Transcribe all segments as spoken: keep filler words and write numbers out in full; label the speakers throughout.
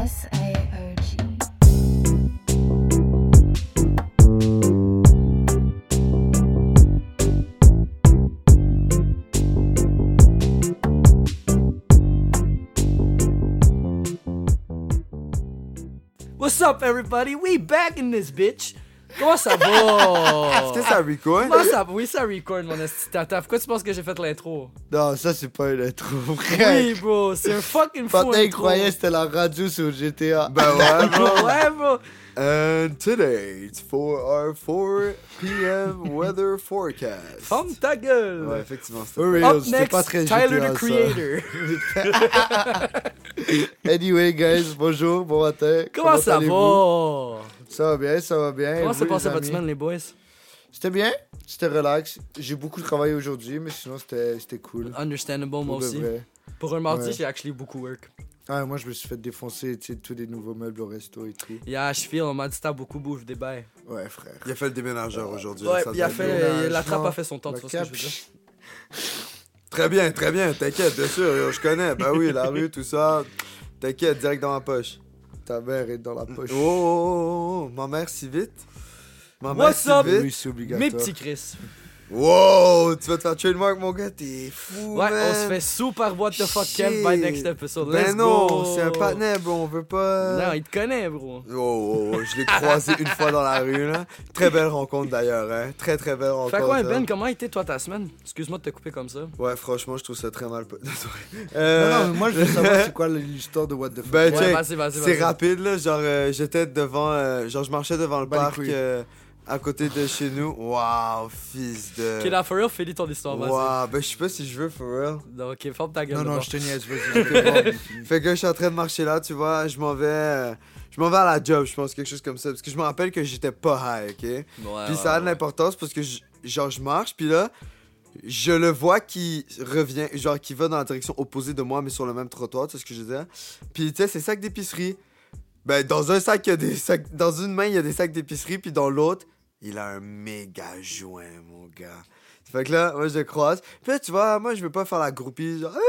Speaker 1: S A O G.
Speaker 2: What's up, everybody? We back in this bitch. Comment ça va?
Speaker 3: Est-ce que ça record?
Speaker 2: Comment ça va? Oui, ça record, mon esti tata. Pourquoi tu penses que j'ai fait l'intro?
Speaker 3: Non, ça c'est pas une intro, frère.
Speaker 2: Oui, bro, c'est un fucking fou
Speaker 3: Fortnite
Speaker 2: intro.
Speaker 3: croyait que c'était la radio sur G T A.
Speaker 4: Ben ouais, bro.
Speaker 2: Ouais, bro.
Speaker 4: And today, it's for our four p.m. weather forecast.
Speaker 2: Ferme ta gueule.
Speaker 4: Ouais, effectivement, c'était
Speaker 3: For
Speaker 4: pas-
Speaker 3: real,
Speaker 2: Up
Speaker 3: c'était
Speaker 2: next,
Speaker 3: pas très
Speaker 2: Tyler
Speaker 3: G T A,
Speaker 2: the
Speaker 3: ça.
Speaker 2: Creator.
Speaker 3: Anyway, guys, bonjour, bon matin.
Speaker 2: Comment, ça
Speaker 3: allez-vous?
Speaker 2: va?
Speaker 3: Ça va bien, ça va bien.
Speaker 2: Comment
Speaker 3: Et
Speaker 2: s'est
Speaker 3: vous, les
Speaker 2: passé votre
Speaker 3: amis?
Speaker 2: semaine, les boys?
Speaker 3: C'était bien, c'était relax. J'ai beaucoup travaillé aujourd'hui, mais sinon c'était c'était cool.
Speaker 2: Understandable, moi
Speaker 3: Pour de
Speaker 2: aussi.
Speaker 3: vrai.
Speaker 2: Pour un mardi,
Speaker 3: Ouais.
Speaker 2: j'ai actually beaucoup work.
Speaker 3: Ah, moi, je me suis fait défoncer, tu sais, tous les nouveaux meubles au resto et tout.
Speaker 2: Yeah, je feel, on m'a dit t'as beaucoup bouffe des bails.
Speaker 3: Ouais, frère.
Speaker 4: Il a fait le déménageur aujourd'hui.
Speaker 2: Ouais,
Speaker 4: ça
Speaker 2: il a
Speaker 4: doit
Speaker 2: fait,
Speaker 4: être
Speaker 3: bien.
Speaker 2: euh, la trappe a fait son temps,
Speaker 3: La
Speaker 2: tu vois ce que je veux
Speaker 3: cap-
Speaker 2: dire?
Speaker 4: Très bien, très bien, t'inquiète, bien sûr, yo, je connais. Ben oui, la rue, tout ça. T'inquiète, direct dans ma poche.
Speaker 3: Ta mère est dans la poche.
Speaker 4: Oh, oh, oh, ma mère si vite. Ma mère
Speaker 2: What's
Speaker 4: si
Speaker 2: up?
Speaker 4: vite.
Speaker 3: Oui, c'est obligatoire.
Speaker 2: Mes petits Chris.
Speaker 4: Wow, tu vas te faire trademark, mon gars, t'es fou,
Speaker 2: Ouais,
Speaker 4: man.
Speaker 2: on se fait super what the fuck
Speaker 4: Shit.
Speaker 2: Kev by next episode.
Speaker 4: Ben
Speaker 2: Let's
Speaker 4: non,
Speaker 2: go.
Speaker 4: c'est un patinet, bro, on veut pas...
Speaker 2: Non, il te connaît, bro.
Speaker 4: Oh, oh, oh, je l'ai croisé une fois dans la rue, là. Très belle rencontre, d'ailleurs, hein. Très, très belle rencontre.
Speaker 2: Fait quoi, Ben,
Speaker 4: hein.
Speaker 2: comment a été toi ta semaine? Excuse-moi de te couper comme ça.
Speaker 4: Ouais, franchement, je trouve ça très mal.
Speaker 3: Non,
Speaker 4: euh...
Speaker 3: non, mais moi, je veux savoir c'est quoi l'histoire de What the fuck.
Speaker 4: Ben,
Speaker 2: Ouais,
Speaker 4: check,
Speaker 2: vas-y, vas-y,
Speaker 4: c'est
Speaker 2: vas-y.
Speaker 4: rapide, là. Genre, euh, j'étais devant. euh, genre, je marchais devant le
Speaker 3: Bah, les
Speaker 4: parc
Speaker 3: couilles.
Speaker 4: euh, à côté de chez nous. Waouh, fils de.
Speaker 2: Ok, là, for real, finis ton histoire, vas-y.
Speaker 4: Waouh, ben, je sais pas si je veux, for real.
Speaker 2: Non, ok, ferme ta gueule.
Speaker 3: Non, non,
Speaker 2: d'abord.
Speaker 3: je te niaise, vas-y.
Speaker 4: Fait que je suis en train de marcher là, tu vois. Je m'en vais. euh, Je m'en vais à la job, je pense, quelque chose comme ça. Parce que je me rappelle que j'étais pas high, ok?
Speaker 2: Ouais,
Speaker 4: Puis
Speaker 2: ouais,
Speaker 4: ça a de
Speaker 2: ouais.
Speaker 4: l'importance parce que, je- genre, je marche, puis là, je le vois qui revient, genre, qui va dans la direction opposée de moi, mais sur le même trottoir, tu sais ce que je veux dire? Puis, tu sais, c'est sacs d'épicerie. Ben, dans un sac, il y a des sacs. Dans une main, il y a des sacs d'épicerie, puis dans l'autre, il a un méga joint, mon gars. Fait que là, moi, je le croise. Puis là, tu vois, moi, je veux pas faire la groupie, genre,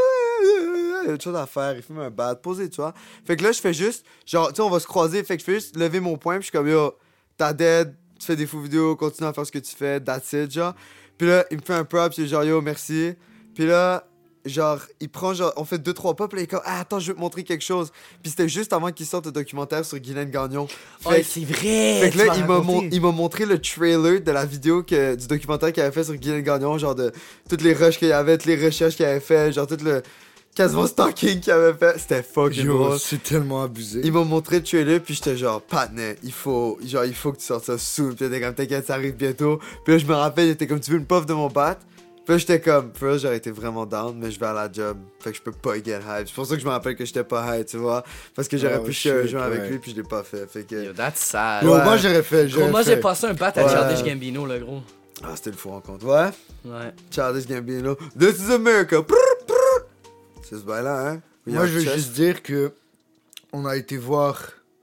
Speaker 4: il y a autre chose à faire, il fume un bad, posé, tu vois. Fait que là, je fais juste, genre, tu sais, on va se croiser, fait que je fais juste lever mon poing, puis je suis comme, yo, t'as dead, tu fais des faux vidéos, continue à faire ce que tu fais, that's it, genre. Puis là, il me fait un prop, il est genre, yo, merci. Puis là, genre, il prend, genre, on fait deux, trois pops, là, il est comme, ah, attends, je vais te montrer quelque chose. Puis c'était juste avant qu'il sorte le documentaire sur Guylaine Gagnon. Fait,
Speaker 2: Ouais, c'est vrai.
Speaker 4: fait que
Speaker 2: tu
Speaker 4: là,
Speaker 2: m'as
Speaker 4: il m'a,
Speaker 2: raconté.
Speaker 4: mon- il m'a montré le trailer de la vidéo que, du documentaire qu'il avait fait sur Guylaine Gagnon, genre de toutes les rushs qu'il y avait, toutes les recherches qu'il avait fait, genre tout le quasiment stalking qu'il avait fait. C'était fucking
Speaker 3: Yo,
Speaker 4: drôle.
Speaker 3: c'est tellement abusé.
Speaker 4: Il m'a montré le trailer, puis j'étais genre, patinet, il faut, genre, il faut que tu sortes ça soon. Puis il était comme, t'inquiète, ça arrive bientôt. Puis là, je me rappelle, il était comme, tu veux une puff de mon bat? Puis là, j'étais comme, for real, j'aurais été vraiment down, mais je vais à la job. Fait que je peux pas get hype. C'est pour ça que je me rappelle que j'étais pas hype, tu vois. Parce que j'aurais
Speaker 3: Ah,
Speaker 4: pu
Speaker 3: ouais,
Speaker 4: chier un
Speaker 3: shit,
Speaker 4: jeu avec
Speaker 3: ouais.
Speaker 4: lui, puis je l'ai pas fait. Fait que.
Speaker 2: Yo, that's sad.
Speaker 3: Yo,
Speaker 4: Ouais.
Speaker 3: moi, j'aurais fait.
Speaker 2: Gros,
Speaker 3: j'aurais
Speaker 2: moi,
Speaker 3: fait.
Speaker 2: j'ai passé un bat à
Speaker 4: Ouais.
Speaker 2: Childish Gambino, le gros.
Speaker 4: Ah, c'était le fou rencontre. Ouais.
Speaker 2: Ouais.
Speaker 4: Childish Gambino. This is America. Prrr, prrr. C'est ce bail-là, hein.
Speaker 3: Moi, je veux
Speaker 4: Chest.
Speaker 3: juste dire que on a été voir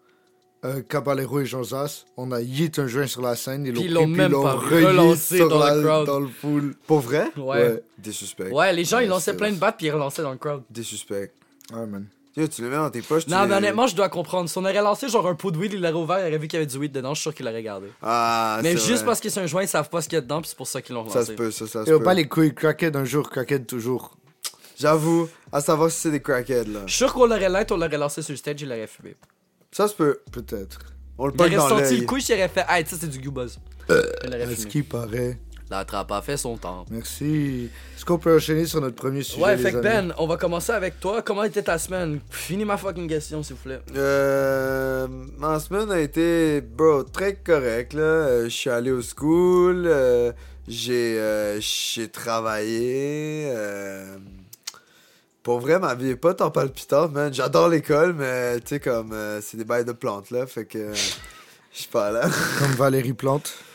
Speaker 3: euh, Caballero et Jean Zas. On a yeet un joint sur la scène.
Speaker 2: Puis ils
Speaker 3: pris,
Speaker 2: l'ont
Speaker 3: puis
Speaker 2: même
Speaker 3: l'ont
Speaker 2: pas
Speaker 3: re-yeet
Speaker 2: relancé
Speaker 3: sur
Speaker 2: dans
Speaker 3: la-
Speaker 2: le crowd.
Speaker 3: Dans le pool.
Speaker 4: Pour vrai?
Speaker 2: Ouais.
Speaker 4: Des suspects.
Speaker 2: Ouais, les gens, ils
Speaker 4: Ouais,
Speaker 2: lançaient
Speaker 4: c'est-
Speaker 2: plein de battes, puis ils relançaient dans le crowd.
Speaker 4: Des suspects.
Speaker 3: Ouais, man.
Speaker 4: Yo, tu les mets dans tes poches. tu
Speaker 2: Non,
Speaker 4: les-
Speaker 2: mais honnêtement, je dois comprendre. Si on aurait lancé genre un pot de weed, il l'aurait ouvert, il aurait vu qu'il y avait du weed dedans, je suis sûr qu'il l'aurait gardé.
Speaker 4: Ah,
Speaker 2: Mais
Speaker 4: c'est
Speaker 2: juste
Speaker 4: vrai.
Speaker 2: parce que c'est un joint, ils savent pas ce qu'il y a dedans, puis c'est pour ça qu'ils l'ont
Speaker 4: Ça
Speaker 2: lancé.
Speaker 4: se peut, ça, ça se
Speaker 3: Yo,
Speaker 4: peut.
Speaker 3: pas les couilles. Crackhead un jour, crackhead toujours.
Speaker 4: J'avoue, à savoir si c'est des crackheads, là.
Speaker 2: Je suis sûr qu'on l'aurait light, on l'aurait lancé sur le stage, il l'aurait fumé.
Speaker 4: Ça se peut.
Speaker 3: Peut-être.
Speaker 4: On le
Speaker 2: Il
Speaker 4: pogne
Speaker 2: aurait
Speaker 4: dans
Speaker 2: sorti
Speaker 4: l'œil.
Speaker 2: le couche, il aurait fait, hey, ça c'est du goobuzz. Il l'aurait
Speaker 3: Est-ce
Speaker 2: fumé.
Speaker 3: qu'il paraît?
Speaker 2: La trappe a fait son temps.
Speaker 3: Merci. Est-ce qu'on peut enchaîner sur notre premier sujet?
Speaker 2: Ouais,
Speaker 3: les
Speaker 2: fait que
Speaker 3: amis?
Speaker 2: Ben, on va commencer avec toi. Comment était ta semaine? Finis ma fucking question, s'il vous plaît.
Speaker 4: Euh, ma semaine a été, bro, très correct, là. Euh, Je suis allé au school, euh, j'ai euh, j'ai travaillé. euh, Pour vrai, ma vie est pas tant palpitante, man. J'adore l'école, mais tu sais, comme, euh, c'est des bails de plantes, là. Fait que, euh, je suis pas là.
Speaker 3: Comme Valérie Plante.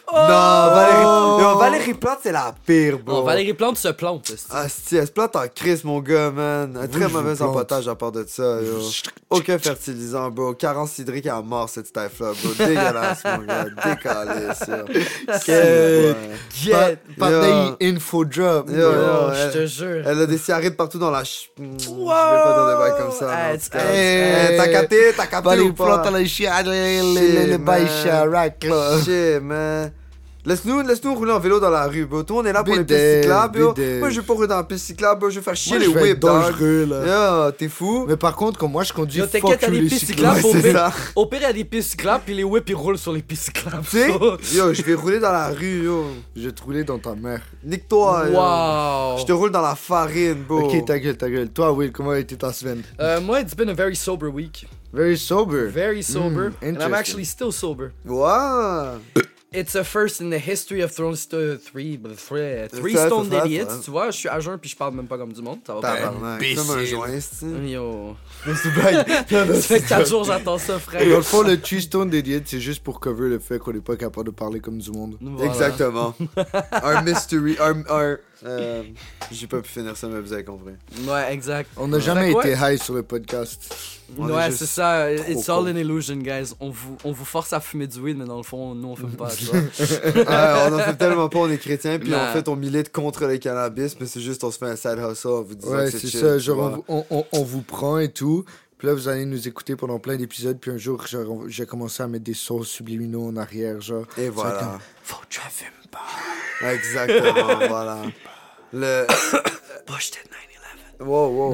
Speaker 2: Oh!
Speaker 4: Non, Valérie, non, Valérie Plante, c'est la pire, bro.
Speaker 2: Non, Valérie Plante se plante. c'est-
Speaker 4: Ah, si, elle se plante en crise, mon gars, man. Un
Speaker 3: Oui,
Speaker 4: très
Speaker 3: je vous
Speaker 4: mauvais
Speaker 3: plante.
Speaker 4: empotage à part de ça, yo. Aucun fertilisant, bro. Carence hydrique à mort, cette type-là, bro. Dégueulasse, mon gars. Décalisse, yo.
Speaker 3: Quel-
Speaker 4: Ouais.
Speaker 2: Get.
Speaker 3: Pareil, info drop.
Speaker 4: Yo,
Speaker 2: Yo,
Speaker 4: yo,
Speaker 2: je te
Speaker 4: elle,
Speaker 2: jure.
Speaker 4: elle a des cigarettes partout dans la ch... Hmm, Je vais
Speaker 2: Wow.
Speaker 4: pas dire des bails comme ça.
Speaker 2: Ah,
Speaker 4: mais en
Speaker 2: it's-
Speaker 4: tout cas.
Speaker 3: Hey.
Speaker 4: Eh, T'as capté? T'as capté
Speaker 3: Valérie
Speaker 4: ou pas?
Speaker 3: Plante à la chia, les les les bails
Speaker 4: man.
Speaker 3: Chirac, là.
Speaker 4: Shit, man. Laisse-nous laisse rouler en vélo dans la rue, bro. Tout le monde est là pour les pistes
Speaker 3: Bidève,
Speaker 4: cyclables, yo.
Speaker 3: bidève.
Speaker 4: Moi, je vais pas rouler dans la piste cyclable, bro. Je vais faire chier
Speaker 3: Moi,
Speaker 4: les
Speaker 3: je vais être
Speaker 4: whips, dog.
Speaker 3: dangereux, là.
Speaker 4: Yo, t'es fou?
Speaker 3: Mais par contre, comme moi, je conduis
Speaker 2: Yo,
Speaker 3: fuck
Speaker 2: t'inquiète, t'as
Speaker 3: you
Speaker 2: des
Speaker 3: les
Speaker 2: pistes
Speaker 3: cyclables.
Speaker 2: cyclables.
Speaker 4: Ouais,
Speaker 2: Au
Speaker 4: c'est
Speaker 2: pire,
Speaker 4: ça.
Speaker 2: au pire, il y a des pistes cyclables, puis les whips, ils roulent sur les pistes cyclables.
Speaker 4: Tu sais?
Speaker 2: So-
Speaker 4: Yo, je vais rouler dans la rue, yo.
Speaker 3: Je vais te rouler dans ta mère.
Speaker 4: Nique-toi, yo.
Speaker 2: Wow.
Speaker 4: Je te roule dans la farine, bro.
Speaker 3: Ok, ta gueule, ta gueule. Toi, Will, comment a été ta semaine?
Speaker 2: Uh, moi, it's been a very sober week.
Speaker 3: Very sober.
Speaker 2: Very sober.
Speaker 3: Mm,
Speaker 2: and I'm
Speaker 3: interesting.
Speaker 2: actually still sober.
Speaker 4: Ouais.
Speaker 2: It's a first in the history of Thrones to three, but three, three
Speaker 4: Ça,
Speaker 2: Stone
Speaker 4: ça, ça,
Speaker 2: Idiots.
Speaker 4: ça.
Speaker 2: Tu vois, je suis à jeun puis je parle même pas comme du monde. Ça va pas.
Speaker 4: Tabarnak.
Speaker 3: Imbécile.
Speaker 4: Comme un joint, c'est.
Speaker 2: Yo.
Speaker 3: C'est une blague.
Speaker 2: Ça fait quatre jours j'attends ça,
Speaker 3: Dans
Speaker 2: frère.
Speaker 3: le fond, le Twiston d'Idiot, c'est juste pour cover le fait qu'on n'est pas capable de parler comme du monde.
Speaker 2: Voilà.
Speaker 4: Exactement. un mystery. Un. un euh, J'ai pas pu finir ça, mais vous avez compris.
Speaker 2: Ouais, exact.
Speaker 3: On n'a jamais
Speaker 2: Fait que
Speaker 3: été high sur le podcast.
Speaker 4: On est
Speaker 2: Ouais,
Speaker 4: juste
Speaker 2: c'est ça. It's
Speaker 4: trop
Speaker 2: all
Speaker 4: con.
Speaker 2: an illusion, guys. On vous, on vous force à fumer du weed, mais dans le fond, nous, on fume pas, tu vois.
Speaker 4: Ouais, on en fait tellement pas, on est chrétien, puis
Speaker 2: Nah.
Speaker 4: en fait on milite contre le cannabis, mais c'est juste on se fait un side hustle en vous disant
Speaker 3: Ouais,
Speaker 4: que
Speaker 3: c'est
Speaker 4: c'est chill,
Speaker 3: ça.
Speaker 4: tu
Speaker 3: Genre,
Speaker 4: vois.
Speaker 3: on, on, on vous prend et tout. Puis là, vous allez nous écouter pendant plein d'épisodes. Puis un jour, genre, on- j'ai commencé à mettre des sons subliminaux en arrière. Genre,
Speaker 4: Et
Speaker 3: Ça
Speaker 4: voilà.
Speaker 3: comme, faut que tu fumes pas.
Speaker 4: Exactement, voilà. Le.
Speaker 2: Bush did nine eleven.
Speaker 4: Wow, wow.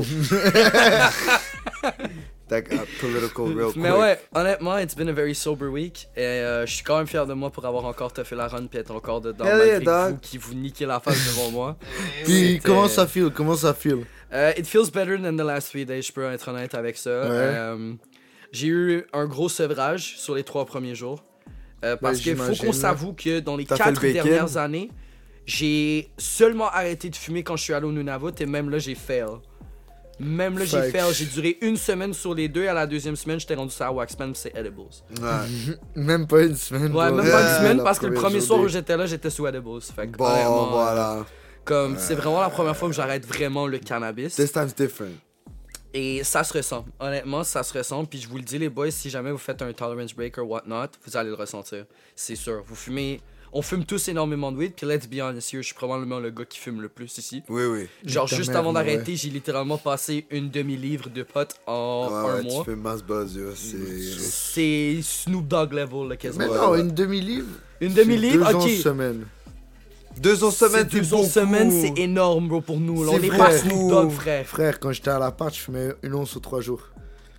Speaker 4: That got political real quick.
Speaker 2: Mais ouais, honnêtement, it's been a very sober week. Et euh, je suis quand même fier de moi pour avoir encore fait la run puis être encore dedans.
Speaker 4: Hell
Speaker 2: malgré
Speaker 4: yeah,
Speaker 2: que
Speaker 4: dog.
Speaker 2: vous qui vous niquez la face devant moi.
Speaker 3: Puis
Speaker 2: C'était-
Speaker 3: comment ça feel? Comment ça feel?
Speaker 2: Euh, it feels better than the last three days, je peux être honnête avec ça. Euh, j'ai eu un gros sevrage sur les trois premiers jours. Euh, parce
Speaker 3: Ouais,
Speaker 2: qu'il faut
Speaker 3: j'imagine,
Speaker 2: qu'on
Speaker 3: là.
Speaker 2: s'avoue que dans les
Speaker 4: T'as fait
Speaker 2: quatre
Speaker 4: le bacon?
Speaker 2: dernières années, j'ai seulement arrêté de fumer quand je suis allé au Nunavut et même là, j'ai fail. Même là, j'ai
Speaker 3: Fait que-
Speaker 2: fail. J'ai duré une semaine sur les deux. À la deuxième semaine, j'étais rendu sur la Waxman puis c'est edibles.
Speaker 4: Ouais.
Speaker 3: Même pas une semaine.
Speaker 2: Ouais,
Speaker 3: bro.
Speaker 2: même pas
Speaker 3: Ouais,
Speaker 2: une semaine
Speaker 3: la
Speaker 2: parce que le
Speaker 3: première
Speaker 2: premier soir où
Speaker 3: journée.
Speaker 2: j'étais là, j'étais sous edibles. Fait que,
Speaker 4: Bon,
Speaker 2: honnêtement,
Speaker 4: voilà.
Speaker 2: Comme c'est vraiment la première fois que j'arrête vraiment le cannabis.
Speaker 4: This time's different.
Speaker 2: Et ça se ressent. Honnêtement, ça se ressent. Puis je vous le dis, les boys, si jamais vous faites un tolerance break or whatnot, vous allez le ressentir. C'est sûr. Vous fumez. On fume tous énormément de weed. Puis let's be honest here, je suis probablement le gars qui fume le plus ici.
Speaker 4: Oui, oui.
Speaker 2: Genre,
Speaker 3: Ta
Speaker 2: juste
Speaker 3: mère,
Speaker 2: avant
Speaker 3: ouais.
Speaker 2: d'arrêter, j'ai littéralement passé une demi-livre de potes en
Speaker 4: Ouais,
Speaker 2: un
Speaker 4: ouais,
Speaker 2: mois.
Speaker 4: tu fais mass buzz, yo. C'est.
Speaker 2: C'est Snoop Dogg level, là, quasiment.
Speaker 3: Mais
Speaker 4: Ouais,
Speaker 3: non,
Speaker 4: ouais.
Speaker 3: une demi-livre.
Speaker 2: Une
Speaker 3: c'est
Speaker 2: demi-livre,
Speaker 3: deux
Speaker 2: ok.
Speaker 3: onces semaine.
Speaker 4: Deux ans
Speaker 2: C'est
Speaker 4: semaine,
Speaker 2: deux
Speaker 4: c'est
Speaker 2: jours
Speaker 4: beaucoup.
Speaker 2: semaine, c'est énorme, bro, pour nous. là.
Speaker 3: C'est
Speaker 2: On n'est
Speaker 3: vrai.
Speaker 2: pas Snoop Dogg, frère.
Speaker 3: Frère, quand j'étais à l'appart, je fumais une once sur trois jours.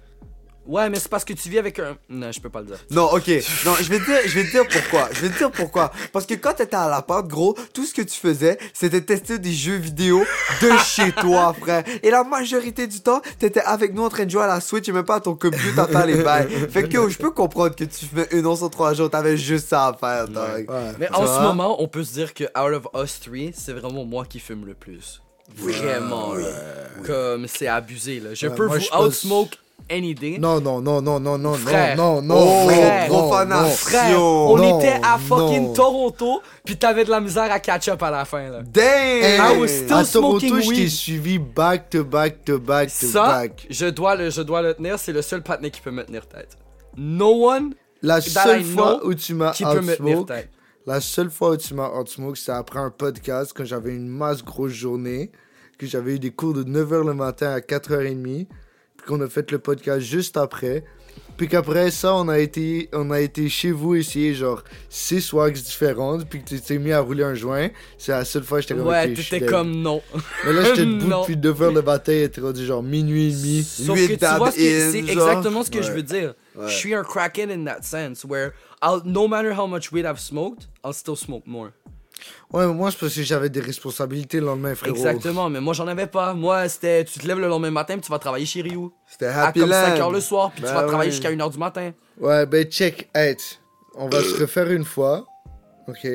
Speaker 2: Ouais, mais c'est parce que tu vis avec un. Non, je peux pas le dire.
Speaker 4: Non, ok. Non, je vais te dire, je vais te dire pourquoi. Je vais te dire pourquoi. Parce que quand t'étais à l'appart, gros, tout ce que tu faisais, c'était tester des jeux vidéo de chez toi, frère. Et la majorité du temps, t'étais avec nous en train de jouer à la Switch et même pas à ton computer à faire les bails. Fait que, yo, je peux comprendre que tu fumais une once en trois jours. T'avais juste ça à faire, dog.
Speaker 3: Ouais.
Speaker 2: Mais
Speaker 4: Tu
Speaker 2: en
Speaker 4: vois?
Speaker 2: ce moment, on peut se dire que out of us three, c'est vraiment moi qui fume le plus. Vraiment, là. Comme c'est abusé, là. Je
Speaker 3: Ouais,
Speaker 2: peux
Speaker 3: moi,
Speaker 2: vous
Speaker 3: je pense-
Speaker 2: outsmoke any day.
Speaker 3: Non, non, non, non, non, non,
Speaker 2: Frère.
Speaker 3: non, non,
Speaker 4: Oh,
Speaker 3: non,
Speaker 2: frère.
Speaker 3: non,
Speaker 4: profanation.
Speaker 3: non.
Speaker 2: Frère, on
Speaker 3: Non,
Speaker 2: était à fucking
Speaker 3: non.
Speaker 2: Toronto, pis t'avais de la misère à catch up à la fin, là.
Speaker 3: Hey,
Speaker 4: Damn!
Speaker 2: I was still
Speaker 3: à
Speaker 2: smoking
Speaker 3: Toronto, je t'ai
Speaker 2: weed.
Speaker 3: suivi back to back to back to
Speaker 2: Ça,
Speaker 3: back.
Speaker 2: je dois, le, je dois le tenir, c'est le seul patiné qui peut me tenir tête. No one
Speaker 3: La
Speaker 2: that
Speaker 3: seule
Speaker 2: I
Speaker 3: fois
Speaker 2: know
Speaker 3: où tu m'as
Speaker 2: qui peut me tenir
Speaker 3: outsmoke,
Speaker 2: tête.
Speaker 3: la seule fois où tu m'as outsmoke, c'était après un podcast quand j'avais une masse grosse journée, que j'avais eu des cours de neuf heures le matin à quatre heures trente, puis qu'on a fait le podcast juste après. Puis qu'après ça, on a été, on a été chez vous essayer genre six wax différentes, puis que tu t'es mis à rouler un joint. C'est la seule fois que j'étais comme
Speaker 2: Ouais,
Speaker 3: ok, je suis
Speaker 2: t'étais
Speaker 3: dead.
Speaker 2: comme non.
Speaker 3: Mais là, j'étais debout
Speaker 2: Non.
Speaker 3: depuis neuf heures le matin, il était rendu genre minuit et demi.
Speaker 2: Sauf
Speaker 4: Huit
Speaker 2: que tu
Speaker 4: dab
Speaker 2: vois, ce que-
Speaker 4: in,
Speaker 2: c'est
Speaker 4: genre.
Speaker 2: exactement ce que je
Speaker 4: Ouais.
Speaker 2: veux dire.
Speaker 4: Ouais.
Speaker 2: Je suis un crackhead in that sense, where I'll, no matter how much weed I've smoked, I'll still smoke more.
Speaker 3: Ouais, mais moi, c'est parce que j'avais des responsabilités le lendemain, frérot.
Speaker 2: Exactement, mais moi j'en avais pas. Moi, c'était tu te lèves le lendemain matin puis tu vas travailler chez Ryu.
Speaker 4: C'était
Speaker 2: À
Speaker 4: Happy
Speaker 2: comme cinq
Speaker 4: Land.
Speaker 2: heures le soir, puis
Speaker 4: Ben
Speaker 2: tu vas travailler
Speaker 4: ouais.
Speaker 2: jusqu'à une heure du matin.
Speaker 3: Ouais, ben check, hey, on va se refaire une fois, ok?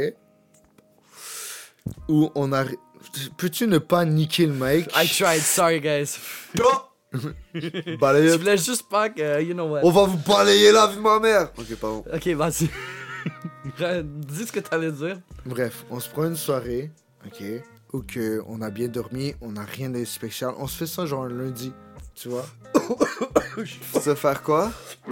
Speaker 3: Où on a... Peux-tu ne pas niquer le mic?
Speaker 2: I tried, sorry guys.
Speaker 4: Balayer.
Speaker 2: Je voulais juste pas que, you know what.
Speaker 4: On va vous balayer la vie de ma mère. Ok, pardon.
Speaker 2: Ok, vas-y. Dis ce que t'allais dire.
Speaker 3: Bref, on se prend une soirée, ok, où que on a bien dormi, on n'a rien de spécial. On se fait ça genre un lundi, tu vois.
Speaker 4: Se faire quoi?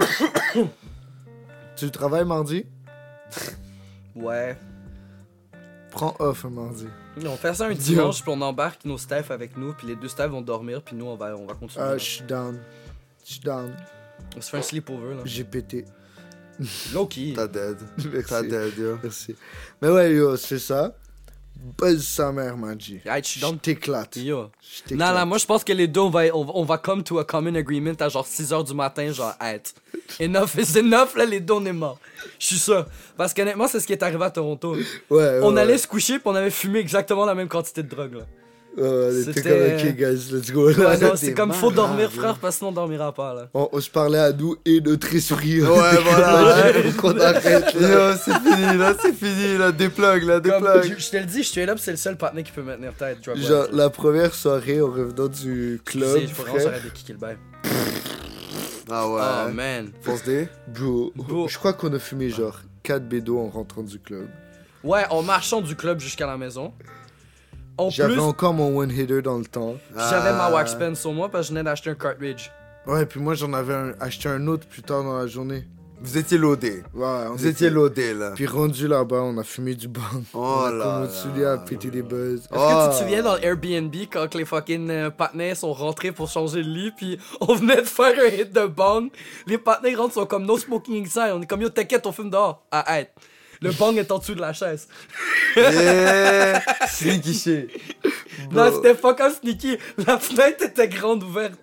Speaker 3: Tu travailles mardi?
Speaker 2: Ouais.
Speaker 3: Prends off un mardi.
Speaker 2: On fait ça un dimanche, puis on embarque nos staffs avec nous, puis les deux staffs vont dormir, puis nous, on va, on va continuer.
Speaker 3: Ah, je suis down. Je suis down.
Speaker 2: On se fait un sleepover, là.
Speaker 3: J'ai pété.
Speaker 2: Low-key.
Speaker 4: T'as dead.
Speaker 3: Merci.
Speaker 4: T'as dead, yo.
Speaker 3: Merci. Mais ouais, yo, c'est ça. Buzz sa mère, Manji.
Speaker 2: Hey, je suis
Speaker 3: Je
Speaker 2: dans
Speaker 3: t'éclate.
Speaker 2: Yo.
Speaker 3: Je t'éclate.
Speaker 2: Non, non, moi je pense que les deux, on va, on, va- on va come to a common agreement à genre six heures du matin, genre, hey, enough is enough, là, les deux, on est morts. Je suis sûr. Parce qu'honnêtement, c'est ce qui est arrivé à Toronto.
Speaker 3: Ouais, ouais,
Speaker 2: On
Speaker 3: ouais.
Speaker 2: allait se coucher, puis on avait fumé exactement la même quantité de drogue, là.
Speaker 3: Ouais, on était
Speaker 2: C'était-
Speaker 3: comme, ok, guys, let's go.
Speaker 2: Ouais,
Speaker 3: Là.
Speaker 2: non,
Speaker 4: des
Speaker 2: c'est comme, faut
Speaker 4: malades,
Speaker 2: dormir,
Speaker 4: là.
Speaker 2: frère, parce que sinon on dormira pas, là.
Speaker 3: On, on se parlait à nous et notre esprit.
Speaker 4: Ouais, voilà.
Speaker 3: Qu'on arrête, là.
Speaker 4: Yo, c'est fini, là, c'est fini, là. Déplug, là,
Speaker 2: Comme,
Speaker 4: déplug.
Speaker 2: je, je te le dis, je suis là, c'est le seul partenaire qui peut me tenir tête. drug
Speaker 3: Genre,
Speaker 2: wise.
Speaker 3: la première soirée, en revenant du club,
Speaker 2: Tu sais, faut vraiment
Speaker 3: frère,
Speaker 2: s'arrêter de kicker le bail.
Speaker 4: Ah ouais.
Speaker 2: Oh, man.
Speaker 4: Fonce D.
Speaker 3: bro,
Speaker 2: Bro.
Speaker 3: je crois qu'on a fumé genre quatre bédos en rentrant du club.
Speaker 2: Ouais, en marchant du club jusqu'à la maison. En
Speaker 3: J'avais
Speaker 2: plus,
Speaker 3: encore mon one-hitter dans le temps.
Speaker 2: j'avais ma
Speaker 4: Ah.
Speaker 2: wax pen sur moi parce que je venais d'acheter un cartridge.
Speaker 3: Ouais, puis moi, j'en avais un- acheté un autre plus tard dans la journée.
Speaker 4: Vous étiez loadé.
Speaker 3: Ouais, on
Speaker 4: Vous étiez
Speaker 3: était-
Speaker 4: loadé, là.
Speaker 3: Puis rendu là-bas, on a fumé du bang.
Speaker 4: Oh
Speaker 3: on a
Speaker 4: là
Speaker 3: commencé
Speaker 4: là
Speaker 3: à péter des buzz.
Speaker 2: Est-ce que tu te souviens dans Airbnb quand les fucking euh, partenaires sont rentrés pour changer de lit puis on venait de faire un hit de bang, les partenaires rentrent sont comme no smoking inside, on est comme yo t'inquiète on fume dehors. Ah hey. Le bang est en dessous de la chaise.
Speaker 4: Yeah. Sneaky shit.
Speaker 2: Non, c'était fucking sneaky. La fenêtre était grande ouverte.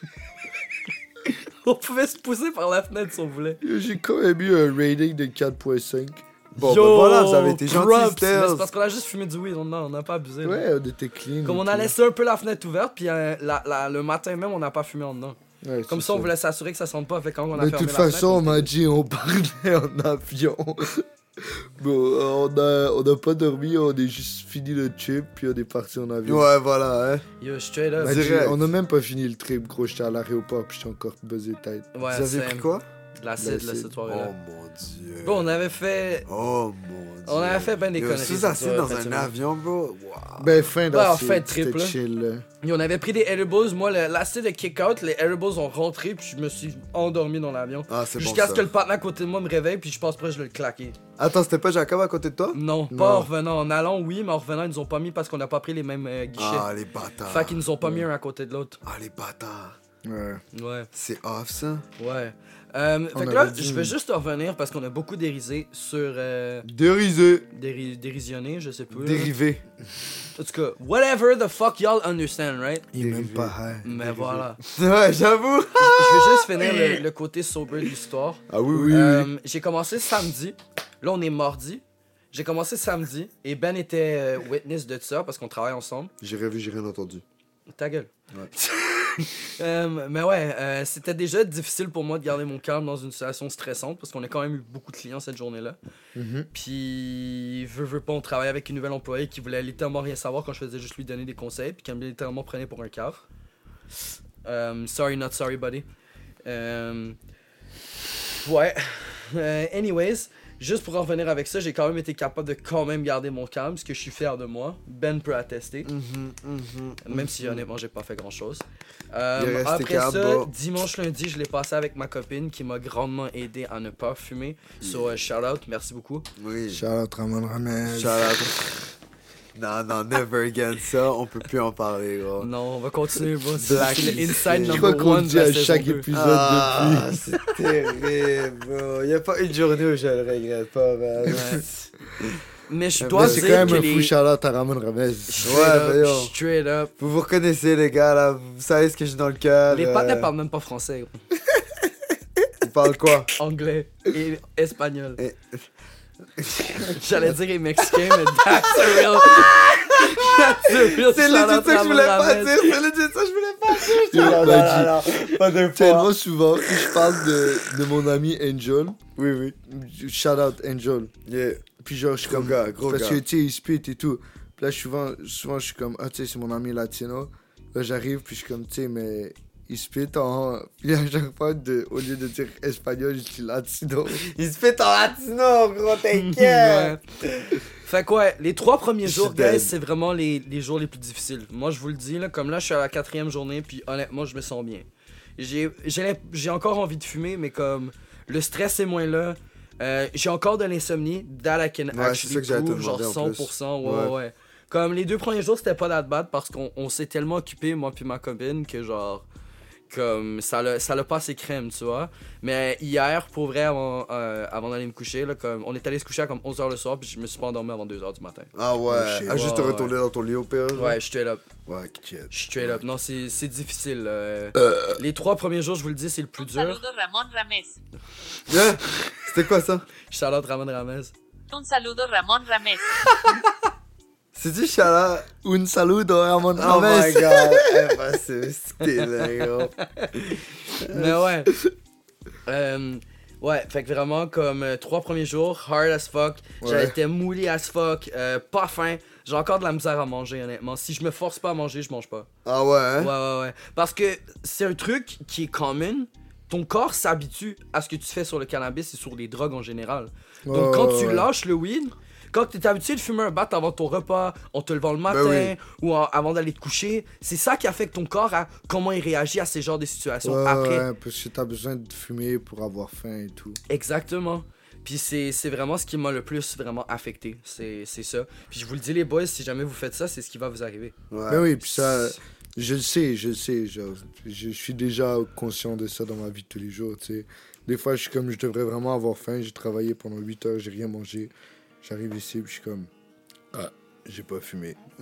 Speaker 2: On pouvait se pousser par la fenêtre si on voulait.
Speaker 3: J'ai quand même eu un rating de quatre virgule cinq.
Speaker 4: Bon,
Speaker 2: Yo,
Speaker 4: ben voilà, vous avez été
Speaker 2: props.
Speaker 4: gentil,
Speaker 2: Mais
Speaker 4: Stairs.
Speaker 2: c'est parce qu'on a juste fumé du weed, on n'a on n'a pas abusé. là.
Speaker 3: Ouais, on était clean.
Speaker 2: Comme
Speaker 3: et
Speaker 2: on a
Speaker 3: tout.
Speaker 2: laissé un peu la fenêtre ouverte, puis euh, la- la- le matin même, on n'a pas fumé en dedans.
Speaker 3: Ouais,
Speaker 2: Comme
Speaker 3: c'est
Speaker 2: ça, on voulait s'assurer que ça sente pas. Fait quand on a
Speaker 3: De
Speaker 2: fermé
Speaker 3: toute
Speaker 2: la
Speaker 3: façon, on
Speaker 2: fenêtre,
Speaker 3: m'a dit on parlait en avion. Bon, on a, on a pas dormi, on est juste fini le trip, puis on est parti en avion.
Speaker 4: Ouais, voilà, hein.
Speaker 2: on- Yo, straight up.
Speaker 3: M'a dit,
Speaker 4: direct.
Speaker 3: on a même pas fini le trip, gros. J'étais à l'aéroport, puis j'étais encore buzzé tête.
Speaker 2: Ouais,
Speaker 4: Vous avez
Speaker 2: c'est
Speaker 4: pris quoi?
Speaker 2: de l'acide, là,
Speaker 3: L'acide.
Speaker 2: cette soirée-là.
Speaker 4: Oh mon dieu.
Speaker 2: Bon, on avait fait.
Speaker 4: Oh mon dieu.
Speaker 2: On avait fait ben des
Speaker 4: Yo,
Speaker 2: conneries.
Speaker 4: sous
Speaker 2: cette
Speaker 4: acide dans
Speaker 2: soirée,
Speaker 4: un
Speaker 2: effectivement.
Speaker 4: avion, bro. Wow.
Speaker 3: Ben, fin
Speaker 2: Ouais,
Speaker 3: d'acide,
Speaker 2: en fin de trip,
Speaker 3: c'était
Speaker 2: là.
Speaker 3: chill, là.
Speaker 2: Et on avait pris des edibles. Moi, le- l'acide a kick out. Les edibles ont rentré. Puis je me suis endormi dans l'avion.
Speaker 4: Ah, c'est bon.
Speaker 2: Jusqu'à
Speaker 4: ça.
Speaker 2: ce que le partenaire à côté de moi me réveille. Puis je pense pas que je vais le claquer.
Speaker 4: Attends, c'était pas Jacob à côté de toi?
Speaker 2: Non, pas
Speaker 3: Non.
Speaker 2: en revenant. En allant, oui. Mais en revenant, ils nous ont pas mis parce qu'on n'a pas pris les mêmes euh, guichets.
Speaker 4: Ah, les bâtards.
Speaker 2: Fait qu'ils nous ont pas mis un à côté de l'autre.
Speaker 4: Ah, les bâtards.
Speaker 3: Ouais.
Speaker 2: Ouais,
Speaker 4: C'est off, ça.
Speaker 2: ouais. Euh,
Speaker 3: On
Speaker 2: fait que là,
Speaker 3: avait dit-
Speaker 2: je vais juste revenir parce qu'on a beaucoup dérisé sur. Euh,
Speaker 4: Dérisé.
Speaker 2: déri- dérisionné, je sais plus. là.
Speaker 4: Dérivé.
Speaker 2: En tout cas, whatever the fuck y'all understand, right?
Speaker 3: Il est même
Speaker 4: Dérivé.
Speaker 3: pas high.
Speaker 2: Mais voilà.
Speaker 4: Ouais, j'avoue.
Speaker 2: Je vais juste finir le, le côté sober de l'histoire.
Speaker 4: Ah oui, oui.
Speaker 2: Euh, j'ai commencé samedi. Là, on est mardi. J'ai commencé samedi et Ben était euh, witness de ça parce qu'on travaille ensemble.
Speaker 4: J'ai rêvé, j'ai rien entendu.
Speaker 2: Ta gueule.
Speaker 4: Ouais.
Speaker 2: Euh, mais ouais, euh, c'était déjà difficile pour moi de garder mon calme dans une situation stressante parce qu'on a quand même eu beaucoup de clients cette journée-là.
Speaker 3: Mhm.
Speaker 2: Puis, veux, veux pas, on travaillait avec une nouvelle employée qui voulait littéralement rien savoir quand je faisais juste lui donner des conseils, puis qui me littéralement prenait pour un cave. Euh, sorry, not sorry, buddy. Euh, ouais. Euh, anyways, juste pour en revenir avec ça, j'ai quand même été capable de quand même garder mon calme, parce que je suis fier de moi. Ben peut attester.
Speaker 4: Mhm, mhm,
Speaker 2: Même si honnêtement j'ai pas fait grand chose. Euh,
Speaker 4: Il est resté
Speaker 2: après
Speaker 4: calme,
Speaker 2: ça,
Speaker 4: bro.
Speaker 2: dimanche lundi, je l'ai passé avec ma copine qui m'a grandement aidé à ne pas fumer. So, euh, shout out, merci beaucoup.
Speaker 4: Oui.
Speaker 3: Shout out Ramon Ramez.
Speaker 4: Shout out. Non, non, never again. Ça, on peut plus en parler, gros.
Speaker 2: Non, on va continuer, bro. C'est
Speaker 4: Black
Speaker 2: c'est le
Speaker 4: list.
Speaker 2: inside
Speaker 3: Je
Speaker 2: number
Speaker 3: crois qu'on
Speaker 2: one
Speaker 3: le
Speaker 2: de
Speaker 3: dit
Speaker 2: la
Speaker 3: à
Speaker 2: saison
Speaker 3: chaque
Speaker 2: deux.
Speaker 3: épisode
Speaker 4: Ah,
Speaker 3: depuis.
Speaker 4: c'est terrible, bro. Y a pas une journée où je le regrette pas, man.
Speaker 2: Ouais. Mais je
Speaker 4: Mais
Speaker 2: dois
Speaker 3: Mais c'est
Speaker 2: dire
Speaker 3: quand même
Speaker 2: que
Speaker 3: un
Speaker 2: les...
Speaker 3: fou shout out à Ramon Ramez.
Speaker 2: Straight
Speaker 4: Ouais,
Speaker 2: up,
Speaker 4: mais yo.
Speaker 2: straight up.
Speaker 4: Vous vous reconnaissez, les gars, là. Vous savez ce que j'ai dans le cœur.
Speaker 2: Les
Speaker 4: euh,
Speaker 2: partenaires parlent même pas français, gros.
Speaker 4: Ils parlent quoi?
Speaker 2: Anglais et espagnol.
Speaker 4: Et-
Speaker 2: J'allais dire et mexicain, mais that's a real... that's a real
Speaker 4: C'est
Speaker 2: shout
Speaker 4: legit
Speaker 2: out
Speaker 4: ça que je voulais
Speaker 2: Ramon
Speaker 4: pas
Speaker 2: Ramez.
Speaker 4: dire. C'est legit ça que je voulais pas dire.
Speaker 3: Il
Speaker 4: Non,
Speaker 3: l'a
Speaker 4: non, non, pas deux fois.
Speaker 3: Tellement souvent que je parle de, de mon ami Angel.
Speaker 4: Oui, oui.
Speaker 3: Shout out Angel.
Speaker 4: Yeah.
Speaker 3: Puis genre, je suis
Speaker 4: Gros
Speaker 3: comme.
Speaker 4: gars, gros
Speaker 3: parce
Speaker 4: gars.
Speaker 3: que tu sais, il spit et tout. Puis là, souvent, souvent je suis comme, ah, tu sais, c'est mon ami latino. Là, j'arrive, puis je suis comme, tu sais, mais il spit en. Puis à chaque fois, de, au lieu de dire espagnol, je dis latino.
Speaker 4: Il se fait en latino, gros, t'inquiète.
Speaker 2: Ouais. Fait que ouais, les trois premiers
Speaker 4: Je
Speaker 2: jours,
Speaker 4: suis dead.
Speaker 2: guys, c'est vraiment les, les jours les plus difficiles. Moi, je vous le dis, là, comme là, je suis à la quatrième journée, puis honnêtement, je me sens bien. J'ai, j'ai, l'imp- j'ai encore envie de fumer, mais comme le stress est moins là. Euh, j'ai encore de l'insomnie. That I can
Speaker 4: Ouais,
Speaker 2: actually
Speaker 4: c'est ça que j'allais te
Speaker 2: prove, genre
Speaker 4: demander, en
Speaker 2: cent pour cent. Ouais, ouais,
Speaker 4: Ouais.
Speaker 2: ouais. Comme les deux premiers jours, c'était pas that bad parce qu'on on s'est tellement occupé, moi puis ma copine, que genre. Comme ça l'a, ça l'a pas assez crème, tu vois. Mais hier, pour vrai, avant, euh, avant d'aller me coucher, là, comme, on est allé se coucher à comme onze heures le soir, puis je me suis pas endormi avant deux heures du matin.
Speaker 4: Ah ouais,
Speaker 3: Oh, shit.
Speaker 4: ah, juste te
Speaker 2: Ouais,
Speaker 4: retourner dans ton lit au pire. genre.
Speaker 2: Ouais, straight up.
Speaker 3: Ouais, shit.
Speaker 2: Straight up. Non, c'est, c'est difficile. euh. Les trois premiers jours, je vous le dis, c'est le plus
Speaker 1: Un
Speaker 2: dur.
Speaker 1: saludo Ramón Ramés.
Speaker 4: Hein? C'était quoi ça?
Speaker 2: Charlotte Ramon Ramez.
Speaker 1: Un saludo Ramón Ramés.
Speaker 4: C'est du chala.
Speaker 3: Un saludo, Ramon
Speaker 4: Oh
Speaker 3: Rames.
Speaker 4: my god. Eh ben, c'est stylé, gros.
Speaker 2: Mais ouais. Euh, ouais, fait que vraiment, comme euh, trois premiers jours, hard as fuck.
Speaker 3: Ouais.
Speaker 2: J'avais été mouli as fuck. euh, pas faim. J'ai encore de la misère à manger, honnêtement. Si je me force pas à manger, je mange pas.
Speaker 4: Ah ouais, hein?
Speaker 2: Ouais, ouais, ouais. Parce que c'est un truc qui est common. Ton corps s'habitue à ce que tu fais sur le cannabis et sur les drogues en général. Donc
Speaker 3: Ouais,
Speaker 2: quand
Speaker 3: ouais,
Speaker 2: tu
Speaker 3: ouais.
Speaker 2: lâches le weed, quand tu es habitué de fumer un bat avant ton repas, en te levant le matin
Speaker 4: Ben
Speaker 2: ou en- avant d'aller te coucher, c'est ça qui affecte ton corps à comment il réagit à ces genres de situations
Speaker 3: Ouais,
Speaker 2: après.
Speaker 3: ouais, parce que t'as besoin de fumer pour avoir faim et tout.
Speaker 2: Exactement. Puis c'est c'est vraiment ce qui m'a le plus vraiment affecté. C'est c'est ça. Puis je vous le dis les boys, si jamais vous faites ça, c'est ce qui va vous arriver.
Speaker 4: Ouais.
Speaker 3: Mais oui, puis ça, je le sais, je le sais, genre, je, je suis déjà conscient de ça dans ma vie de tous les jours, tu sais. Des fois, je suis comme, je devrais vraiment avoir faim, j'ai travaillé pendant huit heures, j'ai rien mangé. J'arrive ici, puis je suis comme, ah, j'ai pas fumé.
Speaker 4: Ouais.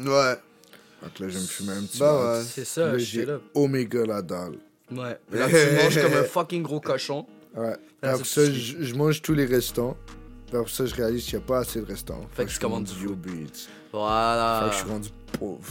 Speaker 3: Donc là, je vais me fumer un petit
Speaker 4: Bah
Speaker 3: bat.
Speaker 4: ouais.
Speaker 2: C'est
Speaker 3: Puis
Speaker 2: ça,
Speaker 3: là,
Speaker 2: je
Speaker 3: j'ai
Speaker 2: là.
Speaker 3: Oméga la dalle.
Speaker 2: Ouais. Puis là, tu manges comme un fucking gros cochon.
Speaker 3: Ouais.
Speaker 2: Là,
Speaker 3: Après
Speaker 2: c'est-
Speaker 3: ça, je, je mange tous les restants. Puis après ça, je réalise qu'il n'y a pas assez de restants.
Speaker 2: Fait que tu
Speaker 3: je
Speaker 2: commandes
Speaker 3: commande
Speaker 2: du
Speaker 3: Uber Eats.
Speaker 2: Voilà.
Speaker 3: Fait que je suis rendu pauvre.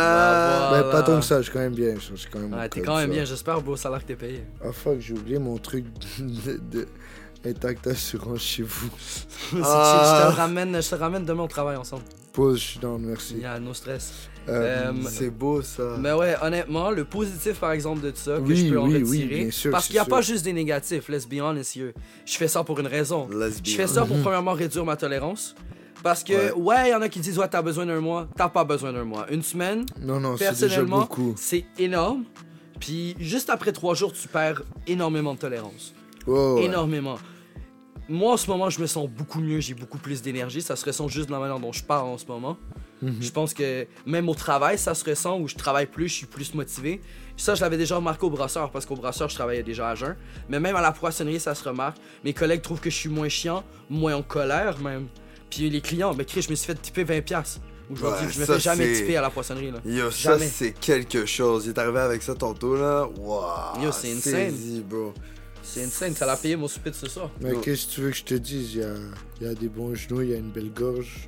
Speaker 4: Ah.
Speaker 2: Voilà.
Speaker 3: Ben, pas tant que ça, je suis quand même bien. Je suis quand même
Speaker 2: Ouais,
Speaker 3: au
Speaker 2: t'es
Speaker 3: code,
Speaker 2: quand même
Speaker 3: ça.
Speaker 2: bien, j'espère, beau salaire que t'es payé.
Speaker 3: Ah fuck, j'ai oublié mon truc de, de intact assurance chez vous.
Speaker 2: C'est
Speaker 4: Ah.
Speaker 2: chill, je te ramène, je te ramène demain au travail ensemble.
Speaker 3: Pause, je suis down, merci.
Speaker 2: Il y a no stress.
Speaker 3: Euh,
Speaker 2: Euh,
Speaker 4: C'est beau ça.
Speaker 2: Mais ouais, honnêtement, le positif par exemple de ça, que
Speaker 3: Oui,
Speaker 2: je peux en
Speaker 3: oui,
Speaker 2: retirer,
Speaker 3: oui, bien sûr,
Speaker 2: parce
Speaker 3: c'est
Speaker 2: qu'il n'y a
Speaker 3: sûr.
Speaker 2: pas juste des négatifs, let's be honest here. Je fais ça pour une raison.
Speaker 4: Let's be
Speaker 2: Je fais
Speaker 4: honest.
Speaker 2: ça pour premièrement réduire ma tolérance. Parce que, ouais, il y en a qui disent, ouais, t'as besoin d'un mois. T'as pas besoin d'un mois. Une semaine,
Speaker 3: non, non, c'est déjà
Speaker 2: personnellement,
Speaker 3: beaucoup.
Speaker 2: c'est énorme. Puis juste après trois jours, tu perds énormément de tolérance.
Speaker 3: Oh, ouais.
Speaker 2: Énormément. Moi, en ce moment, je me sens beaucoup mieux, j'ai beaucoup plus d'énergie. Ça se ressent juste de la manière dont je parle en ce moment.
Speaker 3: Mhm.
Speaker 2: Je pense que même au travail, ça se ressent, où je travaille plus, je suis plus motivé. Ça, je l'avais déjà remarqué au brasseur, parce qu'au brasseur, je travaillais déjà à jeun. Mais même à la poissonnerie, ça se remarque. Mes collègues trouvent que je suis moins chiant, moins en colère même. Puis les clients, ben Chris, je me suis fait tiper vingt piastres. Aujourd'hui,
Speaker 4: Ouais,
Speaker 2: je me
Speaker 4: ça,
Speaker 2: fais jamais
Speaker 4: c'est-
Speaker 2: tiper à la poissonnerie, là.
Speaker 4: Yo, ça
Speaker 2: Jamais.
Speaker 4: c'est quelque chose. Il est arrivé avec ça tantôt là. Wow.
Speaker 2: Yo, c'est insane.
Speaker 4: saisis, bro.
Speaker 2: C'est insane, ça l'a payé mon souper de ce soir.
Speaker 3: Mais
Speaker 4: Non.
Speaker 3: qu'est-ce que tu veux que je te dise? Il y a, il y a des bons genoux, il y a une belle gorge.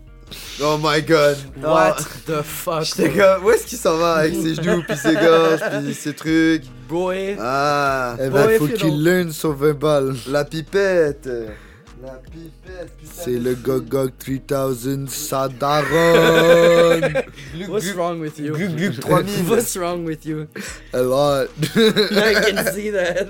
Speaker 4: Oh my god.
Speaker 2: What
Speaker 4: Oh.
Speaker 2: the fuck?
Speaker 4: J'étais comme, où est-ce qu'il s'en va avec ses genoux, puis ses gorges, puis ses trucs?
Speaker 2: Boy.
Speaker 4: Ah,
Speaker 3: Eh
Speaker 2: Bon,
Speaker 3: ben,
Speaker 2: et
Speaker 3: faut
Speaker 2: puis
Speaker 3: qu'il
Speaker 2: non.
Speaker 3: learn sur vingt balles.
Speaker 4: la pipette. La pipette, putain.
Speaker 3: C'est le Gogog trois mille Sadaron.
Speaker 2: What's wrong with you?
Speaker 4: Gluc Gluc trois mille.
Speaker 2: What's wrong with you?
Speaker 3: A lot.
Speaker 2: I can see that.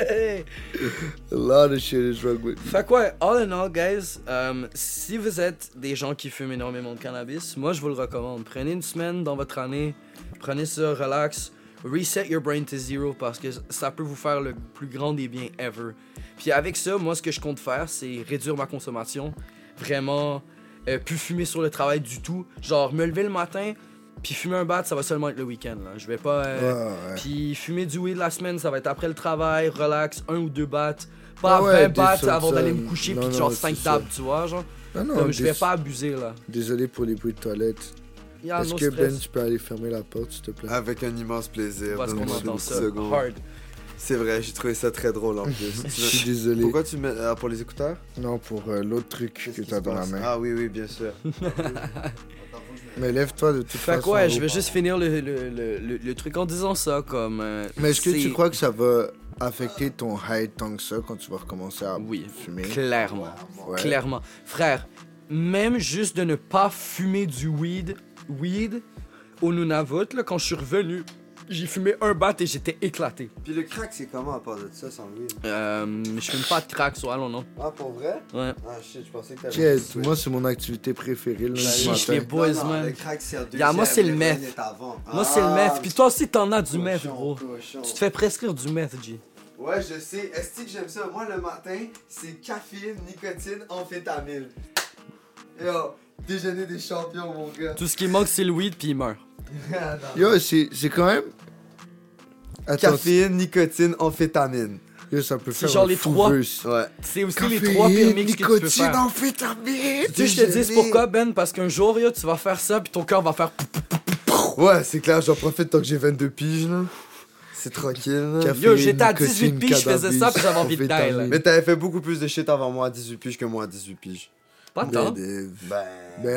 Speaker 3: A lot of shit is wrong with me.
Speaker 2: Fait quoi, all in all, guys, euh, si vous êtes des gens qui fument énormément de cannabis, moi je vous le recommande. Prenez une semaine dans votre année, prenez ça, relax, reset your brain to zero parce que ça peut vous faire le plus grand des biens ever. Puis avec ça, moi ce que je compte faire, c'est réduire ma consommation, vraiment, euh, plus fumer sur le travail du tout. Genre, me lever le matin, puis fumer un bat, ça va seulement être le week-end. Là. Je vais pas. euh,
Speaker 3: Ouais, ouais.
Speaker 2: Puis fumer du weed la semaine, ça va être après le travail, relax, un ou deux bats. Pas
Speaker 3: Ah ouais,
Speaker 2: vingt
Speaker 3: des
Speaker 2: bats
Speaker 3: sortes
Speaker 2: avant
Speaker 3: ça.
Speaker 2: d'aller me coucher,
Speaker 3: Non,
Speaker 2: puis
Speaker 3: non,
Speaker 2: genre
Speaker 3: c'est
Speaker 2: cinq
Speaker 3: ça.
Speaker 2: tables, tu vois, genre.
Speaker 3: Non, non,
Speaker 2: Comme je vais
Speaker 3: dés-
Speaker 2: pas abuser là.
Speaker 3: Désolé pour les bruits de toilette.
Speaker 2: Il y a
Speaker 3: Est-ce
Speaker 2: no
Speaker 3: que
Speaker 2: stress.
Speaker 3: Ben, tu peux aller fermer la porte, s'il te plaît?
Speaker 4: Avec un immense plaisir.
Speaker 2: Parce qu'on
Speaker 4: Donne-moi
Speaker 2: entend
Speaker 4: une
Speaker 2: ça.
Speaker 4: seconde.
Speaker 2: Hard.
Speaker 4: C'est vrai, j'ai trouvé ça très drôle en plus.
Speaker 3: Je
Speaker 4: Tu
Speaker 3: suis
Speaker 4: veux-
Speaker 3: désolé.
Speaker 4: Pourquoi tu mets. Ah, pour les écouteurs?
Speaker 3: Non, pour euh, l'autre truc
Speaker 4: Qu'est-ce
Speaker 3: que
Speaker 4: qui
Speaker 3: t'as
Speaker 4: se
Speaker 3: dans la
Speaker 4: passe?
Speaker 3: main.
Speaker 4: Ah oui, oui, bien sûr.
Speaker 3: Mais lève-toi de toute
Speaker 2: Fait
Speaker 3: façon.
Speaker 2: quoi, je vais
Speaker 3: gros.
Speaker 2: juste finir le, le, le, le, le truc en disant ça comme. euh,
Speaker 3: Mais est-ce que
Speaker 2: c'est-
Speaker 3: tu crois que ça va affecter ton high tant que ça quand tu vas recommencer à
Speaker 2: Oui,
Speaker 3: fumer?
Speaker 2: clairement.
Speaker 3: Ouais.
Speaker 2: Clairement. Frère, même juste de ne pas fumer du weed, weed au Nunavut, là, quand je suis revenu J'ai fumé un bat et j'étais éclaté.
Speaker 4: Puis le crack, c'est comment à part de ça sans weed?
Speaker 2: Euh, je fume pas de crack, so I don't know.
Speaker 4: Ah, pour vrai?
Speaker 2: Ouais.
Speaker 4: Ah, shit, je pensais que t'avais.
Speaker 3: Jet, moi, c'est mon activité préférée le lundi
Speaker 2: Chiche,
Speaker 3: matin.
Speaker 2: les boys,
Speaker 4: non, non,
Speaker 2: man.
Speaker 4: Le crack, c'est un deuxième.
Speaker 2: Yeah, moi, c'est le
Speaker 4: weed
Speaker 2: meth.
Speaker 4: est avant.
Speaker 2: Moi, c'est le
Speaker 4: Ah,
Speaker 2: meth. Puis toi aussi, t'en as du meth,
Speaker 4: cochon,
Speaker 2: gros.
Speaker 4: cochon.
Speaker 2: Tu te fais prescrire du meth, G.
Speaker 4: Ouais, je sais. Est-ce que j'aime ça? Moi, le matin, c'est caféine, nicotine, amphétamine. Yo, déjeuner des champions, mon gars.
Speaker 2: Tout ce qui manque, c'est le weed, puis il meurt.
Speaker 3: Yo, c'est c'est quand même. Attends,
Speaker 4: Caféine, nicotine, amphétamine.
Speaker 3: yo, ça peut
Speaker 2: C'est
Speaker 3: faire
Speaker 2: genre
Speaker 3: un
Speaker 2: les
Speaker 3: fou
Speaker 2: trois.
Speaker 3: russe.
Speaker 4: Ouais.
Speaker 2: C'est aussi les
Speaker 3: Caféine,
Speaker 2: trois pires mix que tu peux
Speaker 3: nicotine,
Speaker 2: faire.
Speaker 3: amphétamine.
Speaker 2: Tu veux que je te dise pourquoi, Ben? Parce qu'un jour, yo, tu vas faire ça, puis ton cœur va faire...
Speaker 4: Ouais, c'est clair, j'en profite tant que j'ai vingt-deux piges, là. C'est tranquille, là.
Speaker 3: Café-
Speaker 2: Yo, j'étais à
Speaker 3: nicotine,
Speaker 2: dix-huit piges, je faisais ça, puis j'avais envie de die, là.
Speaker 3: amphétamine.
Speaker 4: Mais t'avais fait beaucoup plus de shit avant moi à dix-huit piges que moi à dix-huit piges.
Speaker 2: Pas tant.
Speaker 3: Ben,
Speaker 4: Ben.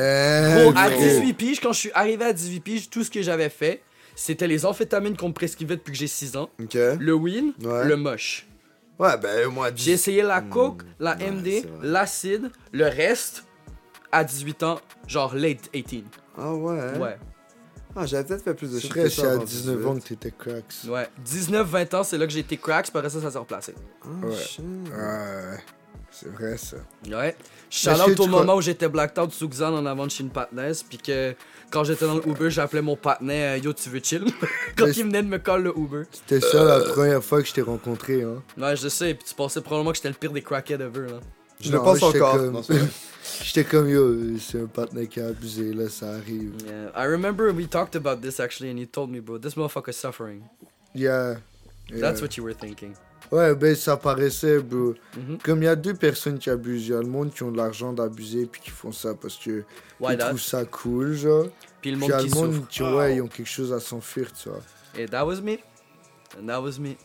Speaker 3: ben,
Speaker 2: Gros, à
Speaker 3: gros.
Speaker 2: dix-huit piges, quand je suis arrivé à dix-huit piges, tout ce que j'avais fait, c'était les amphétamines qu'on me prescrivait depuis que j'ai six ans,
Speaker 4: Ok.
Speaker 2: le weed,
Speaker 4: Ouais.
Speaker 2: le moche.
Speaker 4: Ouais, ben, moi,
Speaker 2: J'ai essayé la coke, la
Speaker 4: ouais,
Speaker 2: M D,
Speaker 4: c'est vrai.
Speaker 2: l'acide, le reste, à dix-huit ans, genre late dix-huit.
Speaker 4: Ah ouais? hein?
Speaker 2: Ouais.
Speaker 4: Ah, j'avais peut-être fait plus de
Speaker 3: C'est
Speaker 4: shit
Speaker 3: vrai,
Speaker 4: que
Speaker 3: c'est
Speaker 4: ça
Speaker 3: à
Speaker 4: avant
Speaker 3: dix-neuf
Speaker 4: dix-huit.
Speaker 3: ans que t'étais cracks.
Speaker 2: Ouais. dix-neuf vingt ans, c'est là que j'ai été cracks, puis après ça, ça s'est replacé.
Speaker 4: Ah,
Speaker 3: Ouais.
Speaker 4: shit.
Speaker 3: Ouais, c'est vrai ça.
Speaker 2: Ouais.
Speaker 3: Est-ce
Speaker 2: Shout
Speaker 3: que
Speaker 2: out au
Speaker 3: tu
Speaker 2: moment
Speaker 3: crois-
Speaker 2: où j'étais blacked out sous Xan en avant de chez une patnaise, puis que quand j'étais dans le Uber, j'appelais mon patinet euh, Yo, tu veux chill? Quand
Speaker 3: Mais
Speaker 2: il venait de me coller le Uber.
Speaker 3: C'était ça la première fois que je t'ai rencontré, hein.
Speaker 2: Ouais, je sais, puis tu pensais probablement que j'étais le pire des crackheads ever, là.
Speaker 4: Je le
Speaker 3: Non,
Speaker 4: pense
Speaker 3: j'étais
Speaker 4: encore.
Speaker 3: comme-
Speaker 4: Non, c'est vrai.
Speaker 3: J'étais comme yo, c'est un partenaire qui a abusé, là, ça arrive.
Speaker 2: Yeah. I remember we talked about this actually, and you told me, bro, this motherfucker's suffering.
Speaker 3: Yeah. yeah.
Speaker 2: That's what you were thinking.
Speaker 3: Ouais, ben ça paraissait, bro.
Speaker 2: Mhm.
Speaker 3: Comme il y a deux personnes qui abusent, il y a le monde qui ont de l'argent d'abuser puis qui font ça parce que
Speaker 2: Why
Speaker 3: ils
Speaker 2: not?
Speaker 3: trouvent ça cool, genre.
Speaker 2: Puis le
Speaker 3: Puis il y
Speaker 2: monde
Speaker 3: a
Speaker 2: qui
Speaker 3: le monde
Speaker 2: souffre.
Speaker 3: qui, ouais, ils ont quelque chose à s'enfuir, tu vois.
Speaker 2: Et that was me. And that was me.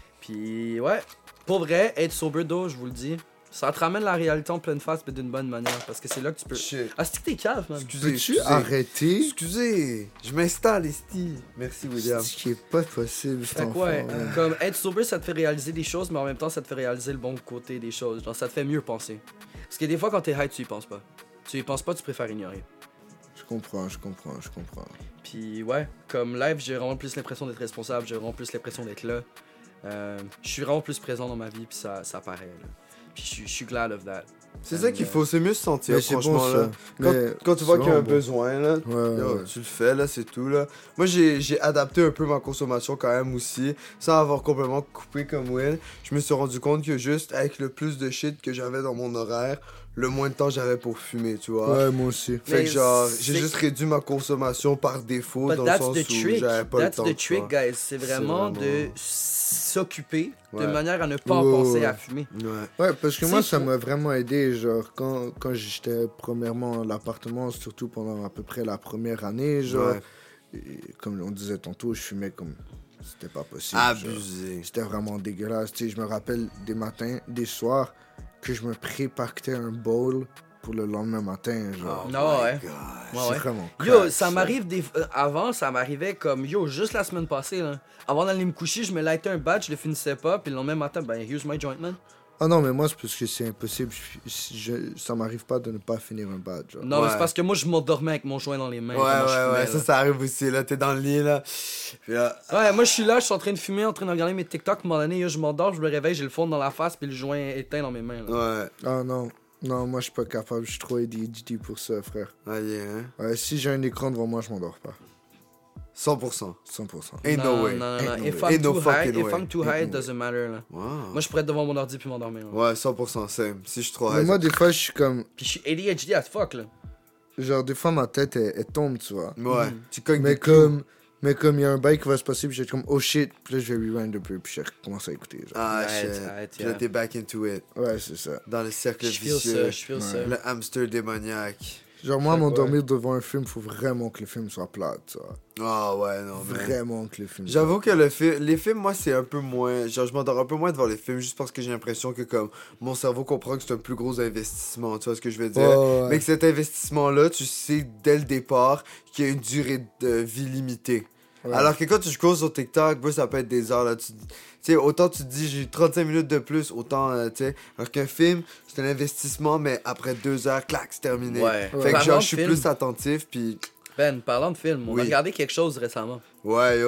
Speaker 2: Puis ouais, pour vrai, être sober d'eau, je vous le dis, ça te ramène la réalité en pleine face, mais d'une bonne manière, parce que c'est là que tu peux...
Speaker 4: Shit.
Speaker 2: Ah, c'est que t'es cave, man.
Speaker 4: Excusez,
Speaker 3: Peux-tu
Speaker 4: excusez.
Speaker 3: arrêter?
Speaker 4: Excusez. Je m'installe, Esti. Merci, William.
Speaker 3: C'est ce qui est pas possible, cet
Speaker 2: Fait
Speaker 3: enfant.
Speaker 2: quoi, ouais,
Speaker 3: là.
Speaker 2: comme être sober, ça te fait réaliser des choses, mais en même temps, ça te fait réaliser le bon côté des choses. Genre, ça te fait mieux penser. Parce que des fois, quand t'es high, tu y penses pas. Tu y penses pas, tu préfères ignorer.
Speaker 3: Je comprends, je comprends, je comprends.
Speaker 2: Puis ouais, comme live, j'ai vraiment plus l'impression d'être responsable, j'ai vraiment plus l'impression d'être là. Euh, je suis vraiment plus présent dans ma vie, puis ça, ça paraît. Là. Puis je suis- je suis glad of that.
Speaker 4: C'est ça qu'il faut, c'est mieux se sentir,
Speaker 3: Mais c'est bon,
Speaker 4: franchement,
Speaker 3: ça.
Speaker 4: là. Quand,
Speaker 3: Mais
Speaker 4: quand tu vois
Speaker 3: c'est
Speaker 4: qu'il y a un
Speaker 3: vraiment bon.
Speaker 4: besoin, là,
Speaker 3: Ouais,
Speaker 4: yo,
Speaker 3: ouais.
Speaker 4: tu le fais, là, c'est tout, là. Moi, j'ai j'ai adapté un peu ma consommation quand même aussi, sans avoir complètement coupé comme Will. Je me suis rendu compte que juste avec le plus de shit que j'avais dans mon horaire, le moins de temps j'avais pour fumer, tu vois.
Speaker 3: Ouais, moi aussi.
Speaker 4: Fait
Speaker 2: Mais
Speaker 4: que genre, j'ai
Speaker 2: c'est-
Speaker 4: juste réduit ma consommation par défaut,
Speaker 2: But
Speaker 4: dans le
Speaker 2: that's
Speaker 4: sens
Speaker 2: the
Speaker 4: où
Speaker 2: trick.
Speaker 4: j'avais pas
Speaker 2: That's
Speaker 4: le temps,
Speaker 2: the
Speaker 4: tu vois.
Speaker 2: trick, guys. C'est vraiment,
Speaker 4: vraiment-
Speaker 2: de s'occuper de
Speaker 4: Ouais.
Speaker 2: manière à ne pas en
Speaker 3: Ouais,
Speaker 2: penser
Speaker 3: ouais.
Speaker 2: à fumer.
Speaker 4: Ouais.
Speaker 3: Ouais, parce que
Speaker 2: C'est
Speaker 3: moi, ça
Speaker 2: fou.
Speaker 3: m'a vraiment aidé. Genre, quand, quand j'étais premièrement à l'appartement, surtout pendant à peu près la première année, genre,
Speaker 4: Ouais.
Speaker 3: et comme on disait tantôt, je fumais comme. C'était pas possible. genre.
Speaker 4: Abusé.
Speaker 3: C'était vraiment dégueulasse. Tu sais, je me rappelle des matins, des soirs, que je me prépactais un bowl pour le lendemain matin. Genre,
Speaker 4: Oh
Speaker 2: Non,
Speaker 4: my
Speaker 2: ouais.
Speaker 4: God.
Speaker 2: Ouais,
Speaker 3: c'est
Speaker 2: ouais.
Speaker 3: vraiment.
Speaker 2: Yo,
Speaker 3: crack,
Speaker 2: ça m'arrive des... euh, avant, ça m'arrivait comme yo, juste la semaine passée là. Avant d'aller me coucher, je me lightais un batch, je le finissais pas, puis le lendemain matin, ben here's my joint man.
Speaker 3: Ah non, mais moi, c'est parce que c'est impossible. Je, si je- ça m'arrive pas de ne pas finir un badge. genre.
Speaker 2: Non, mais
Speaker 4: Ouais.
Speaker 2: c'est parce que moi je m'endormais avec mon joint dans les mains.
Speaker 4: Ouais,
Speaker 2: comment je
Speaker 4: ouais,
Speaker 2: fumais,
Speaker 4: ouais,
Speaker 2: là.
Speaker 4: ça, ça arrive aussi, là, t'es dans le lit, là. Puis là,
Speaker 2: Ouais, moi je suis là, je suis en train de fumer, en train de regarder mes TikTok, à un moment donné, yo, je m'endors, je me réveille, j'ai le fond dans la face, puis le joint éteint dans mes mains. Là.
Speaker 4: ouais.
Speaker 3: Ah non. Non, moi, je suis pas capable. Je suis trop A D H D pour ça, frère.
Speaker 4: Ah, yeah, hein.
Speaker 3: Ouais, si j'ai un écran devant moi, je m'endors pas.
Speaker 4: cent pour cent.
Speaker 3: cent pour cent.
Speaker 4: Ain't no way.
Speaker 2: Non, non, non.
Speaker 3: Ain't no
Speaker 2: If
Speaker 3: way.
Speaker 2: I'm
Speaker 4: Ain't no
Speaker 2: too high,
Speaker 4: fucking
Speaker 2: if
Speaker 4: way.
Speaker 2: I'm too high, it doesn't matter. Là.
Speaker 4: Wow.
Speaker 2: Moi je pourrais être devant mon ordi puis m'endormir. là.
Speaker 4: Ouais, cent pour cent, same. Si je suis trop
Speaker 3: Mais
Speaker 4: high,
Speaker 3: moi,
Speaker 4: ça-
Speaker 3: des fois, je suis comme.
Speaker 2: Puis je suis A D H D as fuck là.
Speaker 3: Genre, des fois, ma tête, elle, elle tombe, tu vois.
Speaker 4: Ouais,
Speaker 2: Mm.
Speaker 4: tu cognes
Speaker 3: Mais
Speaker 4: des clous.
Speaker 3: comme. Mais comme il y a un bail qui va se passer, puis je suis comme, oh shit. Puis là, je vais rewind un peu, puis je commence à écouter. Genre.
Speaker 4: Ah,
Speaker 2: Arrête,
Speaker 4: shit.
Speaker 2: arrête,
Speaker 4: Puis là,
Speaker 2: yeah.
Speaker 4: t'es back into it.
Speaker 3: Ouais, c'est ça.
Speaker 4: Dans le cercle
Speaker 2: Je feel ça,
Speaker 4: vicieux.
Speaker 2: je feel
Speaker 3: Ouais.
Speaker 2: ça.
Speaker 4: Le hamster démoniaque.
Speaker 3: Genre, moi,
Speaker 2: Fait que
Speaker 3: m'endormir devant un film, faut vraiment que le film soit plat, tu vois.
Speaker 4: Ah, ouais, non, mais.
Speaker 3: Vraiment que le film.
Speaker 4: J'avoue que le fi- les films, moi, c'est un peu moins. Genre, je m'endors un peu moins devant les films juste parce que j'ai l'impression que, comme, mon cerveau comprend que c'est un plus gros investissement. Tu vois ce que je veux dire?
Speaker 3: Ouais, ouais.
Speaker 4: Mais que cet investissement-là, tu sais dès le départ qu'il y a une durée de vie limitée.
Speaker 3: Ouais.
Speaker 4: Alors que quand tu scrolles sur TikTok, bro, ça peut être des heures. Là, tu tu sais, autant tu te dis j'ai trente-cinq minutes de plus, autant, euh, tu sais. Alors qu'un film, c'est un investissement, mais après deux heures, clac, c'est terminé.
Speaker 2: Ouais.
Speaker 4: Fait
Speaker 3: Ouais.
Speaker 4: que
Speaker 2: Parlant
Speaker 4: genre,
Speaker 2: de
Speaker 4: je suis
Speaker 2: film,
Speaker 4: plus attentif, puis
Speaker 2: Ben, parlant de film, on
Speaker 4: Oui.
Speaker 2: a regardé quelque chose récemment.
Speaker 4: ouais, yo.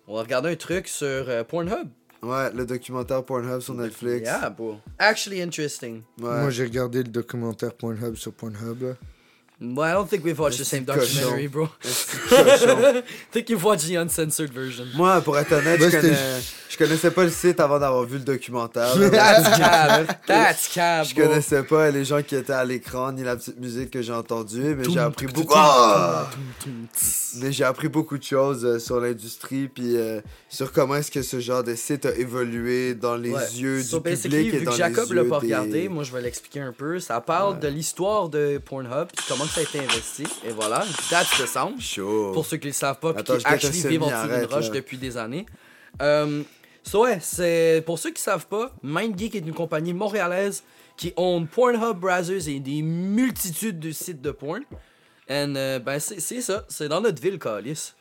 Speaker 2: On va regarder un truc sur euh, Pornhub.
Speaker 4: Ouais, le documentaire Pornhub sur Netflix.
Speaker 2: Yeah, bro. Actually interesting.
Speaker 4: Ouais.
Speaker 3: Moi, j'ai regardé le documentaire Pornhub sur Pornhub. Là.
Speaker 2: Well, I don't think we've watched the
Speaker 4: C'est
Speaker 2: same
Speaker 4: cochon.
Speaker 2: documentary, bro.
Speaker 4: C'est cochon.
Speaker 2: I think you've watched the uncensored version.
Speaker 4: Moi, pour être honnête,
Speaker 3: Moi,
Speaker 4: je,
Speaker 3: c'était-
Speaker 4: connais... je connaissais pas le site avant d'avoir vu le documentaire. là.
Speaker 2: That's cab. That's cab,
Speaker 4: Je
Speaker 2: bro.
Speaker 4: connaissais pas les gens qui étaient à l'écran ni la petite musique que j'ai entendue, mais j'ai appris
Speaker 2: tum,
Speaker 4: beaucoup.
Speaker 2: tum,
Speaker 4: Ah!
Speaker 2: tum, tum, tss.
Speaker 4: Mais j'ai appris beaucoup de choses euh, sur l'industrie puis euh, sur comment est-ce que ce genre de site a évolué dans les
Speaker 2: Ouais.
Speaker 4: yeux
Speaker 2: So
Speaker 4: du
Speaker 2: basically,
Speaker 4: public et
Speaker 2: vu
Speaker 4: dans
Speaker 2: que
Speaker 4: les
Speaker 2: Jacob
Speaker 4: yeux
Speaker 2: l'a pas
Speaker 4: des...
Speaker 2: regardé, moi je vais l'expliquer un peu. Ça parle
Speaker 4: Ouais.
Speaker 2: de l'histoire de Pornhub, puis comment ça a été investi, et voilà. That's the sound.
Speaker 4: Chaud.
Speaker 2: Pour ceux qui le savent pas, puis
Speaker 4: Attends,
Speaker 2: qui
Speaker 4: je guette
Speaker 2: actually
Speaker 4: un
Speaker 2: vivent en
Speaker 4: semi,
Speaker 2: dessous d'une
Speaker 4: arrête,
Speaker 2: roche
Speaker 4: là.
Speaker 2: depuis des années. Euh, so ouais, c'est pour ceux qui savent pas, MindGeek est une compagnie montréalaise qui own Pornhub browsers et des multitudes de sites de porn. And euh, ben c'est c'est ça, c'est dans notre ville, Calice.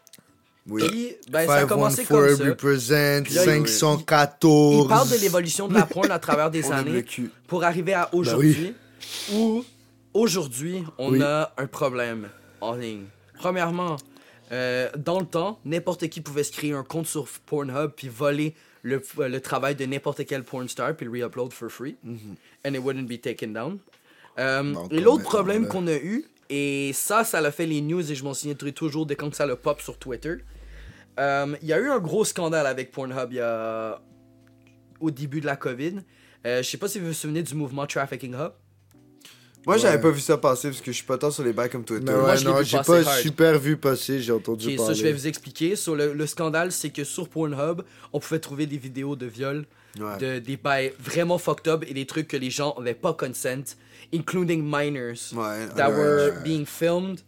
Speaker 4: Oui.
Speaker 2: Puis ben ça a commencé
Speaker 3: cinq cent
Speaker 2: comme ça.
Speaker 3: represent,
Speaker 2: Puis là, il-
Speaker 3: cinq cent quatorze.
Speaker 2: Il parle de l'évolution de la porn à travers des
Speaker 4: On aime le
Speaker 2: années
Speaker 4: cul.
Speaker 2: pour arriver à aujourd'hui où aujourd'hui on
Speaker 3: Oui.
Speaker 2: a un problème en ligne. Premièrement, euh, dans le temps, n'importe qui pouvait se créer un compte sur Pornhub puis voler le, le travail de n'importe quel porn star puis le re-upload for free. And it wouldn't be taken down. Euh,
Speaker 3: Bon,
Speaker 2: et
Speaker 3: comme
Speaker 2: l'autre
Speaker 3: maintenant,
Speaker 2: problème
Speaker 3: là.
Speaker 2: qu'on a eu, et ça, ça l'a fait les news et je m'en souviendrai toujours de quand ça le pop sur Twitter. Euh, Il y a eu un gros scandale avec Pornhub il y a... au début de la COVID. Euh, je sais pas si vous vous souvenez du mouvement Trafficking Hub.
Speaker 4: Moi, j'avais
Speaker 3: Ouais.
Speaker 4: pas vu ça passer parce que je suis pas tant sur les bails comme Twitter.
Speaker 3: Mais
Speaker 2: Moi,
Speaker 3: ouais,
Speaker 2: je l'ai
Speaker 3: non,
Speaker 2: vu
Speaker 3: j'ai
Speaker 2: passer
Speaker 3: pas
Speaker 2: hard.
Speaker 3: super vu passer, j'ai entendu
Speaker 2: Ok,
Speaker 3: parler.
Speaker 2: ça je vais vous expliquer. Sur le, le scandale, c'est que sur Pornhub, on pouvait trouver des vidéos de viol,
Speaker 4: Ouais.
Speaker 2: de, des bails vraiment fucked up et des trucs que les gens avaient pas consent, including minors,
Speaker 4: Ouais.
Speaker 2: that
Speaker 3: ouais,
Speaker 2: were
Speaker 3: ouais.
Speaker 2: being filmed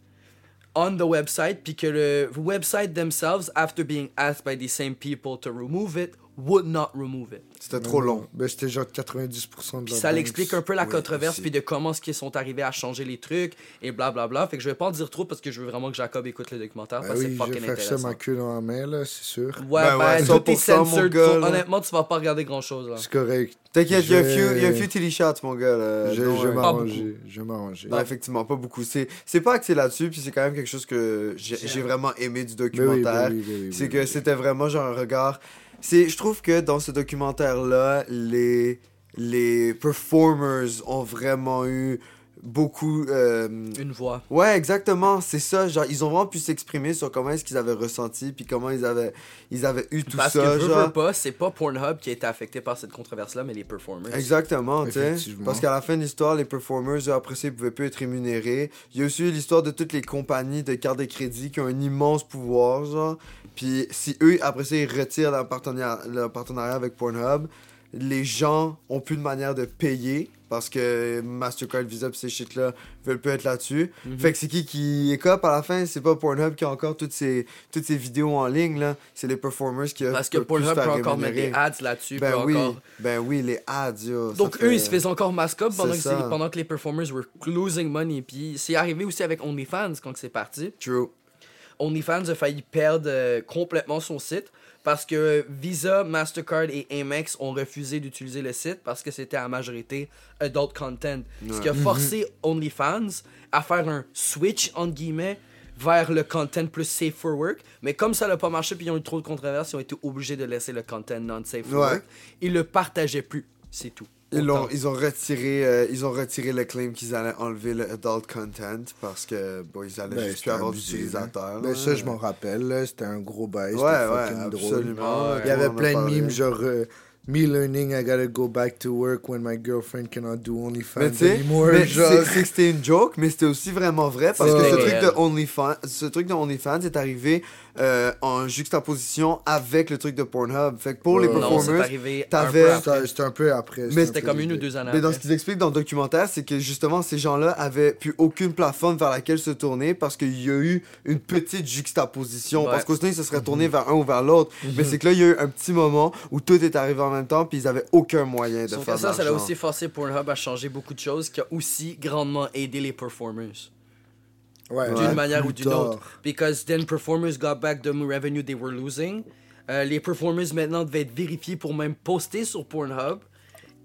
Speaker 2: on the website, puis que le website themselves, after being asked by the same people to remove it, would not remove it.
Speaker 4: C'était trop long.
Speaker 3: Ben, c'était genre quatre-vingt-dix pour cent de
Speaker 2: Puis
Speaker 3: la
Speaker 2: ça
Speaker 3: banque.
Speaker 2: l'explique un peu la
Speaker 4: Oui,
Speaker 2: controverse,
Speaker 4: aussi.
Speaker 2: puis de comment est-ce qu'ils sont arrivés à changer les trucs, et blablabla. Fait que je vais pas en dire trop parce que je veux vraiment que Jacob écoute le documentaire,
Speaker 3: Ben
Speaker 2: parce que
Speaker 3: oui,
Speaker 2: c'est
Speaker 3: je
Speaker 2: fucking
Speaker 3: vais faire ça
Speaker 2: intéressant.
Speaker 3: ma queue dans la main, là, c'est sûr.
Speaker 2: Ouais,
Speaker 4: Ben
Speaker 2: ben,
Speaker 4: ouais,
Speaker 2: tout est
Speaker 4: cent pour cent, mon
Speaker 2: censored.
Speaker 4: gars,
Speaker 2: so,
Speaker 4: là.
Speaker 2: honnêtement, tu vas pas regarder grand chose là.
Speaker 3: C'est correct.
Speaker 4: T'inquiète, il y a un
Speaker 3: Je-
Speaker 4: few, il y a un few tilly shots, mon gars. Là.
Speaker 3: Je,
Speaker 4: Non,
Speaker 3: je vais
Speaker 4: euh,
Speaker 3: m'arranger. Je vais m'arranger.
Speaker 4: Non, effectivement, pas beaucoup. C'est, c'est pas axé là-dessus, puis c'est quand même quelque chose que j'ai,
Speaker 2: C'est
Speaker 4: j'ai
Speaker 2: vrai.
Speaker 4: vraiment aimé du
Speaker 3: Ben oui,
Speaker 4: documentaire.
Speaker 3: ben oui, ben oui,
Speaker 4: c'est
Speaker 3: ben
Speaker 4: que
Speaker 3: oui.
Speaker 4: c'était vraiment genre un regard. C'est, je trouve que dans ce documentaire-là, les, les performers ont vraiment eu beaucoup. euh,
Speaker 2: Une voix.
Speaker 4: Ouais, exactement, c'est ça. Genre, ils ont vraiment pu s'exprimer sur comment est-ce qu'ils avaient ressenti, puis comment ils avaient, ils avaient eu tout
Speaker 2: Parce
Speaker 4: ça.
Speaker 2: que veux,
Speaker 4: genre.
Speaker 2: veux pas, c'est pas Pornhub qui a été affecté par cette controverse-là, mais les performers.
Speaker 4: Exactement, tu sais.
Speaker 3: Effectivement.
Speaker 4: Parce qu'à la fin de l'histoire, les performers, eux, après ça, ils pouvaient plus être rémunérés. Il y a aussi eu l'histoire de toutes les compagnies de cartes de crédit qui ont un immense pouvoir, genre. Puis si eux, après ça, ils retirent leur partenariat, leur partenariat avec Pornhub, les gens ont plus de manière de payer parce que Mastercard, Visa pis ces shit-là veulent plus être là-dessus.
Speaker 2: Mhm.
Speaker 4: Fait que c'est qui qui écope à la fin? C'est pas Pornhub qui a encore toutes ces, toutes ces vidéos en ligne, là. C'est les performers qui
Speaker 2: Parce que
Speaker 4: peuvent plus se
Speaker 2: Pornhub peut
Speaker 4: faire
Speaker 2: encore mettre des
Speaker 4: rémunérer.
Speaker 2: ads là-dessus.
Speaker 4: Ben
Speaker 2: peut
Speaker 4: oui,
Speaker 2: encore...
Speaker 4: ben oui, les ads, yo, ça
Speaker 2: Donc
Speaker 4: fait-
Speaker 2: eux, ils se faisaient encore mascop pendant,
Speaker 4: C'est
Speaker 2: que
Speaker 4: ça.
Speaker 2: c'est- pendant que les performers were losing money. Puis c'est arrivé aussi avec OnlyFans quand c'est parti.
Speaker 4: True.
Speaker 2: OnlyFans a failli perdre euh, complètement son site parce que Visa, Mastercard et Amex ont refusé d'utiliser le site parce que c'était à majorité adult content. Ce qui a forcé OnlyFans à faire un switch, entre guillemets, vers le content plus safe for work. Mais comme ça n'a pas marché puis ils ont eu trop de controverses, ils ont été obligés de laisser le content non safe for
Speaker 4: Ouais.
Speaker 2: work. Ils le partageaient plus. C'est tout.
Speaker 4: Ils,
Speaker 2: Autant.
Speaker 4: l'ont, ils, ont retiré, euh, ils ont retiré le claim qu'ils allaient enlever le adult content parce que bon, ils allaient
Speaker 3: Ben,
Speaker 4: juste
Speaker 3: c'était
Speaker 4: plus avoir
Speaker 3: abusé,
Speaker 4: d'utilisateurs.
Speaker 3: Ben
Speaker 4: là.
Speaker 3: ça, je m'en rappelle, là, c'était un gros bail,
Speaker 4: Ouais,
Speaker 3: c'était
Speaker 4: ouais,
Speaker 3: fucking drôle.
Speaker 4: absolument.
Speaker 3: Il y avait
Speaker 4: On en a
Speaker 3: plein de
Speaker 4: parlé.
Speaker 3: memes, genre, euh, me learning I gotta go back to work when my girlfriend cannot do
Speaker 4: Mais
Speaker 3: OnlyFans
Speaker 4: tu sais,
Speaker 3: anymore.
Speaker 4: mais
Speaker 3: genre.
Speaker 4: c'est, c'est que c'était une joke, mais c'était aussi vraiment vrai parce
Speaker 3: C'est
Speaker 4: que ce
Speaker 2: réel.
Speaker 4: truc de OnlyFans, ce truc de OnlyFans est arrivé euh, en juxtaposition avec le truc de Pornhub. Fait que pour les
Speaker 3: Ouais.
Speaker 2: Non, c'est
Speaker 4: performers,
Speaker 2: arrivé un
Speaker 4: t'avais-
Speaker 2: peu après.
Speaker 3: C'était c'était un peu après.
Speaker 4: Mais
Speaker 3: un
Speaker 2: C'était
Speaker 3: peu
Speaker 2: comme
Speaker 3: les
Speaker 2: une ou
Speaker 3: deux.
Speaker 2: deux années
Speaker 4: mais dans
Speaker 2: après.
Speaker 4: ce qu'ils expliquent dans le documentaire, c'est que justement, ces gens-là avaient plus aucune plateforme vers laquelle se tourner parce qu'il y a eu une petite juxtaposition.
Speaker 2: Ouais.
Speaker 4: Parce qu'au sinon, ils se seraient tournés vers un ou vers l'autre. Mais c'est que là, il y a eu un petit moment où tout est arrivé en même temps, puis ils avaient aucun moyen de
Speaker 2: Sauf
Speaker 4: faire
Speaker 2: que ça,
Speaker 4: de
Speaker 2: ça a
Speaker 4: l'argent.
Speaker 2: aussi forcé Pornhub à changer beaucoup de choses, qui a aussi grandement aidé les performers.
Speaker 3: Ouais,
Speaker 2: D'une
Speaker 3: ouais,
Speaker 2: manière
Speaker 3: plus
Speaker 2: ou d'une
Speaker 3: tard.
Speaker 2: autre. Because then performers got back the revenue they were losing. Euh, les performers maintenant devaient être vérifiés pour même poster sur Pornhub.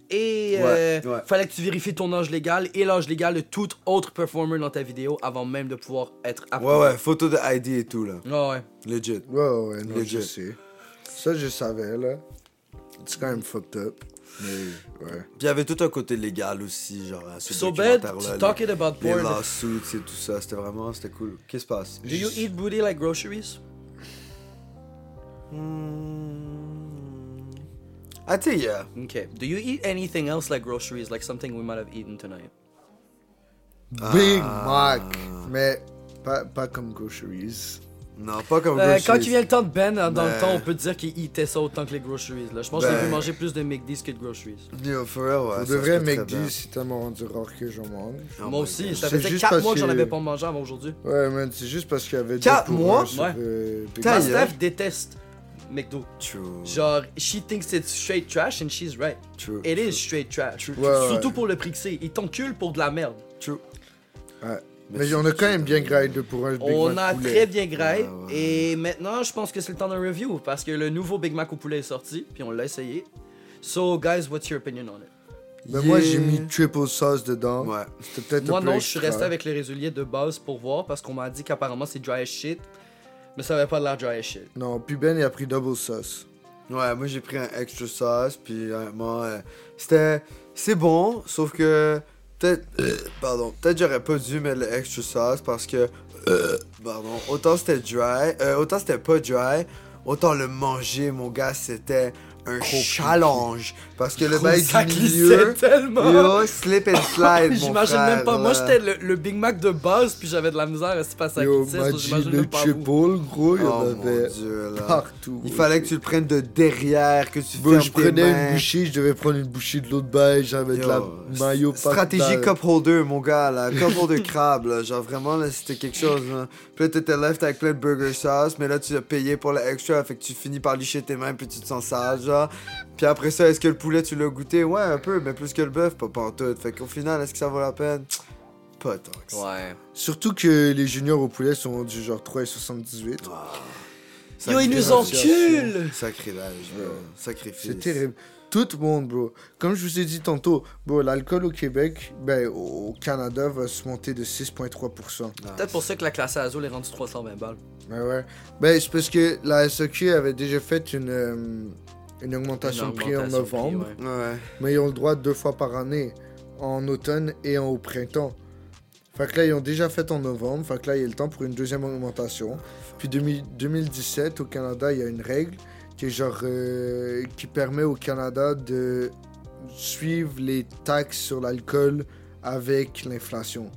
Speaker 2: et
Speaker 4: Ouais,
Speaker 2: euh,
Speaker 4: ouais.
Speaker 2: fallait que tu vérifies ton âge légal et l'âge légal de tout autre performer dans ta vidéo avant même de pouvoir être
Speaker 4: Ouais,
Speaker 2: approuvé.
Speaker 4: ouais, photo de I D et tout, là.
Speaker 2: Ouais, ouais.
Speaker 4: Legit.
Speaker 3: Ouais, ouais, ouais, non,
Speaker 4: Legit.
Speaker 3: je sais. Ça, je savais, là. C'est quand même fucked up. Mais, ouais.
Speaker 4: Puis il y avait tout un côté légal aussi, genre, à ce
Speaker 2: So bad,
Speaker 4: documentaire-là.
Speaker 2: talking about
Speaker 4: Les, les
Speaker 2: porn.
Speaker 4: lawsuits et tout ça, c'était vraiment, c'était cool. Qu'est-ce qui se passe?
Speaker 2: Do you eat booty like groceries?
Speaker 4: Hmm... I think, yeah.
Speaker 2: Okay. Do you eat anything else like groceries, like something we might have eaten tonight?
Speaker 3: Big
Speaker 4: Ah.
Speaker 3: Mac. Mais pas, pas comme groceries.
Speaker 4: Non, pas comme
Speaker 2: Euh,
Speaker 4: groceries.
Speaker 2: quand il vient le temps de Ben, dans
Speaker 4: Ben.
Speaker 2: le temps, on peut dire qu'il eatait ça autant que les groceries. Là. Je pense que
Speaker 4: Ben.
Speaker 2: j'ai vu manger plus de McD's que de groceries.
Speaker 4: Yo, for real, ouais.
Speaker 3: Pour
Speaker 4: ça
Speaker 3: de
Speaker 4: se
Speaker 3: vrai,
Speaker 4: peut très
Speaker 3: McD,
Speaker 4: bien.
Speaker 3: c'est tellement rendu rare que j'en mange.
Speaker 4: Oh
Speaker 2: Moi
Speaker 4: my
Speaker 2: aussi,
Speaker 4: God.
Speaker 2: ça
Speaker 3: C'est
Speaker 2: faisait
Speaker 3: juste
Speaker 2: quatre
Speaker 3: parce
Speaker 2: mois que j'en
Speaker 3: que-
Speaker 2: avais pas mangé avant aujourd'hui.
Speaker 3: Ouais, man, c'est juste parce qu'il y avait
Speaker 4: Quatre
Speaker 3: deux pour
Speaker 4: mois?
Speaker 3: un sur,
Speaker 2: Ouais.
Speaker 3: euh, Big
Speaker 4: Ta
Speaker 2: Ma
Speaker 3: Mac.
Speaker 4: gueule.
Speaker 2: Steph déteste McDo.
Speaker 4: True.
Speaker 2: Genre, she thinks it's straight trash and she's right.
Speaker 4: True.
Speaker 2: It is straight trash.
Speaker 3: Ouais, ouais.
Speaker 2: Surtout pour le prix que c'est. Ils t'enculent pour de la merde.
Speaker 4: True.
Speaker 3: Ouais. Mais on a quand même bien graillé deux pour un Big
Speaker 2: On
Speaker 3: Mac
Speaker 2: a
Speaker 3: poulet.
Speaker 2: très bien graillé.
Speaker 4: Ouais, ouais.
Speaker 2: Et maintenant, je pense que c'est le temps d'un review. Parce que le nouveau Big Mac au poulet est sorti. Puis on l'a essayé. So, guys, what's your opinion on it?
Speaker 3: Ben moi,
Speaker 4: Yeah.
Speaker 3: j'ai mis triple sauce dedans.
Speaker 4: Ouais.
Speaker 3: C'était peut-être
Speaker 2: Moi
Speaker 3: un peu
Speaker 2: non, je suis
Speaker 3: extra.
Speaker 2: resté avec les réguliers de base pour voir parce qu'on m'a dit qu'apparemment c'est dry as shit. Mais ça avait pas de l'air dry as shit.
Speaker 3: Non, puis Ben, il a pris double sauce.
Speaker 4: Ouais, moi j'ai pris un extra sauce, puis honnêtement, euh, c'était. C'est bon, sauf que. Peut-être. euh, pardon. Peut-être j'aurais pas dû mettre le extra sauce parce que. euh, pardon. Autant c'était dry. euh, autant c'était pas dry. Autant le manger, mon gars, c'était un challenge. Parce que le bail
Speaker 2: ça
Speaker 4: du
Speaker 2: glissait
Speaker 4: milieu.
Speaker 2: tellement.
Speaker 4: Yo, slip and slide. mon
Speaker 2: J'imagine
Speaker 4: frère,
Speaker 2: même pas. Moi
Speaker 4: là.
Speaker 2: j'étais le, le Big Mac de base puis j'avais de la misère à se passer à
Speaker 3: Yo,
Speaker 2: glissait.
Speaker 3: m'a
Speaker 2: so
Speaker 3: dit
Speaker 2: J'imagine
Speaker 3: le
Speaker 2: même pas vous.
Speaker 3: triple, gros, il y en
Speaker 4: Oh mon
Speaker 3: avait
Speaker 4: dieu, là.
Speaker 3: partout.
Speaker 4: Il fallait que tu le prennes de derrière, que tu
Speaker 3: Bon,
Speaker 4: fermes
Speaker 3: je
Speaker 4: tes
Speaker 3: prenais
Speaker 4: mains.
Speaker 3: une bouchée, je devais prendre une bouchée de l'autre bail, j'avais de
Speaker 4: Yo,
Speaker 3: la maillot partout.
Speaker 4: Stratégie
Speaker 3: dans-
Speaker 4: cup holder, mon gars, là. Cup holder crabe, là. Genre, vraiment, là, c'était quelque chose, là. Puis là, t'étais left avec plein de burger sauce, mais là, tu as payé pour le extra, fait que tu finis par licher tes mains, puis tu te sens sale, genre. Puis après ça, est-ce que le poulet, tu l'as goûté? Ouais, un peu, mais plus que le bœuf, pas pantoute. Fait qu'au final, est-ce que ça vaut la peine? Pas tant que ça.
Speaker 2: Ouais.
Speaker 3: Surtout que les juniors au poulet sont du genre trois virgule soixante-dix-huit.
Speaker 2: Yo, ils nous
Speaker 3: Sacrilège.
Speaker 2: enculent!
Speaker 4: Sacrilège, bro. Sacrifice.
Speaker 3: C'est terrible. Tout le monde, bro. Comme je vous ai dit tantôt, bro, l'alcool au Québec, ben, au Canada, va se monter de six virgule trois pour cent.
Speaker 4: Ah,
Speaker 2: Peut-être pour ça que la classe Azul est rendue trois cent vingt balles.
Speaker 3: Ouais, ouais. Ben, c'est parce que la S A Q avait déjà fait une, euh, une augmentation
Speaker 2: Une
Speaker 3: de prix en
Speaker 2: augmentation de prix,
Speaker 3: novembre,
Speaker 2: ouais.
Speaker 4: Ouais.
Speaker 3: mais ils ont le droit deux fois par année, en automne et en au printemps. Fait que là, ils ont déjà fait en novembre, fait que là, il y a le temps pour une deuxième augmentation. Puis deux mille deux mille dix-sept, au Canada, il y a une règle qui est genre euh, qui permet au Canada de suivre les taxes sur l'alcool avec l'inflation.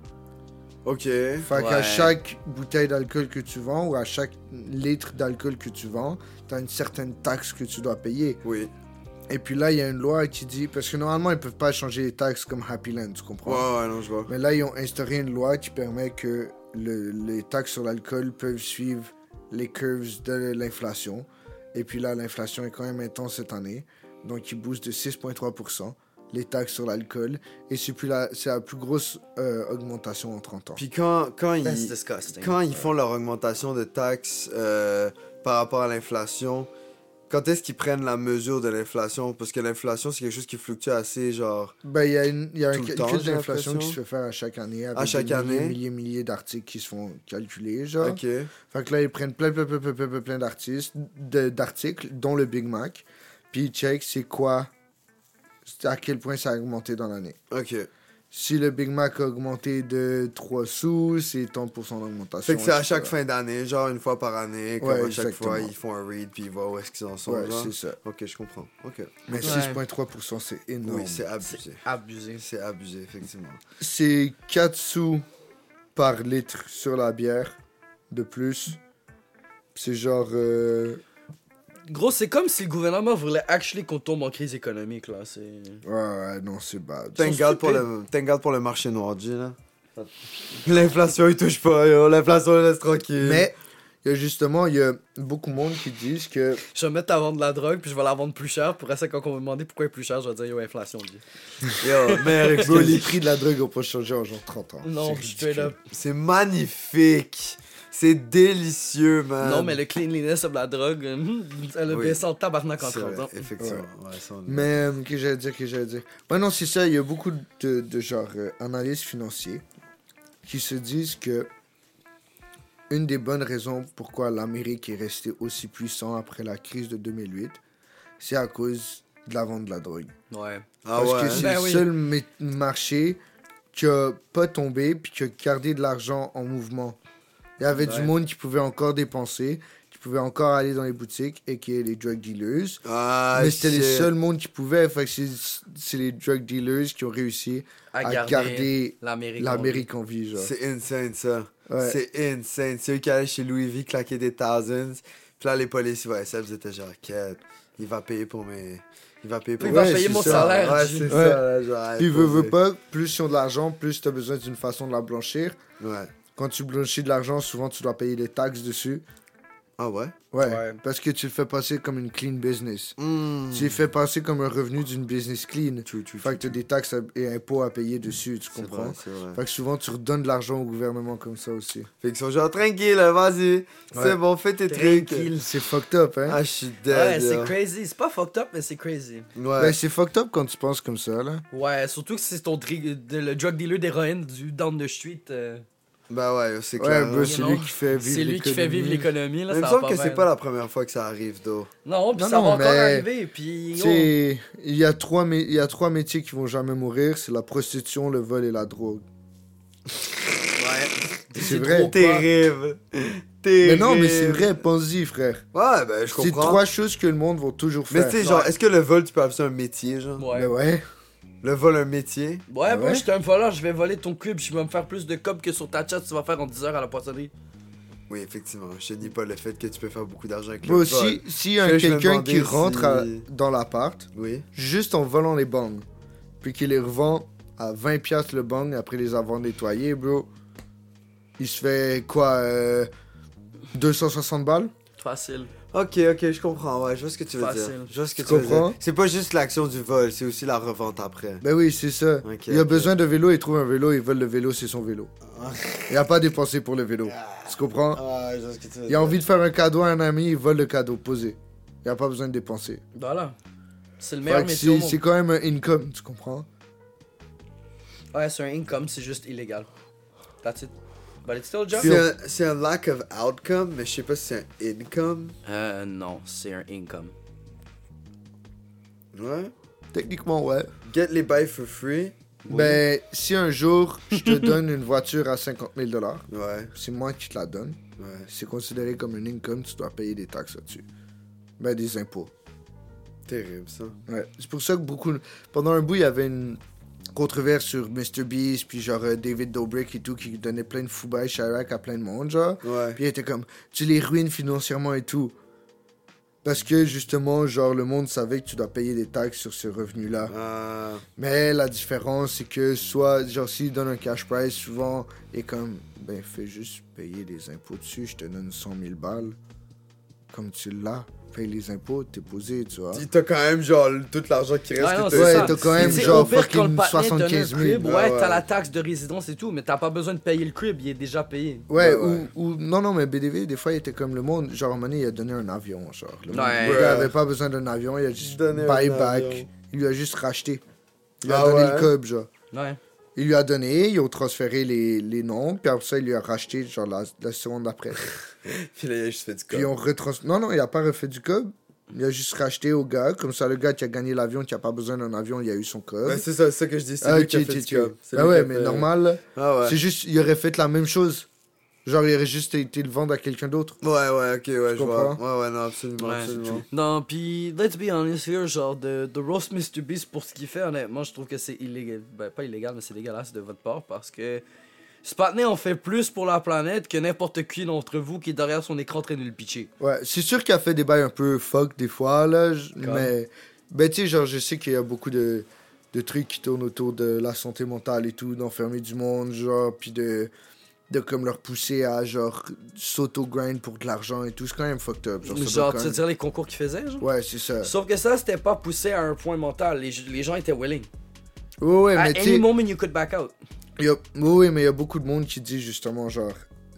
Speaker 4: Ok.
Speaker 3: Fait
Speaker 2: Ouais.
Speaker 3: qu'à chaque bouteille d'alcool que tu vends ou à chaque litre d'alcool que tu vends, t'as une certaine taxe que tu dois payer.
Speaker 4: Oui.
Speaker 3: Et puis là, il y a une loi qui dit... Parce que normalement, ils peuvent pas changer les taxes comme Happy Land, tu comprends?
Speaker 4: Ouais, ouais, non, je vois.
Speaker 3: Mais là, ils ont instauré une loi qui permet que le- les taxes sur l'alcool peuvent suivre les curves de l'inflation. Et puis là, l'inflation est quand même intense cette année. Donc, ils boostent de six virgule trois pour cent les taxes sur l'alcool. Et c'est plus la, c'est la plus grosse euh, augmentation en trente ans.
Speaker 4: Puis quand, quand
Speaker 2: That's
Speaker 4: ils...
Speaker 2: disgusting.
Speaker 4: Quand ils font leur augmentation de taxes euh, par rapport à l'inflation, quand est-ce qu'ils prennent la mesure de l'inflation? Parce que l'inflation, c'est quelque chose qui fluctue assez, genre...
Speaker 3: Ben, il y a, une, il y a un
Speaker 4: Tout le
Speaker 3: calcul
Speaker 4: temps, j'ai
Speaker 3: d'inflation qui
Speaker 4: l'impression.
Speaker 3: se fait faire à chaque année. Avec
Speaker 4: À chaque
Speaker 3: des milliers,
Speaker 4: année?
Speaker 3: milliers, milliers d'articles qui se font calculer, genre.
Speaker 4: Ok.
Speaker 3: Fait que là, ils prennent plein, plein, plein, plein, plein, plein, plein d'artistes, de- d'articles, dont le Big Mac. Puis ils checkent c'est quoi, c'est à quel point ça a augmenté dans l'année.
Speaker 4: Ok.
Speaker 3: Si le Big Mac a augmenté de trois sous, c'est tant pour son augmentation.
Speaker 4: Fait que c'est à
Speaker 3: et
Speaker 4: chaque
Speaker 3: cetera.
Speaker 4: fin d'année, genre une fois par année, comme
Speaker 3: Ouais,
Speaker 4: à chaque
Speaker 3: exactement.
Speaker 4: fois, ils font un read, puis ils voient où est-ce qu'ils en sont,
Speaker 3: Ouais,
Speaker 4: genre.
Speaker 3: c'est ça.
Speaker 4: Ok, je comprends. Ok.
Speaker 3: Mais
Speaker 2: Ouais.
Speaker 3: six virgule trois pour cent, c'est énorme.
Speaker 4: Oui, c'est abusé.
Speaker 2: Abusé.
Speaker 4: C'est abusé, effectivement.
Speaker 3: C'est quatre sous par litre sur la bière de plus. C'est genre... euh,
Speaker 2: Gros, c'est comme si le gouvernement voulait actually qu'on tombe en crise économique, là. C'est...
Speaker 3: Ouais, ouais, non, c'est bad.
Speaker 2: Ils
Speaker 4: Thank
Speaker 2: sont
Speaker 4: God, pour
Speaker 2: stupides.
Speaker 4: le, thank God pour le marché noir, G, là. L'inflation, il touche pas, yo. L'inflation, il laisse tranquille.
Speaker 3: Mais, il y a justement, il y a beaucoup de monde qui disent que...
Speaker 2: Je vais mettre à vendre de la drogue, puis je vais la vendre plus cher. Pour ça, quand on va me demander pourquoi elle est plus chère, je vais dire yo, inflation. Dieu.
Speaker 4: Yo, meilleure
Speaker 3: Bro, les
Speaker 4: excuse.
Speaker 3: prix de la drogue ont pas changé en genre trente ans.
Speaker 2: Non,
Speaker 3: C'est
Speaker 2: straight
Speaker 3: ridicule.
Speaker 2: up.
Speaker 4: C'est magnifique. C'est délicieux, man.
Speaker 2: Non, mais le cleanliness of la drogue, hum, elle a
Speaker 4: Oui.
Speaker 2: baissé en tabarnak en
Speaker 4: C'est
Speaker 2: trente
Speaker 4: vrai,
Speaker 2: ans.
Speaker 4: effectivement. Ouais, ça, on-
Speaker 3: Mais, euh, que j'allais dire, que j'allais dire. Ouais, non, c'est ça. Il y a beaucoup de, de genre euh, analystes financiers qui se disent que une des bonnes raisons pourquoi l'Amérique est restée aussi puissant après la crise de deux mille huit, c'est à cause de la vente de la drogue.
Speaker 2: Ouais.
Speaker 4: Ah
Speaker 3: Parce
Speaker 4: ouais.
Speaker 3: que c'est
Speaker 2: Ben
Speaker 3: le
Speaker 2: oui.
Speaker 3: seul mé- marché qui a pas tombé puis qui a gardé de l'argent en mouvement. Il y avait
Speaker 2: Ouais.
Speaker 3: du monde qui pouvait encore dépenser, qui pouvait encore aller dans les boutiques et qui est les drug dealers.
Speaker 4: Ah,
Speaker 3: mais c'était les
Speaker 4: shit.
Speaker 3: seuls mondes qui pouvaient. Fait que c'est, c'est les drug dealers qui ont réussi
Speaker 2: À,
Speaker 3: à,
Speaker 2: garder,
Speaker 3: garder
Speaker 2: l'Amérique.
Speaker 3: l'Amérique en vie. Genre.
Speaker 4: C'est insane, ça.
Speaker 3: Ouais.
Speaker 4: C'est insane. C'est eux qui allaient chez Louis V claquer des thousands. Puis là, les policiers, ouais, ça, ils étaient genre, quête, il va payer pour mes. Il va payer pour
Speaker 2: Il
Speaker 4: mes-
Speaker 2: va
Speaker 3: Ouais,
Speaker 2: payer
Speaker 3: c'est
Speaker 2: mon
Speaker 3: ça.
Speaker 2: salaire.
Speaker 4: Ouais,
Speaker 2: G.
Speaker 4: c'est
Speaker 3: Ouais.
Speaker 4: ça, là, genre.
Speaker 3: Puis
Speaker 4: hey,
Speaker 3: veux, veux
Speaker 4: posé.
Speaker 3: pas, plus ils ont de l'argent, plus tu as besoin d'une façon de la blanchir.
Speaker 4: Ouais.
Speaker 3: Quand tu blanchis de l'argent, souvent tu dois payer des taxes dessus.
Speaker 4: Ah ouais?
Speaker 3: Ouais,
Speaker 2: Ouais.
Speaker 3: parce que tu le fais passer comme une clean business.
Speaker 4: Hmm.
Speaker 3: Tu le fais passer comme un revenu d'une business clean.
Speaker 4: Tu, tu,
Speaker 3: Fait que tu as des taxes à- et impôts à payer dessus, tu
Speaker 4: C'est
Speaker 3: comprends?
Speaker 4: vrai, c'est vrai.
Speaker 3: Fait que souvent tu redonnes de l'argent au gouvernement comme ça aussi.
Speaker 4: Fait qu'ils sont genre tranquille, vas-y. C'est
Speaker 3: Ouais.
Speaker 4: bon, fais tes trucs.
Speaker 2: Tranquille.
Speaker 3: C'est fucked up, hein?
Speaker 4: Ah, je suis dead.
Speaker 2: Ouais, c'est
Speaker 4: là.
Speaker 2: crazy. C'est pas fucked up, mais c'est crazy.
Speaker 4: Ouais.
Speaker 3: Ben, c'est fucked up quand tu penses comme ça, là.
Speaker 2: Ouais, surtout que c'est ton dri- de- le drug dealer d'héroïne du down the street. euh,
Speaker 4: Bah ouais, c'est
Speaker 3: Ouais,
Speaker 4: clair.
Speaker 3: bro,
Speaker 4: hein.
Speaker 3: c'est
Speaker 2: non.
Speaker 3: lui qui fait vivre
Speaker 2: c'est lui qui fait vivre l'économie. Là,
Speaker 4: Mais il me
Speaker 2: ça
Speaker 4: semble
Speaker 2: va
Speaker 4: que
Speaker 2: pas
Speaker 4: c'est
Speaker 2: bien.
Speaker 4: pas la première fois que ça arrive, d'eau.
Speaker 2: Non, puis
Speaker 3: Non,
Speaker 2: ça
Speaker 3: non,
Speaker 2: va encore
Speaker 3: mais-
Speaker 2: arriver. Puis.
Speaker 3: Tu
Speaker 2: oh,
Speaker 3: sais, il y a trois mé- il y a trois métiers qui vont jamais mourir, c'est la prostitution, le vol et la drogue.
Speaker 2: Ouais.
Speaker 3: C'est
Speaker 2: trop
Speaker 3: vrai.
Speaker 2: pas.
Speaker 4: Terrible.
Speaker 3: Mais
Speaker 4: Terrible.
Speaker 3: non, mais c'est vrai, pense-y, frère.
Speaker 4: Ouais, ben je
Speaker 3: C'est
Speaker 4: comprends.
Speaker 3: trois choses que le monde va toujours
Speaker 4: Mais
Speaker 3: faire.
Speaker 4: tu sais, genre,
Speaker 2: Ouais.
Speaker 4: est-ce que le vol, tu peux appeler ça un métier, genre?
Speaker 2: Ouais.
Speaker 3: Mais ouais.
Speaker 4: Le vol, un métier?
Speaker 2: Ouais,
Speaker 3: Ah
Speaker 2: moi,
Speaker 3: ouais?
Speaker 2: j'étais un voleur, je vais voler ton cube, je vais me faire plus de cubes que sur ta chat, tu vas faire en dix heures à la poissonnerie.
Speaker 4: Oui, effectivement. Je te nie pas le fait que tu peux faire beaucoup d'argent avec le
Speaker 3: Bro,
Speaker 4: vol.
Speaker 3: si, si y a
Speaker 4: Là, je me
Speaker 3: quelqu'un qui
Speaker 4: demandais
Speaker 3: rentre
Speaker 4: si-
Speaker 3: à- dans l'appart,
Speaker 4: Oui.
Speaker 3: juste en volant les bangs, puis qu'il les revend à vingt piastres le bang après les avoir nettoyés, bro, il se fait quoi, euh, deux cent soixante balles?
Speaker 2: Facile.
Speaker 4: Ok, ok, je comprends. Ouais, je vois ce que tu veux
Speaker 2: Facile.
Speaker 4: dire. Je vois ce que
Speaker 3: Tu
Speaker 4: tu, veux
Speaker 3: comprends?
Speaker 4: dire. C'est pas juste l'action du vol, c'est aussi la revente après.
Speaker 3: Ben oui, c'est ça.
Speaker 4: Ok,
Speaker 3: il a
Speaker 4: ok.
Speaker 3: besoin de vélo, il trouve un vélo, il vole le vélo, c'est son vélo. Il a pas dépensé pour le vélo. Tu comprends?
Speaker 4: Ah, je vois ce que tu veux
Speaker 3: Il a envie de faire un cadeau à un ami, il vole le cadeau, posé. Il a pas besoin de dépenser.
Speaker 2: Voilà. C'est le
Speaker 3: Fait
Speaker 2: meilleur
Speaker 3: que
Speaker 2: métier au
Speaker 3: c'est
Speaker 2: monde.
Speaker 3: c'est quand même un income, tu comprends?
Speaker 2: Ouais, c'est un income, c'est juste illégal. That's it. But it's still a job.
Speaker 4: C'est un, c'est un lack of outcome, mais je sais pas si c'est un income.
Speaker 2: Euh, non, c'est un income.
Speaker 4: Ouais.
Speaker 3: Techniquement, ouais.
Speaker 4: Get les bails for free.
Speaker 3: Ben, si un jour, je te donne une voiture à cinquante mille dollars,
Speaker 4: Ouais,
Speaker 3: c'est moi qui te la donne,
Speaker 4: ouais.
Speaker 3: c'est considéré comme un income, tu dois payer des taxes là-dessus. Ben, des impôts.
Speaker 4: Terrible, ça.
Speaker 3: Ouais. C'est pour ça que beaucoup. Pendant un bout, il y avait une controverse sur mister Beast, puis genre euh, David Dobrik et tout, qui donnait plein de foubailles Chirac à plein de monde, genre.
Speaker 4: Ouais.
Speaker 3: Puis il était comme, tu les ruines financièrement et tout. Parce que justement, genre, le monde savait que tu dois payer des taxes sur ce revenu-là.
Speaker 4: Ah,
Speaker 3: Mais la différence, c'est que soit, genre, s'il donne un cash price, souvent, et comme, ben, fais juste payer les impôts dessus, je te donne cent mille balles. Comme tu l'as, paye les impôts, t'es posé, tu vois.
Speaker 4: t'as quand même, genre, tout l'argent qui reste.
Speaker 2: Ouais, non,
Speaker 4: que
Speaker 2: c'est
Speaker 3: Ouais,
Speaker 2: ça.
Speaker 3: t'as quand même
Speaker 2: Tu sais,
Speaker 3: genre
Speaker 2: au pire, quand le
Speaker 3: fucking
Speaker 2: partenaire te donne un
Speaker 3: soixante-quinze mille.
Speaker 2: crib, ouais,
Speaker 4: Ouais, ouais.
Speaker 2: t'as la taxe de résidence et tout, mais t'as pas besoin de payer le crib, il est déjà payé.
Speaker 3: Ouais,
Speaker 4: Ouais, ouais.
Speaker 3: Ou, ou. Non, non, mais B D V, des fois, il était comme le monde. Genre, à un moment donné, il a donné un avion, genre. Le, monde-
Speaker 2: Ouais.
Speaker 3: le
Speaker 4: Ouais.
Speaker 3: gars avait pas besoin d'un avion, il a juste
Speaker 4: Donné un
Speaker 3: buy
Speaker 4: avion.
Speaker 3: back. Il lui a juste racheté. Il lui a
Speaker 4: Ah
Speaker 3: donné
Speaker 4: ouais?
Speaker 3: le cub, genre.
Speaker 2: Ouais.
Speaker 3: Il lui a donné, ils ont transféré les, les noms, puis après ça, il lui a racheté, genre, la, la seconde d'après.
Speaker 4: Puis là, il a juste fait du
Speaker 3: Puis
Speaker 4: cop.
Speaker 3: on retrans... Non, non, il a pas refait du cub. Il a juste racheté au gars. Comme ça, le gars qui a gagné l'avion, qui a pas besoin d'un avion, il a eu son cub.
Speaker 4: Ouais, c'est ça, c'est ça que je dis. C'est
Speaker 3: Ah,
Speaker 4: lui qui a
Speaker 3: ok,
Speaker 4: fait
Speaker 3: ok,
Speaker 4: du
Speaker 3: ok.
Speaker 4: cop. C'est
Speaker 3: Ah
Speaker 4: lui
Speaker 3: ouais,
Speaker 4: qui a
Speaker 3: mais
Speaker 4: fait-
Speaker 3: normal, là.
Speaker 4: Ah ouais.
Speaker 3: C'est juste, il aurait fait la même chose. Genre, il aurait juste été le vendre à quelqu'un d'autre.
Speaker 4: Ouais, ouais, ok, ouais, je vois.
Speaker 3: comprends?
Speaker 4: Ouais, ouais, non, absolument,
Speaker 2: Ouais.
Speaker 4: absolument.
Speaker 2: Non, pis let's be honest here, genre de, de roast mister Beast pour ce qu'il fait, honnêtement, je trouve que c'est illégal. Ben, pas illégal, mais c'est dégueulasse de votre part parce que Spatney en fait plus pour la planète que n'importe qui d'entre vous qui est derrière son écran en train de le pitcher.
Speaker 3: Ouais, c'est sûr qu'il a fait des bails un peu fuck des fois, là. j-
Speaker 2: Comme?
Speaker 3: Mais, ben, tu sais, genre, je sais qu'il y a beaucoup de, de trucs qui tournent autour de la santé mentale et tout, d'enfermer du monde, genre, puis de, de comme leur pousser à, genre, s'auto-grind pour de l'argent et tout. C'est quand même fucked up. Genre, ça doit
Speaker 2: Genre,
Speaker 3: quand
Speaker 2: tu veux
Speaker 3: même-
Speaker 2: dire les concours qu'il faisait, genre?
Speaker 3: Ouais, c'est ça.
Speaker 2: Sauf que ça, c'était pas poussé à un point mental. Les, les gens étaient willing.
Speaker 3: Ouais, ouais,
Speaker 2: At
Speaker 3: mais tu
Speaker 2: any
Speaker 3: sais.
Speaker 2: moment, you could back out.
Speaker 3: Il y a- Oui, oui, mais il y a beaucoup de monde qui dit justement, genre,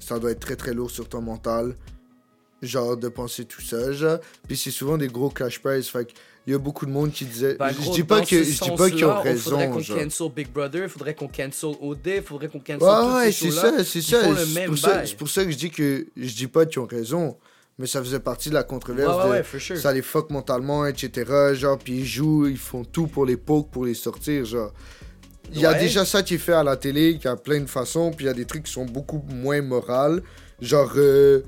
Speaker 3: ça doit être très très lourd sur ton mental. Genre, de penser tout ça, genre. Puis c'est souvent des gros cash prizes. Fait qu'il y a beaucoup de monde qui disait.
Speaker 2: Ben,
Speaker 3: je
Speaker 2: gros,
Speaker 3: dis pas
Speaker 2: dans
Speaker 3: que
Speaker 2: ce
Speaker 3: je dis pas qu'ils ont
Speaker 2: sens-là, Il faudrait
Speaker 3: raison,
Speaker 2: qu'on
Speaker 3: genre.
Speaker 2: cancel Big Brother, il faudrait qu'on cancel O D, il faudrait qu'on cancel
Speaker 3: Ouais,
Speaker 2: tous
Speaker 3: ouais,
Speaker 2: ces
Speaker 3: c'est
Speaker 2: shows-là
Speaker 3: ça, c'est
Speaker 2: qui
Speaker 3: ça.
Speaker 2: font le
Speaker 3: C'est
Speaker 2: même
Speaker 3: pour ça,
Speaker 2: bail.
Speaker 3: c'est pour ça que je dis que je dis pas qu'ils ont raison. Mais ça faisait partie de la
Speaker 2: Ouais,
Speaker 3: controverse.
Speaker 2: ouais,
Speaker 3: de-
Speaker 2: ouais, for sure.
Speaker 3: Ça les fuck mentalement, et cetera. Genre, puis ils jouent, ils font tout pour les poke, pour les sortir, genre. Il y a
Speaker 2: Ouais.
Speaker 3: déjà ça qui est fait à la télé, qui a plein de façons, puis il y a des trucs qui sont beaucoup moins morales. Genre, euh,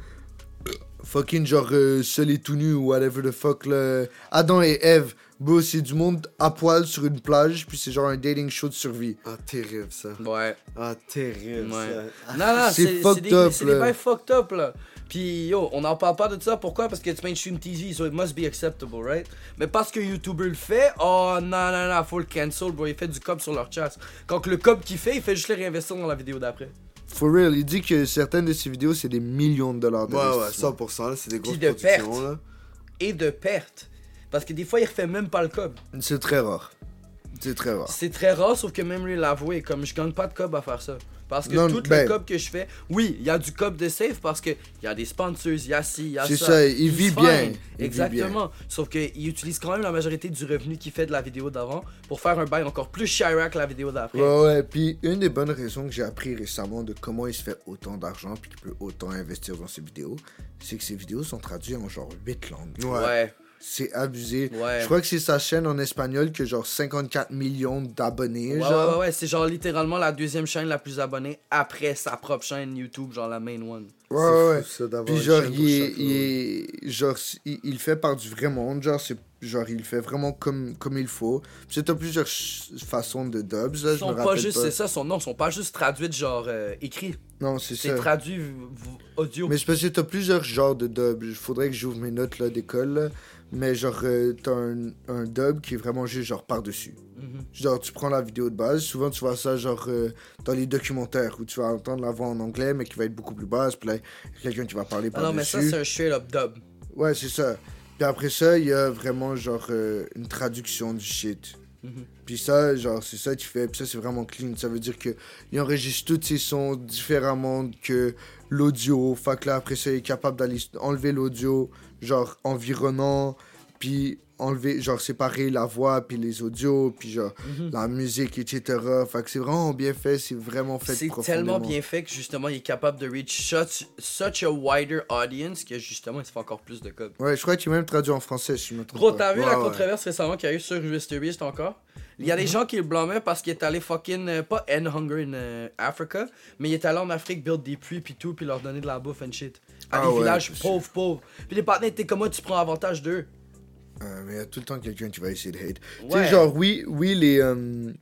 Speaker 3: fucking, genre, euh, seul et tout nu, ou whatever the fuck, là. Adam et Eve, bro, c'est du monde à poil sur une plage, puis c'est genre un dating show de survie.
Speaker 4: Ah, terrible ça.
Speaker 2: Ouais.
Speaker 4: Ah, terrible
Speaker 2: Ouais.
Speaker 4: ça.
Speaker 2: Non, non,
Speaker 3: C'est
Speaker 2: c'est c'est
Speaker 3: fucked
Speaker 2: des,
Speaker 3: up,
Speaker 2: c'est des
Speaker 3: là.
Speaker 2: bails fucked up, là. Puis, yo, on n'en parle pas de ça. Pourquoi? Parce que it's mainstream T V, so it must be acceptable, right? Mais parce que YouTuber le fait, oh non, non, non, faut le cancel, bro. Il fait du cop sur leur chat. Quand le cop qu'il fait, il fait juste le réinvestir dans la vidéo d'après.
Speaker 3: For real, il dit que certaines de ses vidéos, c'est des millions de dollars
Speaker 4: Ouais, ouais,
Speaker 3: d'investissement.
Speaker 4: cent pour cent, là, c'est des grosses
Speaker 2: Puis de
Speaker 4: productions,
Speaker 2: pertes.
Speaker 4: là.
Speaker 2: Et de perte. Parce que des fois, il refait même pas le cop.
Speaker 3: C'est très rare. C'est très rare.
Speaker 2: C'est très rare, sauf que même lui l'avouer, comme je gagne pas de cob à faire ça. Parce que
Speaker 3: Non,
Speaker 2: tout
Speaker 3: ben-
Speaker 2: le cob que je fais, oui, il y a du cob de safe parce que il y a des sponsors, il y a ci, il y a ça.
Speaker 3: C'est ça, il vit
Speaker 2: se
Speaker 3: bien.
Speaker 2: find.
Speaker 3: Il vit
Speaker 2: Exactement. Sauf qu'il utilise quand même la majorité du revenu qu'il fait de la vidéo d'avant pour faire un bail encore plus Chirac la vidéo d'après.
Speaker 3: Ouais, ouais, puis une des bonnes raisons que j'ai appris récemment de comment il se fait autant d'argent puis qu'il peut autant investir dans ses vidéos, c'est que ses vidéos sont traduites en genre huit langues.
Speaker 4: Ouais.
Speaker 2: Ouais.
Speaker 3: C'est abusé.
Speaker 2: Ouais.
Speaker 3: Je crois que c'est sa chaîne en espagnol qui a genre cinquante-quatre millions d'abonnés,
Speaker 2: Ouais,
Speaker 3: genre.
Speaker 2: ouais, ouais, c'est genre littéralement la deuxième chaîne la plus abonnée après sa propre chaîne YouTube, genre la main one.
Speaker 3: Ouais, ouais, ouais.
Speaker 4: fou, ça, d'avoir
Speaker 3: Puis
Speaker 4: une
Speaker 3: genre,
Speaker 4: chaîne
Speaker 3: il
Speaker 4: pour
Speaker 3: est,
Speaker 4: chaque
Speaker 3: il est- genre, il, il fait par du vrai monde, genre, c'est, genre, il fait vraiment comme, comme il faut. Puis c'est t'as plusieurs ch- façons de dubs, là,
Speaker 2: Ils
Speaker 3: je
Speaker 2: sont
Speaker 3: me
Speaker 2: pas
Speaker 3: rappelle
Speaker 2: juste,
Speaker 3: pas.
Speaker 2: c'est ça, son nom, sont pas juste traduits genre euh, écrit.
Speaker 3: Non, c'est
Speaker 2: C'est
Speaker 3: ça.
Speaker 2: traduit v- v- audio.
Speaker 3: Mais c'est parce que t'as plusieurs genres de dubs. Il faudrait que j'ouvre mes notes, là, d'école, là. Mais genre, euh, t'as un, un dub qui est vraiment juste, genre, par-dessus.
Speaker 2: Mhm.
Speaker 3: Genre, tu prends la vidéo de base, souvent tu vois ça, genre, euh, dans les documentaires, où tu vas entendre la voix en anglais, mais qui va être beaucoup plus basse, puis là, il y a quelqu'un qui va parler
Speaker 2: Ah non, mais
Speaker 3: par-dessus.
Speaker 2: ça, c'est un straight up dub.
Speaker 3: Ouais, c'est ça. Puis après ça, il y a vraiment, genre, euh, une traduction du shit.
Speaker 2: Mhm.
Speaker 3: Puis ça, genre, c'est ça qu'il fait. Puis ça, c'est vraiment clean. Ça veut dire que il enregistre tous ses sons différemment que l'audio. Fait que là, après ça, il est capable d'aller enlever l'audio, genre, environnant, puis enlever, genre, séparer la voix, puis les audios, puis genre,
Speaker 2: Mhm.
Speaker 3: la musique, et cetera. Fait que c'est vraiment bien fait. C'est vraiment fait
Speaker 2: C'est
Speaker 3: profondément.
Speaker 2: tellement bien fait que justement, il est capable de reach such, such a wider audience que justement, il se fait encore plus de cob.
Speaker 3: Ouais, je crois qu'il est même traduit en français, si je me trompe
Speaker 2: Gros,
Speaker 3: pas.
Speaker 2: t'as vu
Speaker 4: Ouais,
Speaker 2: la
Speaker 4: ouais.
Speaker 2: controverse récemment qu'il y a eu sur MrBeast encore? Il y a des gens qui le blâmaient parce qu'il est allé fucking, euh, pas end hunger in euh, Africa, mais il est allé en Afrique build des puits pis tout, puis leur donner de la bouffe and shit. À
Speaker 3: Ah
Speaker 2: des
Speaker 3: ouais,
Speaker 2: villages
Speaker 3: c'est
Speaker 2: pauvres, pauvres. Puis les partenaires étaient comment tu prends avantage d'eux?
Speaker 3: Euh, mais il y a tout le temps quelqu'un qui va essayer de hate. Tu
Speaker 2: Ouais.
Speaker 3: sais, genre, oui, oui, les, euh,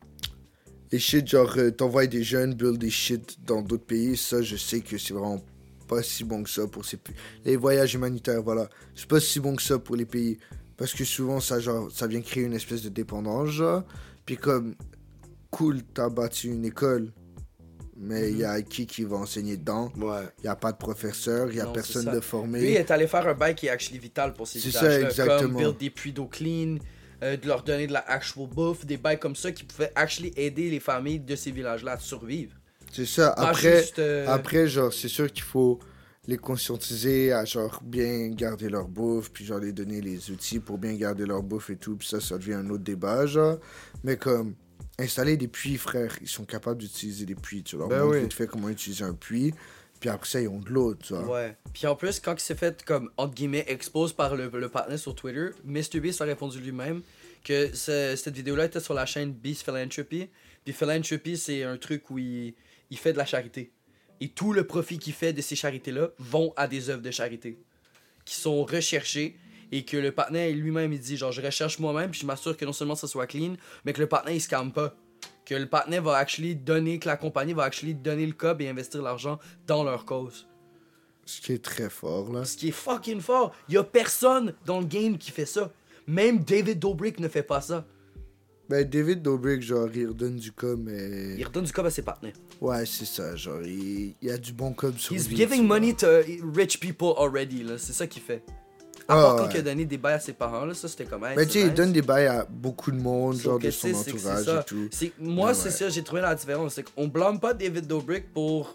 Speaker 3: les shit, genre, euh, t'envoies des jeunes build des shit dans d'autres pays, ça, je sais que c'est vraiment pas si bon que ça pour ces pays. Les voyages humanitaires, voilà. C'est pas si bon que ça pour les pays. Parce que souvent, ça, genre, ça vient créer une espèce de dépendance, genre. Puis comme, cool, t'as bâti une école, mais il y a qui qui va enseigner dedans?
Speaker 4: Ouais.
Speaker 3: Il y a pas de professeur, il y a
Speaker 2: Non,
Speaker 3: personne
Speaker 2: c'est ça.
Speaker 3: de formé.
Speaker 2: Lui, il est allé faire un bail qui est actually vital pour ces
Speaker 3: C'est ça,
Speaker 2: villages-là.
Speaker 3: exactement.
Speaker 2: Comme build des puits d'eau clean, euh, de leur donner de la actual bouffe, des bails comme ça qui pouvaient actually aider les familles de ces villages-là à survivre.
Speaker 3: C'est ça.
Speaker 2: Pas
Speaker 3: Après,
Speaker 2: juste, euh,
Speaker 3: après, genre, c'est sûr qu'il faut les conscientiser à, genre, bien garder leur bouffe, puis, genre, les donner les outils pour bien garder leur bouffe et tout, puis ça, ça devient un autre débat, genre. Mais comme, installer des puits, frère, ils sont capables d'utiliser des puits, tu leur
Speaker 4: Ben
Speaker 3: montres
Speaker 4: oui.
Speaker 3: vite fait comment utiliser un puits, puis après ça, ils ont de l'eau, tu vois.
Speaker 2: Ouais. Puis en plus, quand il s'est fait, comme, entre guillemets, expose par le, le partenaire sur Twitter, MrBeast a répondu lui-même que ce- cette vidéo-là était sur la chaîne Beast Philanthropy. Puis Philanthropy, c'est un truc où il, il fait de la charité. Et tout le profit qu'il fait de ces charités-là vont à des œuvres de charité qui sont recherchées et que le partenaire lui-même il dit genre je recherche moi-même puis je m'assure que non seulement ça soit clean mais que le partenaire il scam pas, que le partenaire va actually donner, que la compagnie va actually donner le cob et investir l'argent dans leur cause.
Speaker 3: Ce qui est très fort, là.
Speaker 2: Ce qui est fucking fort. Y a personne dans le game qui fait ça. Même David Dobrik ne fait pas ça.
Speaker 3: Ben, David Dobrik, genre, il redonne du com, mais...
Speaker 2: Il redonne du cob à ses partenaires.
Speaker 3: Ouais, c'est ça, genre, il, il y a du bon com sur
Speaker 2: He's
Speaker 3: lui,
Speaker 2: giving
Speaker 3: tu vois.
Speaker 2: money to rich people already, là. C'est ça qu'il fait. À
Speaker 3: Ah,
Speaker 2: part quand
Speaker 3: ouais.
Speaker 2: il a donné des bails à ses parents, là, ça c'était comme hey,
Speaker 3: Mais
Speaker 2: c'est
Speaker 3: tu sais, il
Speaker 2: nice.
Speaker 3: donne des bails à beaucoup de monde,
Speaker 2: Sauf
Speaker 3: genre,
Speaker 2: que
Speaker 3: de
Speaker 2: tu
Speaker 3: son
Speaker 2: sais, c'est que c'est
Speaker 3: entourage
Speaker 2: ça.
Speaker 3: et tout.
Speaker 2: C'est- Moi,
Speaker 3: Mais
Speaker 2: c'est
Speaker 3: ouais.
Speaker 2: ça, j'ai trouvé la différence. C'est qu'on blâme pas David Dobrik pour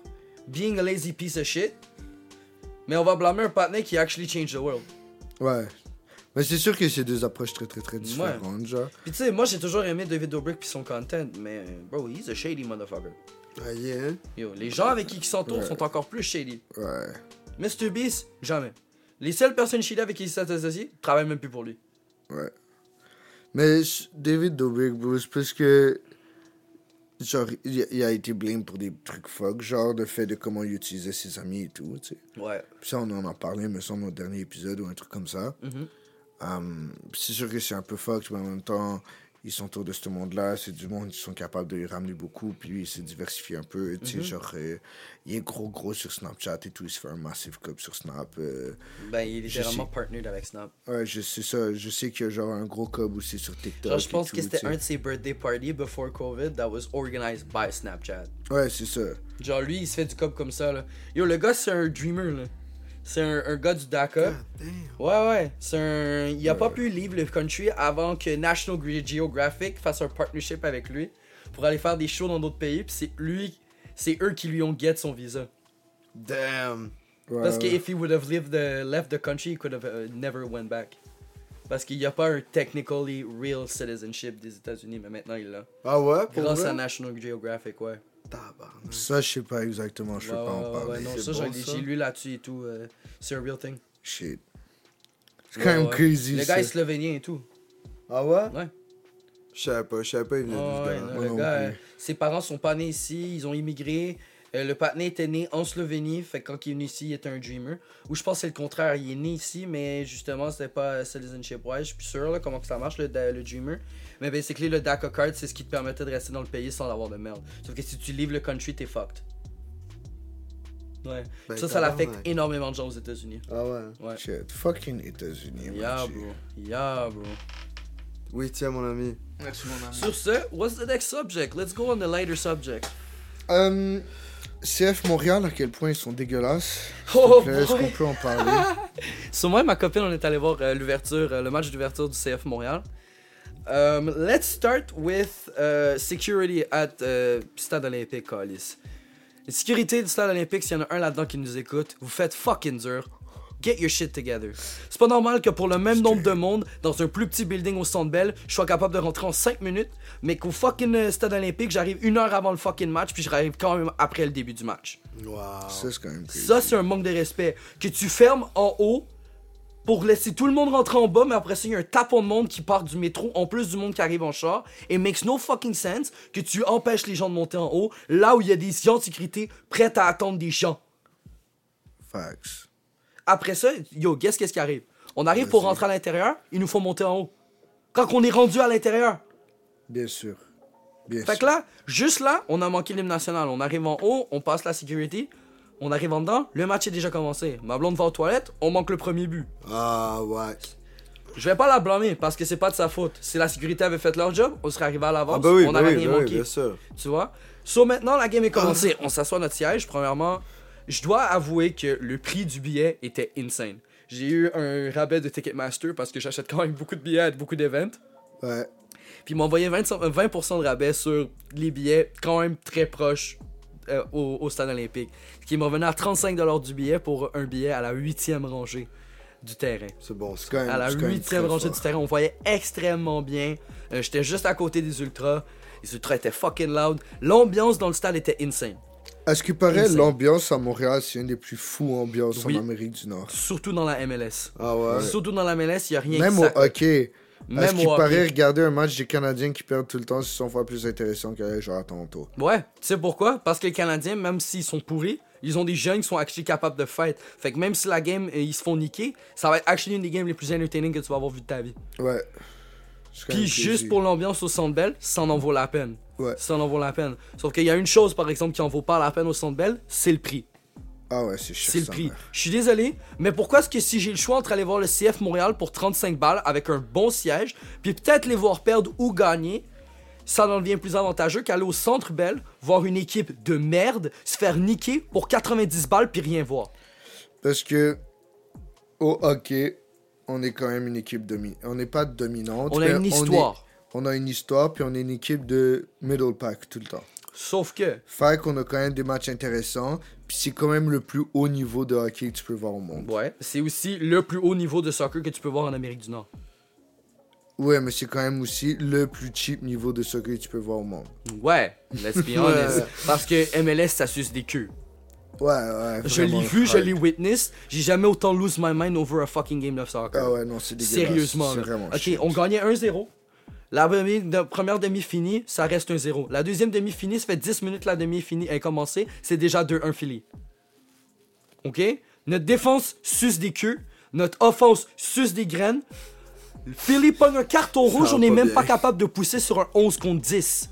Speaker 2: being a lazy piece of shit. Mais on va blâmer un partenaire qui actually changed the world.
Speaker 3: Ouais. Mais c'est sûr que c'est deux approches très très très différentes, ouais. genre.
Speaker 2: Puis tu sais, moi j'ai toujours aimé David Dobrik pis son content, mais bro, he's a shady motherfucker.
Speaker 4: Ah yeah.
Speaker 2: Yo, les gens avec qui il s'entoure
Speaker 3: ouais.
Speaker 2: sont encore plus shady.
Speaker 3: Ouais.
Speaker 2: mister Beast, jamais. Les seules personnes shady avec qui il s'est associé, travaillent même plus pour lui.
Speaker 3: Ouais. Mais David Dobrik, bro, c'est parce que. Genre, il a, il a été blâmé pour des trucs fuck, genre le fait de comment il utilisait ses amis et tout, tu sais.
Speaker 2: Ouais.
Speaker 3: Puis ça, on en a parlé, me semble, au dernier épisode ou un truc comme ça.
Speaker 2: Mm-hmm.
Speaker 3: Um, c'est sûr que c'est un peu fuck, mais en même temps, ils sont autour de ce monde-là, c'est du monde qui sont capables de les ramener beaucoup, puis lui, il s'est diversifié un peu, tu sais,
Speaker 2: Mm-hmm.
Speaker 3: genre, euh, il est gros gros sur Snapchat et tout, il se fait un massive cup sur Snap. Euh,
Speaker 2: Ben, il est littéralement
Speaker 3: sais.
Speaker 2: partnered avec Snap.
Speaker 3: ouais, je sais ça, je sais qu'il y a genre un gros cup aussi sur TikTok.
Speaker 2: Genre, je
Speaker 3: et
Speaker 2: pense
Speaker 3: tout,
Speaker 2: que c'était
Speaker 3: tu sais.
Speaker 2: un de ses birthday parties before COVID that was organized by Snapchat.
Speaker 3: Ouais, c'est ça.
Speaker 2: Genre, lui, il se fait du cop comme ça, là. Yo, le gars, c'est un dreamer, là. C'est un, un gars du DACA.
Speaker 4: God damn.
Speaker 2: Ouais, ouais. C'est un... Il a
Speaker 3: Ouais.
Speaker 2: pas pu leave le country avant que National Geographic fasse un partnership avec lui pour aller faire des shows dans d'autres pays. Puis c'est lui... C'est eux qui lui ont get son visa.
Speaker 4: Damn.
Speaker 3: Ouais,
Speaker 2: Parce que
Speaker 3: ouais.
Speaker 2: if he would have lived the, left the country, he could have uh, never went back. Parce qu'il n'y a pas un technically real citizenship des États-Unis, mais maintenant il l'a.
Speaker 4: Ah ouais, pour
Speaker 2: Grâce
Speaker 4: vrai?
Speaker 2: à National Geographic, ouais.
Speaker 4: Tabarnak.
Speaker 3: Ça, je sais pas exactement, je peux
Speaker 2: Ouais,
Speaker 3: pas en
Speaker 2: ouais,
Speaker 3: parler.
Speaker 2: ouais, non,
Speaker 4: C'est
Speaker 2: ça,
Speaker 4: bon,
Speaker 2: j'ai
Speaker 4: ça.
Speaker 2: j'ai lu là-dessus et tout. euh, c'est un real thing.
Speaker 3: Shit. C'est
Speaker 2: Ouais,
Speaker 3: quand même
Speaker 2: ouais.
Speaker 3: crazy,
Speaker 2: Le
Speaker 3: ça.
Speaker 2: gars est slovénien et tout.
Speaker 4: Ah ouais?
Speaker 2: Ouais.
Speaker 4: Je savais pas, je savais pas, il venait
Speaker 2: Oh,
Speaker 4: du
Speaker 2: ouais,
Speaker 4: Ghana.
Speaker 2: non,
Speaker 3: Moi
Speaker 2: le
Speaker 3: non
Speaker 2: gars,
Speaker 3: plus.
Speaker 2: euh, ses parents sont pas nés ici, ils ont immigré. Euh, le patinet était né en Slovénie, fait que quand il est venu ici, il était un dreamer. Ou je pense que c'est le contraire, il est né ici, mais justement, c'était pas citizenship. Ouais, je suis plus sûr là, comment que ça marche, le, le dreamer. Mais basically, le DACA card, c'est ce qui te permettait de rester dans le pays sans avoir de merde. Sauf que si tu livres le country, t'es fucked. Ouais.
Speaker 4: Ben,
Speaker 2: ça, ça l'affecte
Speaker 4: tabarnak.
Speaker 2: énormément de gens aux États-Unis.
Speaker 4: Ah ouais.
Speaker 2: Ouais.
Speaker 3: Shit. Fucking États-Unis, man,
Speaker 2: Yeah,
Speaker 3: shit.
Speaker 2: bro. Yeah, bro.
Speaker 4: Oui, tiens, mon ami.
Speaker 3: Merci, mon ami.
Speaker 2: Sur ce, what's the next subject? Let's go on the lighter subject.
Speaker 3: Euh, C F Montréal, à quel point ils sont dégueulasses.
Speaker 2: Oh,
Speaker 3: S'il te plaît, Est-ce
Speaker 2: boy.
Speaker 3: qu'on peut en parler?
Speaker 2: Sur moi et ma copine, on est allé voir euh, l'ouverture, euh, le match d'ouverture du C F Montréal. Um, let's start with uh, security at uh, Stade Olympique, Callis. La sécurité du Stade Olympique, s'il y en a un là-dedans qui nous écoute, vous faites fucking dur. Get your shit together. C'est pas normal que pour le même nombre de monde, dans un plus petit building au Centre Bell, je sois capable de rentrer en cinq minutes, mais qu'au fucking euh, Stade Olympique, j'arrive une heure avant le fucking match, puis j'arrive quand même après le début du match.
Speaker 4: Wow.
Speaker 3: Ça, c'est quand même crazy.
Speaker 2: Ça, c'est un manque de respect. Que tu fermes en haut pour laisser tout le monde rentrer en bas, mais après ça, il y a un tapon de monde qui part du métro, en plus du monde qui arrive en char. Et makes no fucking sense que tu empêches les gens de monter en haut, là où il y a des gens de sécurité prêts à attendre des gens.
Speaker 3: Facts.
Speaker 2: Après ça, yo, guess qu'est-ce qui arrive? On arrive pour
Speaker 3: Vas-y.
Speaker 2: rentrer à l'intérieur, il nous faut monter en haut. Quand on est rendu à l'intérieur.
Speaker 3: Bien sûr. Bien
Speaker 2: Fait
Speaker 3: sûr.
Speaker 2: que là, juste là, on a manqué l'hymne national. On arrive en haut, on passe la sécurité, on arrive en dedans, le match est déjà commencé. Ma blonde va aux toilettes, on manque le premier but.
Speaker 4: Ah ouais.
Speaker 2: Je vais pas la blâmer parce que c'est pas de sa faute. Si la sécurité avait fait leur job, on serait arrivé à l'avance,
Speaker 4: Ah bah oui,
Speaker 2: on
Speaker 4: bah
Speaker 2: n'aurait
Speaker 4: oui,
Speaker 2: rien
Speaker 4: bah oui,
Speaker 2: manqué.
Speaker 4: bien sûr.
Speaker 2: Tu vois? So maintenant, la game est commencée. On s'assoit à notre siège. Premièrement, je dois avouer que le prix du billet était insane. J'ai eu un rabais de Ticketmaster parce que j'achète quand même beaucoup de billets à beaucoup d'événements.
Speaker 3: Ouais.
Speaker 2: Puis ils m'ont envoyé vingt pour cent de rabais sur les billets quand même très proches euh, au, au stade olympique. Ce qui m'en revenait à trente-cinq dollars du billet pour un billet à la huitième rangée du terrain.
Speaker 4: C'est bon,
Speaker 3: C'est
Speaker 4: ça.
Speaker 3: quand même,
Speaker 2: À la
Speaker 3: c'est quand même
Speaker 2: huitième
Speaker 3: très
Speaker 2: rangée
Speaker 3: fort.
Speaker 2: du terrain, on voyait extrêmement bien. Euh, J'étais juste à côté des ultras. Les ultras étaient fucking loud. L'ambiance dans le stade était insane.
Speaker 3: À ce qui paraît,
Speaker 2: Insane.
Speaker 3: l'ambiance à Montréal, c'est une des plus fous ambiances
Speaker 2: Oui.
Speaker 3: en Amérique du Nord.
Speaker 2: Surtout dans la M L S.
Speaker 4: Ah ouais.
Speaker 2: Surtout dans la M L S, il n'y a rien
Speaker 3: Même
Speaker 2: qui
Speaker 3: au
Speaker 2: ça-
Speaker 3: hockey. À
Speaker 2: Même
Speaker 3: ce qui
Speaker 2: au
Speaker 3: paraît,
Speaker 2: hockey.
Speaker 3: regarder un match des Canadiens qui perdent tout le temps, c'est cent fois plus intéressant qu'aller genre à Toronto.
Speaker 2: Ouais, tu sais pourquoi? Parce que les Canadiens, même s'ils sont pourris, ils ont des jeunes qui sont actually capables de fight. Fait que même si la game, euh, ils se font niquer, ça va être actually une des games les plus entertaining que tu vas avoir vu de ta vie.
Speaker 3: Ouais. C'est quand
Speaker 2: Puis
Speaker 3: même
Speaker 2: juste
Speaker 3: crazy.
Speaker 2: pour l'ambiance au Centre Bell, ça en vaut la peine.
Speaker 3: Ouais.
Speaker 2: Ça en vaut la peine. Sauf qu'il y a une chose, par exemple, qui en vaut pas la peine au Centre Bell, c'est le prix.
Speaker 3: Ah ouais, c'est cher.
Speaker 2: C'est le
Speaker 3: sa
Speaker 2: prix.
Speaker 3: mère.
Speaker 2: Je suis désolé, mais pourquoi est-ce que si j'ai le choix entre aller voir le C F Montréal pour trente-cinq balles avec un bon siège, puis peut-être les voir perdre ou gagner, ça en devient plus avantageux qu'aller au Centre Bell, voir une équipe de merde se faire niquer pour quatre-vingt-dix balles puis rien voir.
Speaker 3: Parce que au hockey, on est quand même une équipe dominante. On n'est pas dominante.
Speaker 2: On a
Speaker 3: mais
Speaker 2: une
Speaker 3: est-
Speaker 2: histoire.
Speaker 3: On, a une histoire, puis on est une équipe de middle pack tout le temps.
Speaker 2: Sauf que,
Speaker 3: Fait qu'on a quand même des matchs intéressants. Puis c'est quand même le plus haut niveau de hockey que tu peux voir au monde.
Speaker 2: ouais, c'est aussi le plus haut niveau de soccer que tu peux voir en Amérique du Nord.
Speaker 3: Ouais, mais c'est quand même aussi le plus cheap niveau de soccer que tu peux voir au monde.
Speaker 2: Ouais, let's be honest. Parce que M L S, ça suce des queues.
Speaker 3: Ouais, ouais.
Speaker 2: Je l'ai
Speaker 3: vraiment
Speaker 2: vu, je
Speaker 3: hard.
Speaker 2: l'ai witness. J'ai jamais autant lose my mind over a fucking game of soccer.
Speaker 3: Ah ouais, non, c'est dégueulasse.
Speaker 2: Sérieusement.
Speaker 3: C'est
Speaker 2: là.
Speaker 3: vraiment
Speaker 2: Ok,
Speaker 3: shit.
Speaker 2: on gagnait un zéro. La demi- de- première demi finie, ça reste un zéro. La deuxième demi finie, ça fait dix minutes la demi finie est commencée, c'est déjà deux un Philly. Ok? Notre défense suce des queues, notre offense suce des graines. Philly pogne un carton rouge,
Speaker 3: va
Speaker 2: on n'est
Speaker 3: pas
Speaker 2: même
Speaker 3: bien.
Speaker 2: pas capable de pousser sur un onze contre dix.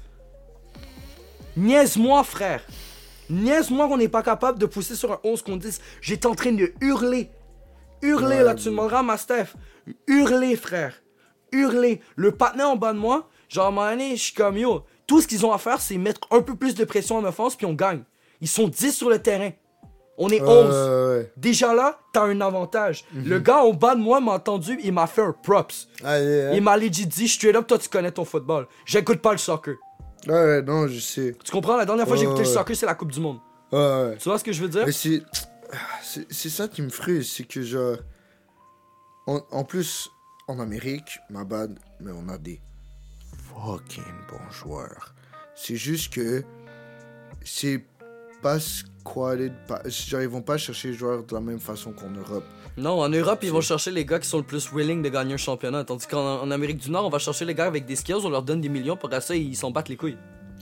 Speaker 2: Niaise-moi, frère. Niaise-moi qu'on n'est pas capable de pousser sur un onze contre dix. J'étais en train de hurler. Hurler,
Speaker 3: Ouais,
Speaker 2: là, tu demanderas à ma Steph. Hurler, frère. Hurler. Le partenaire en bas de moi, genre, à un moment donné, je suis comme, yo, tout ce qu'ils ont à faire, c'est mettre un peu plus de pression en offense, puis on gagne. Ils sont dix sur le terrain. On est onze.
Speaker 3: Euh, ouais.
Speaker 2: Déjà là, t'as un avantage. Le gars en bas de moi m'a entendu, il m'a fait un props.
Speaker 3: Allez, hein.
Speaker 2: Il m'a legit dit, straight up, toi, tu connais ton football. J'écoute pas le soccer.
Speaker 3: Ouais, ouais, non, je sais.
Speaker 2: Tu comprends? La dernière fois que j'ai
Speaker 3: Ouais,
Speaker 2: écouté le
Speaker 3: ouais.
Speaker 2: soccer, c'est la Coupe du Monde.
Speaker 3: Ouais, ouais.
Speaker 2: Tu vois ce que je veux dire?
Speaker 3: Mais c'est. C'est c'est ça qui me frustre, c'est que genre. En, en plus, en Amérique, ma bad, mais on a des fucking bons joueurs. C'est juste que. C'est pas squatted. Pas, genre, ils vont pas chercher les joueurs de la même façon qu'en Europe.
Speaker 2: Non, en Europe, ils vont chercher les gars qui sont le plus willing de gagner un championnat. Tandis qu'en en Amérique du Nord, on va chercher les gars avec des skills, on leur donne des millions, pour ça, ils s'en battent les couilles.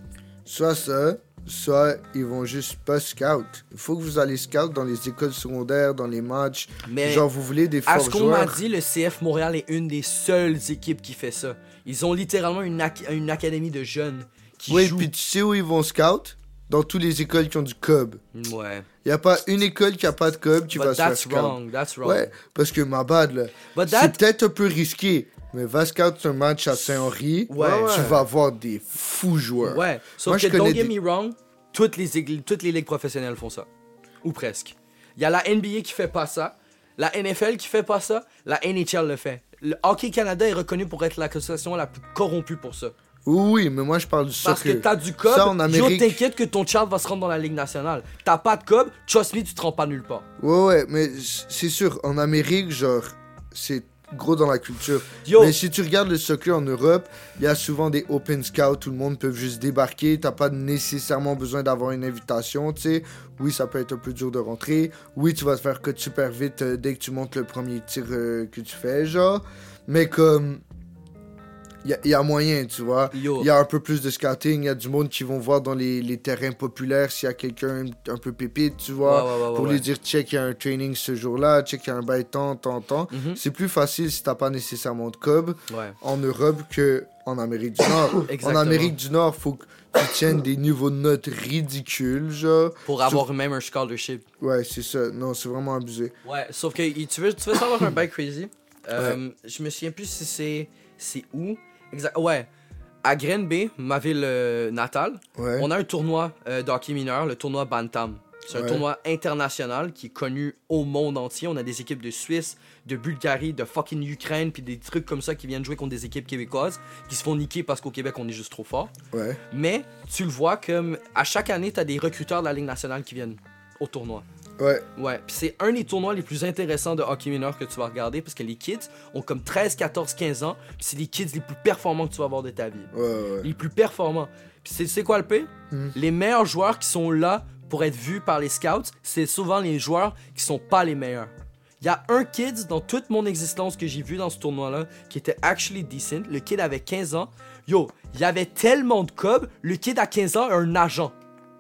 Speaker 3: Soit ça, soit ils vont juste pas scout. Il faut que vous allez scout dans les écoles secondaires, dans les matchs.
Speaker 2: Mais
Speaker 3: Genre, vous voulez des
Speaker 2: à
Speaker 3: forts
Speaker 2: ce qu'on m'a
Speaker 3: joueurs.
Speaker 2: dit, le C F Montréal est une des seules équipes qui fait ça. Ils ont littéralement une, ac- une académie de jeunes qui
Speaker 3: Oui,
Speaker 2: jouent.
Speaker 3: puis tu sais où ils vont scout? Dans toutes les écoles qui ont du C O B.
Speaker 2: Ouais.
Speaker 3: Il y a pas une école qui a pas de C O B qui
Speaker 2: But
Speaker 3: va se faire
Speaker 2: that's
Speaker 3: scout.
Speaker 2: wrong, that's wrong.
Speaker 3: Ouais, parce que ma bad, là,
Speaker 2: But
Speaker 3: c'est
Speaker 2: that...
Speaker 3: peut-être un peu risqué, mais va scout un match à Saint-Henri,
Speaker 2: Ouais.
Speaker 3: tu vas avoir des fous joueurs.
Speaker 2: Ouais, sauf
Speaker 3: Moi,
Speaker 2: que
Speaker 3: je
Speaker 2: don't
Speaker 3: connais
Speaker 2: get
Speaker 3: des-
Speaker 2: me wrong, toutes les, égl- toutes les ligues professionnelles font ça. Ou presque. Il y a la N B A qui fait pas ça, la N F L qui fait pas ça, la N H L le fait. Le Hockey Canada est reconnu pour être l'association la plus corrompue pour ça.
Speaker 3: Oui, oui, mais moi je parle du
Speaker 2: Parce que
Speaker 3: soccer.
Speaker 2: t'as du
Speaker 3: Ça, en
Speaker 2: cob, yo
Speaker 3: Amérique-
Speaker 2: t'inquiète que ton child va se rendre dans la Ligue nationale. T'as pas de cob, trust me, tu te rends pas nulle part.
Speaker 3: Ouais, ouais, mais c'est sûr, en Amérique, genre, c'est gros dans la culture.
Speaker 2: Yo,
Speaker 3: Mais si tu regardes le soccer en Europe, il y a souvent des open scouts, tout le monde peut juste débarquer, t'as pas nécessairement besoin d'avoir une invitation, tu sais. Oui, ça peut être un peu dur de rentrer. Oui, tu vas te faire cut super vite euh, dès que tu montes le premier tir euh, que tu fais, genre. Mais comme... Il y, a- y a moyen, tu vois.
Speaker 2: yo,
Speaker 3: Il y a un peu plus de scouting, il y a du monde qui vont voir dans les, les terrains populaires s'il y a quelqu'un un peu pépite, tu vois.
Speaker 2: Ouais, ouais, ouais,
Speaker 3: pour
Speaker 2: ouais.
Speaker 3: lui dire, check, il y a un training ce jour-là, check, il y a un bail tant, tant, tant.
Speaker 2: Mhm.
Speaker 3: C'est plus facile si t'as pas nécessairement de cob
Speaker 2: Ouais.
Speaker 3: en Europe que en Amérique du Nord. En
Speaker 2: Exactement.
Speaker 3: Amérique du Nord, faut que tu tiennes des niveaux de notes ridicules, genre.
Speaker 2: Pour avoir même un scholarship.
Speaker 3: Ouais, c'est ça. Non, c'est vraiment abusé.
Speaker 2: Ouais, sauf que y- tu veux, tu veux savoir un bail crazy? Euh, Je me souviens plus si c'est c'est où. Exact. Ouais. À Grenby, ma ville euh, natale,
Speaker 3: Ouais.
Speaker 2: on a un tournoi euh, de hockey mineur, le tournoi Bantam. C'est un
Speaker 3: Ouais.
Speaker 2: tournoi international qui est connu au monde entier. On a des équipes de Suisse, de Bulgarie, de fucking Ukraine, puis des trucs comme ça qui viennent jouer contre des équipes québécoises qui se font niquer parce qu'au Québec, on est juste trop fort.
Speaker 3: Ouais.
Speaker 2: Mais tu le vois comme à chaque année, t'as des recruteurs de la Ligue nationale qui viennent au tournoi.
Speaker 3: Ouais.
Speaker 2: Ouais, puis c'est un des tournois les plus intéressants de hockey mineur que tu vas regarder parce que les kids ont comme treize, quatorze, quinze ans, puis c'est les kids les plus performants que tu vas avoir de ta vie.
Speaker 3: Ouais, ouais.
Speaker 2: Les plus performants. Puis c'est, c'est quoi le pire?
Speaker 3: Hmm.
Speaker 2: Les meilleurs joueurs qui sont là pour être vus par les scouts, c'est souvent les joueurs qui sont pas les meilleurs. Il y a un kid dans toute mon existence que j'ai vu dans ce tournoi-là qui était actually decent. Le kid avait quinze ans. Yo, il y avait tellement de cob, le kid à quinze ans a un agent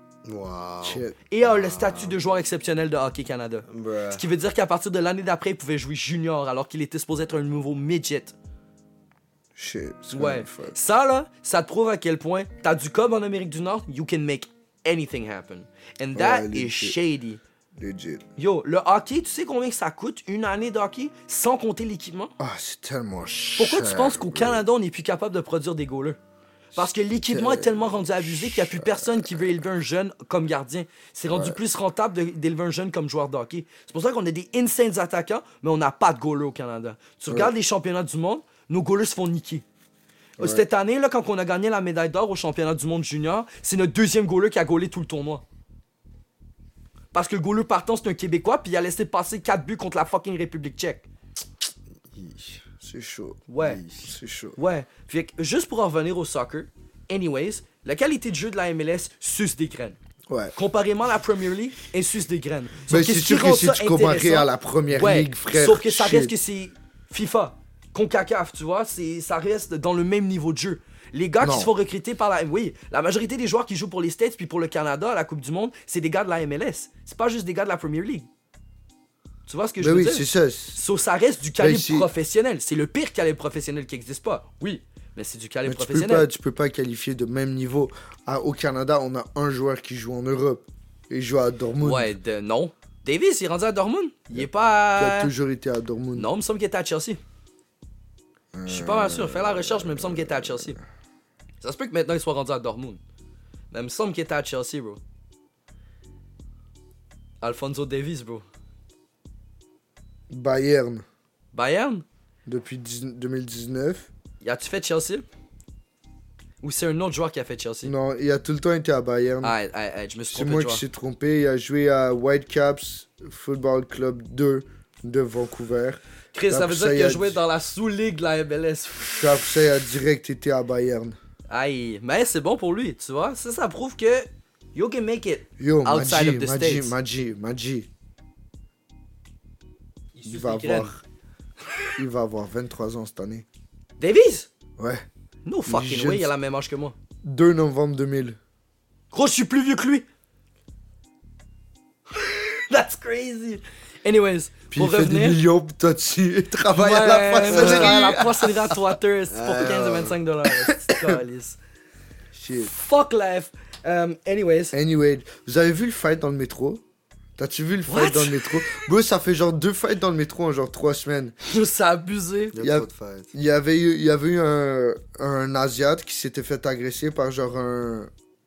Speaker 4: Wow.
Speaker 3: Shit.
Speaker 2: et a le statut de joueur exceptionnel de Hockey Canada.
Speaker 4: Bruh.
Speaker 2: Ce qui veut dire qu'à partir de l'année d'après, il pouvait jouer junior alors qu'il était supposé être un nouveau midget.
Speaker 3: Shit. C'est
Speaker 2: Ouais.
Speaker 3: vraiment fuck.
Speaker 2: Ça là, ça te prouve à quel point t'as du cob en Amérique du Nord, you can make anything happen. And that
Speaker 3: Ouais,
Speaker 2: is
Speaker 3: legit.
Speaker 2: shady.
Speaker 3: Legit.
Speaker 2: Yo, le hockey, tu sais combien que ça coûte une année de hockey sans compter l'équipement?
Speaker 3: Ah, c'est tellement cher.
Speaker 2: Pourquoi tu penses qu'au Canada, on n'est plus capable de produire des goalers? Parce que l'équipement est tellement rendu abusé qu'il n'y a plus personne qui veut élever un jeune comme gardien. C'est rendu plus rentable de- d'élever un jeune comme joueur de hockey. C'est pour ça qu'on a des insane attaquants, mais on n'a pas de goalers au Canada. Tu regardes les championnats du monde, nos goalers se font niquer.
Speaker 3: Ouais.
Speaker 2: Cette année, là, quand on a gagné la médaille d'or au championnat du monde junior, c'est notre deuxième goaler qui a goalé tout le tournoi. Parce que le goaler partant, c'est un Québécois, puis il a laissé passer quatre buts contre la fucking République tchèque.
Speaker 3: Hi, C'est chaud.
Speaker 2: Ouais.
Speaker 3: Hi, C'est chaud.
Speaker 2: Ouais. Fait que, juste pour en revenir au soccer, anyways, la qualité de jeu de la M L S suce des graines.
Speaker 3: Ouais.
Speaker 2: Comparément à la Premier League, elle suce des graines.
Speaker 3: Mais
Speaker 2: Sauf
Speaker 3: c'est
Speaker 2: ce qui
Speaker 3: sûr que
Speaker 2: rend
Speaker 3: si
Speaker 2: ça
Speaker 3: tu comparais
Speaker 2: intéressant-
Speaker 3: à la première
Speaker 2: Ouais,
Speaker 3: ligue, frère.
Speaker 2: sauf que ça
Speaker 3: shit.
Speaker 2: reste que c'est FIFA, CONCACAF, tu vois, c'est, ça reste dans le même niveau de jeu. Les gars
Speaker 3: Non.
Speaker 2: qui se font recruter par la... Oui, la majorité des joueurs qui jouent pour les States puis pour le Canada à la Coupe du Monde, c'est des gars de la M L S. C'est pas juste des gars de la Premier League. Tu vois ce que je
Speaker 3: Ben
Speaker 2: veux
Speaker 3: oui,
Speaker 2: dire?
Speaker 3: c'est ça.
Speaker 2: So, ça reste du calibre
Speaker 3: c'est-
Speaker 2: professionnel. C'est le pire calibre professionnel qui existe pas. Oui, mais c'est du calibre
Speaker 3: Mais tu peux
Speaker 2: professionnel.
Speaker 3: pas, tu peux pas qualifier de même niveau. Ah, au Canada, on a un joueur qui joue en Europe. Il joue à Dortmund.
Speaker 2: Ouais, de... non. Davis, il est rendu à Dortmund. Il est
Speaker 3: Il
Speaker 2: pas...
Speaker 3: a toujours été à Dortmund.
Speaker 2: Non, il me semble qu'il était à Chelsea. Je suis pas mal sûr. Fais la recherche, mais il me semble qu'il était à Chelsea. Ça se peut que maintenant il soit rendu à Dortmund. Mais il me semble qu'il était à Chelsea, bro. Alfonso Davies, bro.
Speaker 3: Bayern,
Speaker 2: Bayern?
Speaker 3: depuis dix- deux mille dix-neuf.
Speaker 2: Y a-tu fait Chelsea? Ou c'est un autre joueur qui a fait Chelsea?
Speaker 3: Non, il a tout le temps été à Bayern.
Speaker 2: Ah, ah, ah, je me suis
Speaker 3: c'est
Speaker 2: trompé
Speaker 3: moi
Speaker 2: de
Speaker 3: qui
Speaker 2: joueur.
Speaker 3: suis trompé. Il a joué à Whitecaps Football Club deux de Vancouver.
Speaker 2: Chris, ça veut
Speaker 3: Après
Speaker 2: dire
Speaker 3: ça,
Speaker 2: qu'il
Speaker 3: il
Speaker 2: a
Speaker 3: a
Speaker 2: joué
Speaker 3: dit-
Speaker 2: dans la sous-ligue de la M L S.
Speaker 3: Puis après ça, il a direct été à Bayern.
Speaker 2: Aïe, mais c'est bon pour lui, tu vois? Ça, ça prouve que you can make it.
Speaker 3: Yo,
Speaker 2: Outside
Speaker 3: Maji,
Speaker 2: of the
Speaker 3: Maji,
Speaker 2: States.
Speaker 3: Maji, Maji.
Speaker 2: Il,
Speaker 3: Il
Speaker 2: suce
Speaker 3: va
Speaker 2: des graines.
Speaker 3: avoir... il va avoir vingt-trois ans cette année.
Speaker 2: Davies?
Speaker 3: Ouais.
Speaker 2: No fucking
Speaker 3: jeune-
Speaker 2: way, il a la même âge que moi.
Speaker 3: deux novembre deux mille.
Speaker 2: Gros, je suis plus vieux que lui. That's crazy. Anyways,
Speaker 3: Puis
Speaker 2: pour
Speaker 3: il fait des
Speaker 2: revenir.
Speaker 3: millions, puis toi tu travailles à
Speaker 2: Ouais,
Speaker 3: la
Speaker 2: ouais,
Speaker 3: poissonnerie.
Speaker 2: à la poissonnerie à Twitter, c'est pour
Speaker 4: Ah,
Speaker 2: quinze à
Speaker 4: ouais.
Speaker 2: vingt-cinq dollars. Calice.
Speaker 3: Shit.
Speaker 2: Fuck life. Um, anyways.
Speaker 3: Anyway, vous avez vu le fight dans le métro? T'as-tu vu le fight
Speaker 2: What?
Speaker 3: dans le métro? Bro, ça fait genre deux fights dans le métro en genre trois semaines.
Speaker 2: C'est abusé.
Speaker 4: Il
Speaker 3: Il
Speaker 4: y
Speaker 3: y
Speaker 4: a
Speaker 3: a-
Speaker 4: trop de fêtes.
Speaker 3: Il y avait eu, il y avait eu un, un Asiate qui s'était fait agresser par genre un,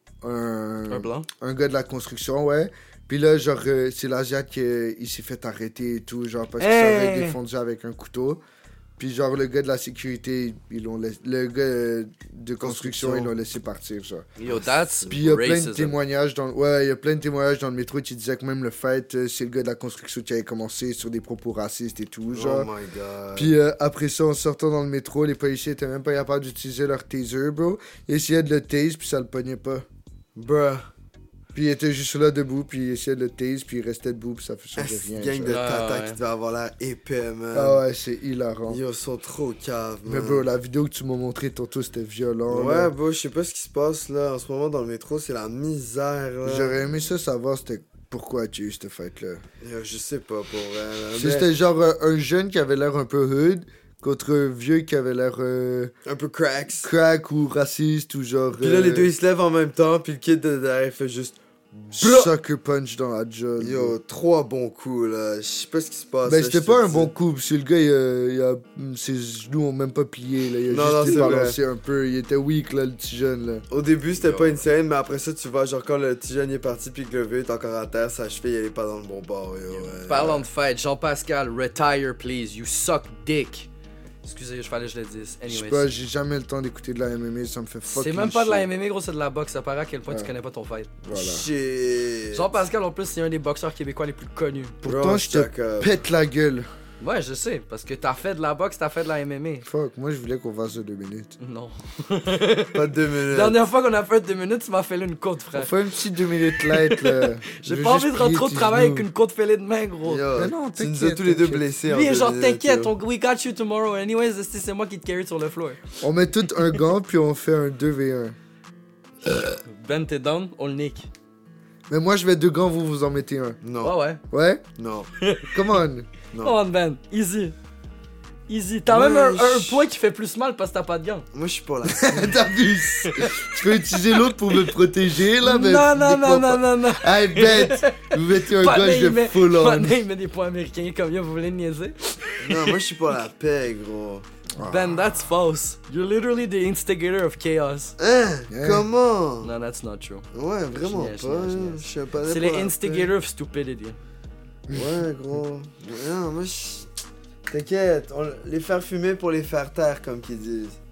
Speaker 3: un,
Speaker 2: Un blanc.
Speaker 3: un gars de la construction, ouais. Puis là, genre, euh, c'est l'Asiate qui euh, il s'est fait arrêter et tout, genre, parce qu'il
Speaker 2: Hey!
Speaker 3: s'avait défendu avec un couteau. Puis genre, le gars de la sécurité, ils l'ont laissé, le gars euh, de construction,
Speaker 4: Construction.
Speaker 3: ils l'ont laissé partir, genre.
Speaker 2: Yo, that's
Speaker 3: Puis il y a plein de
Speaker 2: racism.
Speaker 3: témoignages dans, ouais, il y a plein de témoignages dans le métro qui disaient que même le fait, euh, c'est le gars de la construction qui avait commencé sur des propos racistes et tout, genre.
Speaker 4: Oh my god.
Speaker 3: Puis euh, après ça, en sortant dans le métro, les policiers étaient même pas capables d'utiliser leur taser, bro. Ils essayaient de le tase, puis ça le pognait pas.
Speaker 4: Bruh.
Speaker 3: Puis il était juste là debout, puis il essayait de le tase, puis il restait debout, puis ça faisait
Speaker 4: Ah,
Speaker 3: rien.
Speaker 4: cette gang
Speaker 3: genre.
Speaker 4: de
Speaker 2: Ah,
Speaker 4: tata
Speaker 2: ouais.
Speaker 4: qui devait avoir l'air épais, man.
Speaker 3: Ah ouais, c'est hilarant.
Speaker 4: Yo, ils sont trop caves,
Speaker 3: Mais
Speaker 4: man.
Speaker 3: bro, la vidéo que tu m'as montré tantôt, c'était violent.
Speaker 4: Ouais,
Speaker 3: là.
Speaker 4: bro, je sais pas ce qui se passe là. En ce moment, dans le métro, c'est la misère, là.
Speaker 3: J'aurais aimé ça savoir c'était pourquoi tu as eu cette fight-là.
Speaker 4: Yo, je sais pas, pour vrai. là.
Speaker 3: Si
Speaker 4: Mais
Speaker 3: c'était genre euh, un jeune qui avait l'air un peu hood, contre un vieux qui avait l'air euh,
Speaker 4: Un peu cracks.
Speaker 3: crack ou raciste ou genre.
Speaker 4: Puis là, les
Speaker 3: euh,
Speaker 4: deux, ils se lèvent en même temps, puis le kid de derrière, il fait juste...
Speaker 3: Sucker punch dans la jaw.
Speaker 4: Yo, trois bons coups, là. Je sais pas ce qui se passe.
Speaker 3: Ben,
Speaker 4: là,
Speaker 3: c'était
Speaker 4: je te
Speaker 3: pas un
Speaker 4: dis.
Speaker 3: bon coup, parce que le gars, il a, il a- ses genoux ont même pas plié, là. Il a
Speaker 4: Non, non,
Speaker 3: juste
Speaker 4: c'est
Speaker 3: débalancé un peu. Il était weak, là, le petit jeune, là.
Speaker 4: Au début, c'était
Speaker 2: Yo.
Speaker 4: pas insane, mais après ça, tu vois, genre, quand le petit jeune il est parti, puis que le vieux est encore à terre, sa cheville, elle est pas dans le bon bord, yo. ouais.
Speaker 2: Parlant de fight, Jean-Pascal, retire please. You suck dick. Excusez, je fallait que je le dise.
Speaker 3: Je sais
Speaker 2: Anyways.
Speaker 3: pas, j'ai jamais le temps d'écouter de la M M A, ça me fait fucking
Speaker 2: C'est même pas de la
Speaker 3: chier.
Speaker 2: M M A, gros, c'est de la boxe. Ça paraît à quel point tu
Speaker 3: Ouais.
Speaker 2: connais pas ton fight.
Speaker 3: Voilà.
Speaker 4: Shit.
Speaker 2: Jean-Pascal, en plus, c'est un des boxeurs québécois les plus connus.
Speaker 3: Pourtant,
Speaker 4: Bro,
Speaker 3: je te
Speaker 4: check up.
Speaker 3: pète la gueule.
Speaker 2: Ouais, je sais, parce que t'as fait de la boxe, t'as fait de la M M A.
Speaker 3: Fuck, moi, je voulais qu'on fasse de deux minutes.
Speaker 2: Non.
Speaker 4: Pas de deux minutes.
Speaker 2: Dernière fois qu'on a fait deux minutes, tu m'as fait une côte,
Speaker 3: On
Speaker 2: frère.
Speaker 3: fait une petite deux minutes light, là.
Speaker 2: J'ai
Speaker 3: Je veux
Speaker 2: pas envie
Speaker 3: juste
Speaker 2: de rentrer
Speaker 3: plier
Speaker 2: au
Speaker 3: tes
Speaker 2: travail
Speaker 3: genoux.
Speaker 2: avec une côte fêlée de main, gros.
Speaker 4: Yo,
Speaker 3: Mais non,
Speaker 4: tu nous as
Speaker 3: t'inquiète,
Speaker 4: tous les deux
Speaker 3: t'inquiète.
Speaker 4: blessés. en
Speaker 2: Lui,
Speaker 4: deux
Speaker 2: genre,
Speaker 4: minutes,
Speaker 2: t'inquiète,
Speaker 4: yo.
Speaker 2: on... we got you tomorrow. Anyways, c'est c'est moi qui te carry sur le floor.
Speaker 3: On met tout un gant, puis on fait un deux v un.
Speaker 2: Ben, t'es down, on le nick.
Speaker 3: Mais moi, je mets deux gants, vous, vous en mettez un.
Speaker 4: Non,
Speaker 2: Ouais, ouais.
Speaker 3: Ouais?
Speaker 4: non,
Speaker 3: Come on.
Speaker 4: non.
Speaker 2: Come on, Ben, easy. Easy. T'as
Speaker 4: Ouais,
Speaker 2: même un, un
Speaker 4: je-
Speaker 2: point qui fait plus mal parce que t'as pas de gants.
Speaker 4: Moi, je suis pas là.
Speaker 3: T'abuses. Tu peux utiliser l'autre pour me protéger, là, mais...
Speaker 2: non, non,
Speaker 3: déploie
Speaker 2: non,
Speaker 3: pas.
Speaker 2: non, non, non.
Speaker 3: Hey, bête! Vous mettez un
Speaker 2: Pané,
Speaker 3: gars, je
Speaker 2: il met-
Speaker 3: vais full on.
Speaker 2: Pané, il met des points américains comme yo, vous voulez niaiser?
Speaker 4: Non, moi, je suis pas la paix, gros.
Speaker 2: Ben, that's false. You're literally the instigator of chaos.
Speaker 4: Hein?
Speaker 3: Yeah.
Speaker 4: Comment?
Speaker 2: No, that's not true.
Speaker 4: Ouais, vraiment
Speaker 2: Je niaise,
Speaker 4: pas.
Speaker 2: je niaise, je niaise.
Speaker 4: Je suis un palais
Speaker 2: C'est
Speaker 4: pour
Speaker 2: les
Speaker 4: la
Speaker 2: instigator of stupidity.
Speaker 4: paix. Ouais, gros. Non, moi, je... T'inquiète, on... les faire fumer pour les faire taire, comme qu'ils disent.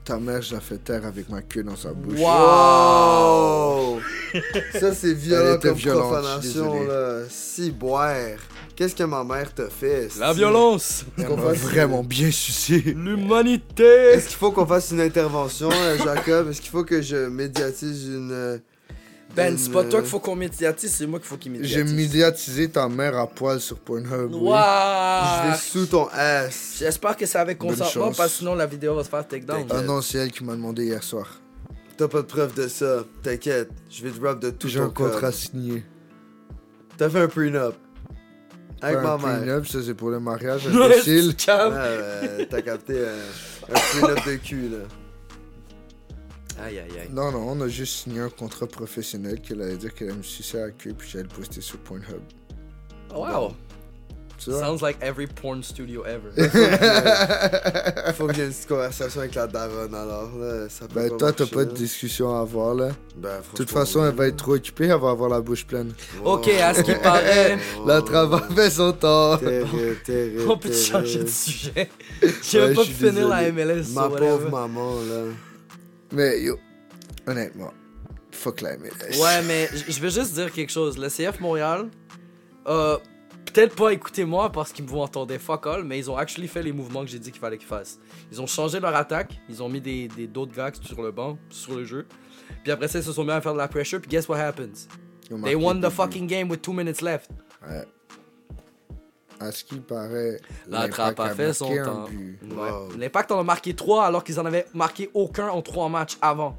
Speaker 3: Ta mère, je la fais taire avec ma queue dans sa bouche.
Speaker 4: Wow! Ça, c'est
Speaker 3: Elle
Speaker 4: violent
Speaker 3: était
Speaker 4: comme
Speaker 3: violente,
Speaker 4: profanation,
Speaker 3: je suis désolé.
Speaker 4: là. Si, boire. Qu'est-ce que ma mère te fait?
Speaker 2: La
Speaker 4: si?
Speaker 2: violence!
Speaker 3: Elle
Speaker 4: qu'on
Speaker 3: m'a
Speaker 4: fasse-
Speaker 3: vraiment bien sucé.
Speaker 2: L'humanité!
Speaker 4: Est-ce qu'il faut qu'on fasse une intervention, euh, Jacob? Est-ce qu'il faut que je médiatise une... euh,
Speaker 2: Ben,
Speaker 4: une,
Speaker 2: c'est pas toi
Speaker 4: euh,
Speaker 2: qu'il faut qu'on médiatise, c'est moi qu'il faut qu'il
Speaker 3: J'ai
Speaker 2: médiatise.
Speaker 3: médiatisé ta mère à poil sur Pornhub. oui.
Speaker 2: Waouh!
Speaker 4: Je vais sous ton ass.
Speaker 2: J'espère que c'est avec
Speaker 3: Bonne
Speaker 2: consentement,
Speaker 3: chance.
Speaker 2: parce que sinon la vidéo va se faire take down.
Speaker 3: Ah non, c'est elle qui m'a demandé hier soir.
Speaker 4: T'as pas de preuve de ça. T'inquiète. Je vais te rub de tout
Speaker 3: J'ai
Speaker 4: ton
Speaker 3: un contrat
Speaker 4: corps.
Speaker 3: signé.
Speaker 4: T'as fait un prenup. Avec
Speaker 3: Pas
Speaker 4: ma
Speaker 3: un
Speaker 4: mère.
Speaker 3: prenup, ça c'est pour le mariage,
Speaker 2: Ouais,
Speaker 3: imbécile.
Speaker 2: c'est calme.
Speaker 4: Ouais, ouais, t'as capté euh, un prenup de cul, là.
Speaker 2: Aïe aïe aïe.
Speaker 3: Non, non, on a juste signé un contrat professionnel qu'elle allait dire qu'elle allait me sucer à la queue puis j'allais le poster sur Pornhub.
Speaker 2: Oh, wow.
Speaker 3: Tu vois?
Speaker 2: Sounds like every porn studio ever.
Speaker 4: Faut que j'ai une petite conversation avec la daronne, alors, là. Ça peut
Speaker 3: Ben
Speaker 4: pas
Speaker 3: toi, t'as
Speaker 4: marcher,
Speaker 3: pas de
Speaker 4: là.
Speaker 3: discussion à avoir là.
Speaker 4: Ben,
Speaker 3: De toute façon, elle va être trop occupée, elle va avoir la bouche pleine.
Speaker 2: Ok, à ce qui paraît,
Speaker 3: La travail fait son temps.
Speaker 4: Terrible, terrible.
Speaker 2: on peut changer de
Speaker 4: terrible.
Speaker 2: sujet. J'ai
Speaker 3: Ouais,
Speaker 2: même pas
Speaker 3: je
Speaker 2: pu
Speaker 3: suis
Speaker 2: finir la
Speaker 3: désolé.
Speaker 2: M L S.
Speaker 4: Ma
Speaker 2: so whatever.
Speaker 4: pauvre maman, là.
Speaker 3: Mais yo, honnêtement, fuck la M L S.
Speaker 2: Ouais, mais j- je vais juste dire quelque chose. Le C F Montréal, euh, peut-être pas écouter moi parce qu'ils vous entendaient fuck all, mais ils ont actually fait les mouvements que j'ai dit qu'il fallait qu'ils fassent. Ils ont changé leur attaque, ils ont mis des, des d'autres gars sur le banc, sur le jeu. Puis après ça, ils se sont mis à faire de la pressure, puis guess what happens?
Speaker 3: Ils ont
Speaker 2: They
Speaker 3: marqué
Speaker 2: won
Speaker 3: deux
Speaker 2: the
Speaker 3: buts.
Speaker 2: fucking game with two minutes left.
Speaker 3: Ouais. À ce qui paraît,
Speaker 2: La trappe a
Speaker 3: l'Impact
Speaker 2: fait son
Speaker 3: marqué un
Speaker 2: temps.
Speaker 3: but.
Speaker 2: Ouais.
Speaker 4: Wow.
Speaker 2: L'Impact en a marqué trois alors qu'ils en avaient marqué aucun en trois matchs avant.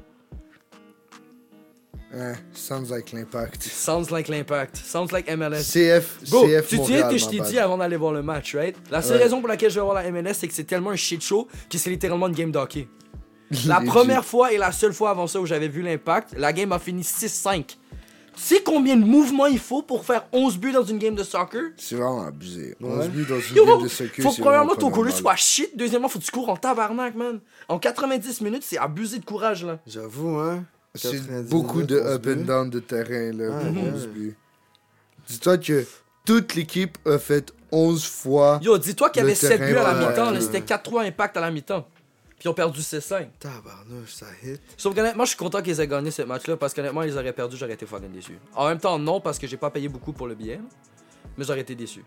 Speaker 3: Hein, sounds like l'Impact.
Speaker 2: Sounds like l'Impact. Sounds like M L S.
Speaker 3: C F,
Speaker 2: Bro,
Speaker 3: C F
Speaker 2: tu te souviens
Speaker 3: Montréal,
Speaker 2: que je
Speaker 3: my
Speaker 2: t'ai
Speaker 3: bad.
Speaker 2: dit avant d'aller voir le match, right? La seule
Speaker 3: Ouais.
Speaker 2: raison pour laquelle je vais voir la M L S, c'est que c'est tellement un shit show que c'est littéralement une game d'hockey. La
Speaker 3: Legit.
Speaker 2: première fois et la seule fois avant ça où j'avais vu l'Impact, la game a fini six cinq. Tu sais combien de mouvements il faut pour faire onze buts dans une game de soccer?
Speaker 3: C'est vraiment abusé.
Speaker 4: Ouais.
Speaker 3: onze buts dans une
Speaker 2: Yo,
Speaker 3: game de soccer,
Speaker 2: faut
Speaker 3: c'est
Speaker 2: premièrement
Speaker 3: vraiment
Speaker 2: ton
Speaker 3: pas
Speaker 2: goaler
Speaker 3: normal.
Speaker 2: soit shit, deuxièmement faut que tu cours en tabarnak, man. En quatre-vingt-dix minutes, c'est abusé de courage, là.
Speaker 4: J'avoue, hein.
Speaker 3: C'est
Speaker 4: quatre-vingt-dix
Speaker 3: beaucoup
Speaker 4: minutes,
Speaker 3: de
Speaker 4: onze
Speaker 3: up and
Speaker 4: buts.
Speaker 3: down de terrain, là,
Speaker 4: Ah,
Speaker 3: pour
Speaker 4: ouais.
Speaker 3: onze buts. Dis-toi que toute l'équipe a fait onze fois.
Speaker 2: Yo, dis-toi qu'il y
Speaker 3: Le
Speaker 2: avait sept
Speaker 3: terrain,
Speaker 2: buts à la
Speaker 3: ouais,
Speaker 2: mi-temps, là,
Speaker 3: ouais.
Speaker 2: c'était quatre trois Impact à la mi-temps. Puis ils ont perdu six cinq.
Speaker 4: Tabarnouche, ça hit.
Speaker 2: Sauf qu'honnêtement, je suis content qu'ils aient gagné ce match-là parce qu'honnêtement, ils auraient perdu, j'aurais été fucking déçu. En même temps, non, parce que j'ai pas payé beaucoup pour le billet, là, mais j'aurais été déçu.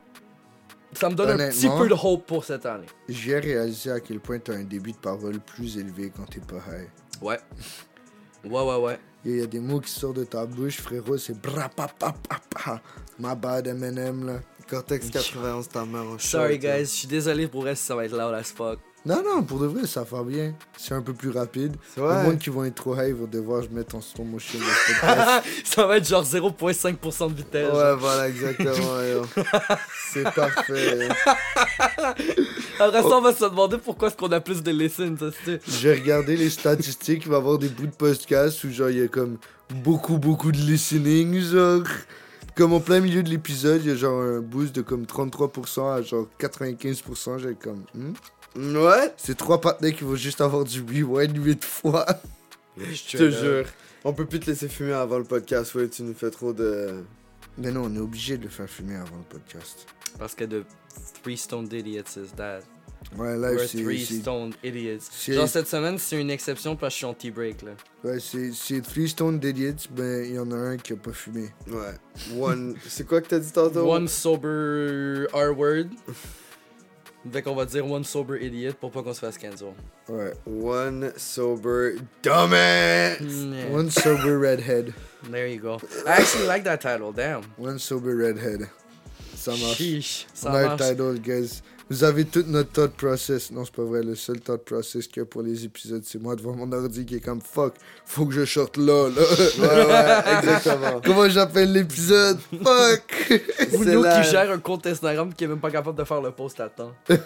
Speaker 2: Ça me donne un petit
Speaker 3: Honnêtement,
Speaker 2: peu de hope pour cette année.
Speaker 3: J'ai réalisé à quel point t'as un début de parole plus élevé quand t'es pas high.
Speaker 2: Ouais. Ouais, ouais, ouais.
Speaker 3: Il y a des mots qui sortent de ta bouche, frérot, c'est brapapapapa. My bad M and M, là.
Speaker 4: Cortex quatre-vingt-onze, ta mère en
Speaker 2: Sorry,
Speaker 4: short, là.
Speaker 2: guys, je suis désolé pour elle si ça va être loud as fuck.
Speaker 3: Non, non, pour de vrai, ça va bien. C'est un peu plus rapide.
Speaker 4: C'est
Speaker 3: Le
Speaker 4: vrai.
Speaker 3: monde qui vont être trop high vont devoir se mettre en slow motion. dans ce podcast.
Speaker 2: Ça va être genre zéro virgule cinq pour cent de vitesse.
Speaker 4: Ouais, voilà, exactement. yo. C'est parfait.
Speaker 2: Après ça, on va se demander pourquoi est-ce qu'on a plus de listens, ça c'est.
Speaker 3: J'ai regardé les statistiques, il va y avoir des bouts de podcast où genre il y a comme beaucoup beaucoup de listening, genre. Comme en plein milieu de l'épisode, il y a genre un boost de comme trente-trois pour cent à genre quatre-vingt-quinze pour cent, j'ai comme... hmm?
Speaker 4: Ouais.
Speaker 3: C'est trois partenaires qui vont juste avoir du rewind huit fois.
Speaker 4: Je te jure. On peut plus te laisser fumer avant le podcast, ouais, tu nous fais trop de...
Speaker 3: Mais non, on est obligé de le faire fumer avant le podcast.
Speaker 2: Parce que de Three Stoned Idiots is that.
Speaker 3: Ouais, là,
Speaker 2: We're
Speaker 3: c'est...
Speaker 2: Three
Speaker 3: c'est-
Speaker 2: Stoned Idiots.
Speaker 3: c'est-
Speaker 2: Genre cette semaine, c'est une exception parce que je suis en tea break là.
Speaker 3: Ouais, c'est c'est Three Stone Idiots, ben il y en a un qui a pas fumé.
Speaker 4: Ouais. One... C'est quoi que t'as dit tantôt?
Speaker 2: One sober R-word. Fait qu'on va dire one sober idiot pour pas qu'on se fasse cancel.
Speaker 3: Ouais.
Speaker 4: One sober dumbass.
Speaker 2: Yeah.
Speaker 3: One sober redhead.
Speaker 2: There you go. I actually like that title, damn.
Speaker 3: One sober redhead. Ça marche.
Speaker 2: Sheesh, ça
Speaker 3: On a un
Speaker 2: marche.
Speaker 3: title, guys. Vous avez tout notre thought process. Non, c'est pas vrai. Le seul thought process qu'il y a pour les épisodes, c'est moi devant mon ordi qui est comme fuck. Faut que je sorte là, là.
Speaker 4: Ouais, ouais, exactement.
Speaker 3: Comment j'appelle l'épisode? Fuck!
Speaker 2: Ou
Speaker 4: C'est
Speaker 2: nous
Speaker 4: la-
Speaker 2: qui gère un compte Instagram qui est même pas capable de faire le post à temps. Ça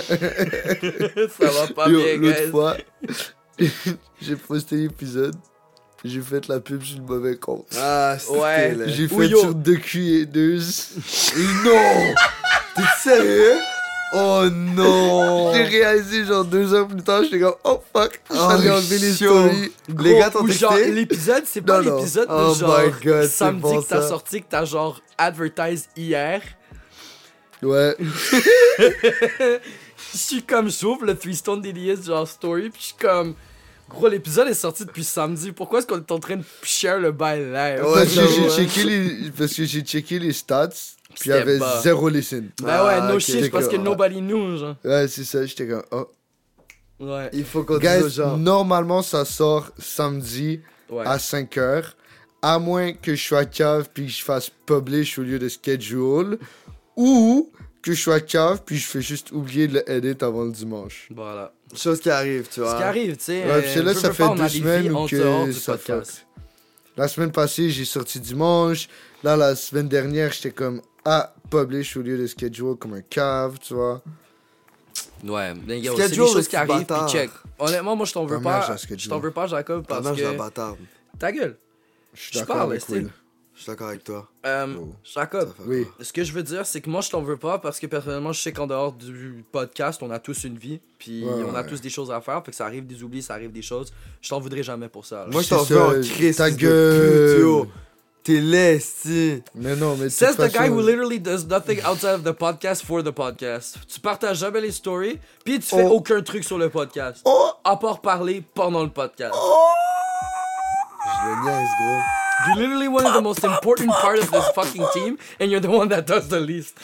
Speaker 2: va pas
Speaker 3: Yo,
Speaker 2: bien,
Speaker 3: l'autre
Speaker 2: guys.
Speaker 3: fois, j'ai posté l'épisode. J'ai fait la pub sur le mauvais compte.
Speaker 4: Ah, c'était
Speaker 2: Ouais.
Speaker 4: là.
Speaker 3: J'ai
Speaker 2: Ou
Speaker 3: fait
Speaker 2: yo.
Speaker 3: sur deux creators.
Speaker 4: Non! T'es sérieux? Oh non!
Speaker 3: J'ai réalisé genre deux heures plus tard, j'étais comme oh fuck, j'allais
Speaker 4: Oh,
Speaker 3: enlever les
Speaker 4: chaud.
Speaker 3: stories.
Speaker 4: Les gars t'ont
Speaker 2: Ou genre,
Speaker 4: texté?
Speaker 2: l'épisode, c'est pas
Speaker 3: Non, non.
Speaker 2: l'épisode de
Speaker 4: Oh
Speaker 2: genre
Speaker 4: my God, c'est
Speaker 2: samedi
Speaker 4: bon,
Speaker 2: que t'as
Speaker 4: ça.
Speaker 2: sorti, que t'as genre advertise hier.
Speaker 3: Ouais.
Speaker 2: Je suis comme, j'ouvre le Three Stone D D S genre story, puis je suis comme, gros, l'épisode est sorti depuis samedi, pourquoi est-ce qu'on est en train de share le bail live?
Speaker 4: Ouais,
Speaker 3: Parce que
Speaker 4: j'avoue,
Speaker 3: j'ai
Speaker 4: ouais.
Speaker 3: checké les, parce que j'ai checké les stats, puis il y
Speaker 2: C'était
Speaker 3: avait
Speaker 2: bas.
Speaker 3: zéro listen.
Speaker 2: Ben ouais,
Speaker 4: Ah,
Speaker 2: no
Speaker 4: ok,
Speaker 2: shit, parce que
Speaker 3: d'accord.
Speaker 2: nobody knew, genre.
Speaker 3: Ouais, c'est ça, j'étais comme, oh.
Speaker 2: Ouais.
Speaker 4: Il faut qu'on dise aux
Speaker 3: Guys,
Speaker 4: gens.
Speaker 3: normalement, ça sort samedi
Speaker 2: Ouais.
Speaker 3: à cinq heures. À moins que je sois cave puis que je fasse publish au lieu de schedule. Ou que je sois cave puis je fais juste oublier de le edit avant le dimanche.
Speaker 2: Voilà.
Speaker 4: Chose qui arrive, tu vois.
Speaker 2: Ce qui arrive, tu sais.
Speaker 3: Ouais, parce que là,
Speaker 2: euh,
Speaker 3: ça
Speaker 2: veux
Speaker 3: fait
Speaker 2: pas, on a
Speaker 3: deux
Speaker 2: des
Speaker 3: semaines
Speaker 2: vies
Speaker 3: où
Speaker 2: en dehors
Speaker 3: que
Speaker 2: du
Speaker 3: ça
Speaker 2: podcast.
Speaker 3: fuck. La semaine passée, j'ai sorti dimanche. Là, la semaine dernière, j'étais comme à publish au lieu de schedule comme un cave, tu vois.
Speaker 2: Ouais, mais yo,
Speaker 4: Schedule,
Speaker 2: c'est des choses
Speaker 4: le
Speaker 2: qui
Speaker 4: petit
Speaker 2: arrivent, puis
Speaker 4: bâtard.
Speaker 2: check. Honnêtement, moi, je t'en veux
Speaker 3: Ta mère,
Speaker 2: pas.
Speaker 3: j'ai un schedule.
Speaker 2: Je t'en veux pas, Jacob, parce
Speaker 4: Pendant, j'ai un
Speaker 2: que...
Speaker 4: bâtard.
Speaker 2: Ta gueule.
Speaker 3: Je suis
Speaker 2: Je
Speaker 3: d'accord
Speaker 2: parle,
Speaker 3: avec
Speaker 2: c'est-
Speaker 3: Will.
Speaker 4: Je suis d'accord avec toi.
Speaker 2: Euh,
Speaker 3: Oh.
Speaker 2: Jacob,
Speaker 4: Ça fait
Speaker 3: Oui.
Speaker 4: quoi?
Speaker 2: ce que je veux dire, c'est que moi, je t'en veux pas, parce que personnellement, je sais qu'en dehors du podcast, on a tous une vie, puis
Speaker 3: Ouais,
Speaker 2: on a
Speaker 3: ouais.
Speaker 2: tous des choses à faire, fait que ça arrive des oublis, ça arrive des choses. Je t'en voudrais jamais pour ça. là.
Speaker 4: Moi, je
Speaker 3: C'est
Speaker 4: t'en
Speaker 3: ça,
Speaker 4: veux en Christ.
Speaker 3: ta
Speaker 4: fils de
Speaker 3: gueule.
Speaker 4: pute, yo. T'es laid, si.
Speaker 3: Mais non, mais de
Speaker 2: Says
Speaker 3: toute
Speaker 2: the guy
Speaker 3: façon-
Speaker 2: who literally does nothing outside of the podcast for the podcast. Tu partages jamais les stories, puis tu fais
Speaker 3: Oh.
Speaker 2: aucun truc sur le podcast.
Speaker 3: Oh!
Speaker 2: À part parler pendant le podcast.
Speaker 4: Je le niaise, gros.
Speaker 2: You're literally one of the most important part of this fucking team, and you're the one that does the least.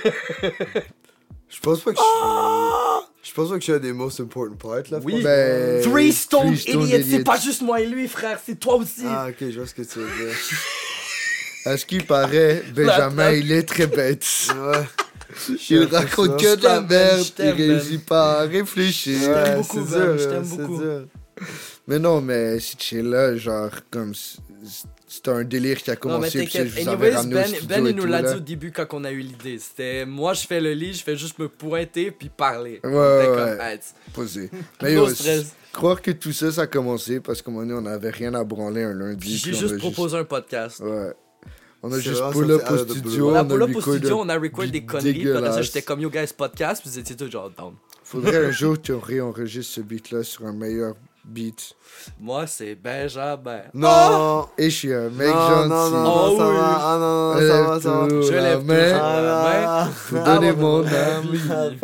Speaker 4: Je pense pas que je suis. Je pense pas que je suis un des most important parts, là.
Speaker 2: Oui.
Speaker 3: Ben,
Speaker 2: Three Stone
Speaker 3: Three Stone
Speaker 2: Idiots, c'est
Speaker 3: Idiots.
Speaker 2: pas juste moi et lui, frère, c'est toi aussi.
Speaker 4: Ah, ok, je vois ce que tu veux dire.
Speaker 3: À ce qui paraît, Benjamin, il est très bête.
Speaker 4: Ouais.
Speaker 3: Il raconte que de la
Speaker 2: t'aime,
Speaker 3: merde,
Speaker 2: je t'aime,
Speaker 3: il réussit pas à réfléchir.
Speaker 2: t'aime
Speaker 4: Ouais,
Speaker 2: beaucoup,
Speaker 4: c'est
Speaker 2: Ben,
Speaker 4: dur,
Speaker 2: je t'aime
Speaker 4: c'est
Speaker 2: beaucoup.
Speaker 4: dur.
Speaker 3: Mais non, mais c'est chill là, genre, comme. c'est- C'était un délire qui a
Speaker 2: Non, mais
Speaker 3: commencé, puis
Speaker 2: t'inquiète.
Speaker 3: je vous avais
Speaker 2: Anyways,
Speaker 3: ramené
Speaker 2: Ben,
Speaker 3: au studio
Speaker 2: Ben
Speaker 3: et
Speaker 2: il nous
Speaker 3: tout,
Speaker 2: l'a
Speaker 3: là.
Speaker 2: dit au début quand on a eu l'idée. C'était moi, je fais le lit, je fais juste me pointer puis parler.
Speaker 3: Ouais,
Speaker 2: On était
Speaker 3: ouais,
Speaker 2: comme,
Speaker 3: ouais.
Speaker 2: hey,
Speaker 3: Posé. Mais
Speaker 2: No
Speaker 3: yo,
Speaker 2: stress.
Speaker 3: c'est- croire que tout ça, ça a commencé parce qu'à un moment donné, on avait rien à branler un lundi.
Speaker 2: Puis j'ai
Speaker 3: puis on
Speaker 2: juste
Speaker 3: a
Speaker 2: proposé un podcast.
Speaker 3: Ouais. On a
Speaker 4: C'est
Speaker 3: juste
Speaker 4: vraiment
Speaker 3: pull up
Speaker 4: sorti
Speaker 3: au
Speaker 4: out of the blue.
Speaker 3: studio,
Speaker 2: On a
Speaker 3: on
Speaker 2: pull
Speaker 3: a
Speaker 2: up au
Speaker 3: record
Speaker 2: studio,
Speaker 3: un
Speaker 2: on a record des
Speaker 3: beat
Speaker 2: conneries, puis après ça,
Speaker 3: dégueulasse.
Speaker 2: j'étais comme, yo guys, podcast, puis vous étiez tous genre down.
Speaker 3: Faudrait un jour que tu réenregistres ce beat-là sur un meilleur beat.
Speaker 2: Moi, c'est Benjamin.
Speaker 4: Non!
Speaker 3: Et je suis un mec
Speaker 4: non,
Speaker 3: gentil.
Speaker 4: non, non,
Speaker 2: Oh
Speaker 4: non, ça
Speaker 2: oui.
Speaker 4: va. Ah non, non, ça va, ça va.
Speaker 3: Lève
Speaker 2: Je
Speaker 3: la
Speaker 2: lève
Speaker 3: main.
Speaker 2: toujours.
Speaker 4: Ah, là.
Speaker 3: Faut donner mon ami.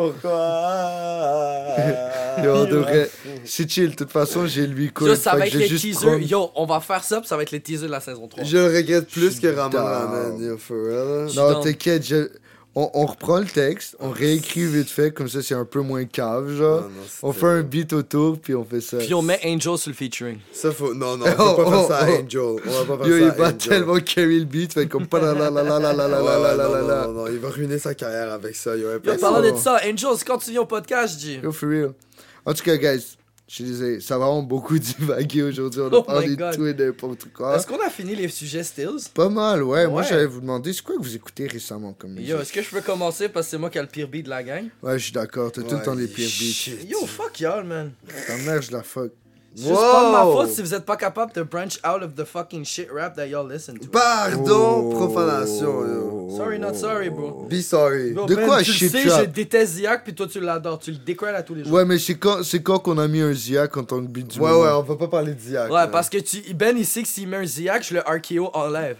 Speaker 4: Pourquoi?
Speaker 3: Yo, on devrait... C'est chill, de toute façon, j'ai lui
Speaker 2: Yo, ça va être les
Speaker 3: juste
Speaker 2: teasers.
Speaker 3: prendre-
Speaker 2: Yo, on va faire ça, puis ça va être les teasers de la saison trois.
Speaker 4: Je le regrette plus que
Speaker 3: suis
Speaker 4: Ramon
Speaker 3: down.
Speaker 4: Ramen, yo, for real.
Speaker 2: suis
Speaker 3: Non,
Speaker 2: down.
Speaker 3: t'inquiète, je- on, on reprend le texte, on réécrit vite fait, comme ça c'est un peu moins cave, genre.
Speaker 4: Non, non,
Speaker 3: On
Speaker 4: c'était-
Speaker 3: fait un beat autour, puis on fait ça.
Speaker 2: Puis on met Angel sur le featuring.
Speaker 4: Ça faut. Non, non, on va pas faire ça à Angel. On va pas faire
Speaker 3: Yo,
Speaker 4: ça
Speaker 3: il
Speaker 4: à
Speaker 3: va
Speaker 4: Angel.
Speaker 3: tellement carry le beat, fait comme pas la la la la la la la
Speaker 4: Ouais,
Speaker 3: la
Speaker 4: ouais,
Speaker 3: la la
Speaker 4: non,
Speaker 3: la
Speaker 4: non,
Speaker 3: la.
Speaker 4: non, non, il va ruiner sa carrière avec ça. Yo,
Speaker 2: Yo,
Speaker 4: personne-
Speaker 2: parlant de
Speaker 3: Oh.
Speaker 2: ça, Angel, c'est quand tu viens au podcast, je dis.
Speaker 3: Yo, for real. En tout cas, guys, je suis désolé, ça va vraiment beaucoup divaguer aujourd'hui. On a
Speaker 2: Oh
Speaker 3: parlé
Speaker 2: my
Speaker 3: de
Speaker 2: God.
Speaker 3: tout et n'importe quoi.
Speaker 2: Est-ce qu'on a fini les sujets Stills?
Speaker 3: Pas mal, ouais. Moi,
Speaker 2: Ouais.
Speaker 3: j'allais vous demander, c'est quoi que vous écoutez récemment comme musique?
Speaker 2: Yo, est-ce que je peux commencer parce que c'est moi qui a le pire beat de la gang?
Speaker 3: Ouais, je suis d'accord, t'as tout le
Speaker 4: Ouais,
Speaker 3: temps les pires beats.
Speaker 4: shit.
Speaker 2: Yo, fuck y'all, man.
Speaker 3: Ta mère, je la fuck.
Speaker 2: C'est juste pas de ma
Speaker 4: Wow.
Speaker 2: faute si vous êtes pas capable de branch out of the fucking shit rap that y'all listen to.
Speaker 4: Pardon,
Speaker 3: Oh.
Speaker 4: profanation, yo.
Speaker 2: Sorry, not sorry, bro.
Speaker 4: Be sorry.
Speaker 2: Bro,
Speaker 3: De
Speaker 2: Ben,
Speaker 3: quoi
Speaker 2: tu le
Speaker 3: shit
Speaker 2: sais,
Speaker 3: rap?
Speaker 2: je déteste Ziak puis toi tu l'adores, tu le décores à tous les jours.
Speaker 3: Ouais, mais c'est quand, c'est quand qu'on a mis un Ziak en tant que beat du
Speaker 4: Ouais,
Speaker 3: moment.
Speaker 4: ouais, on va pas parler de Ziak.
Speaker 2: Ouais, parce que tu, Ben il sait que s'il met un Ziak, je le R K O enlève.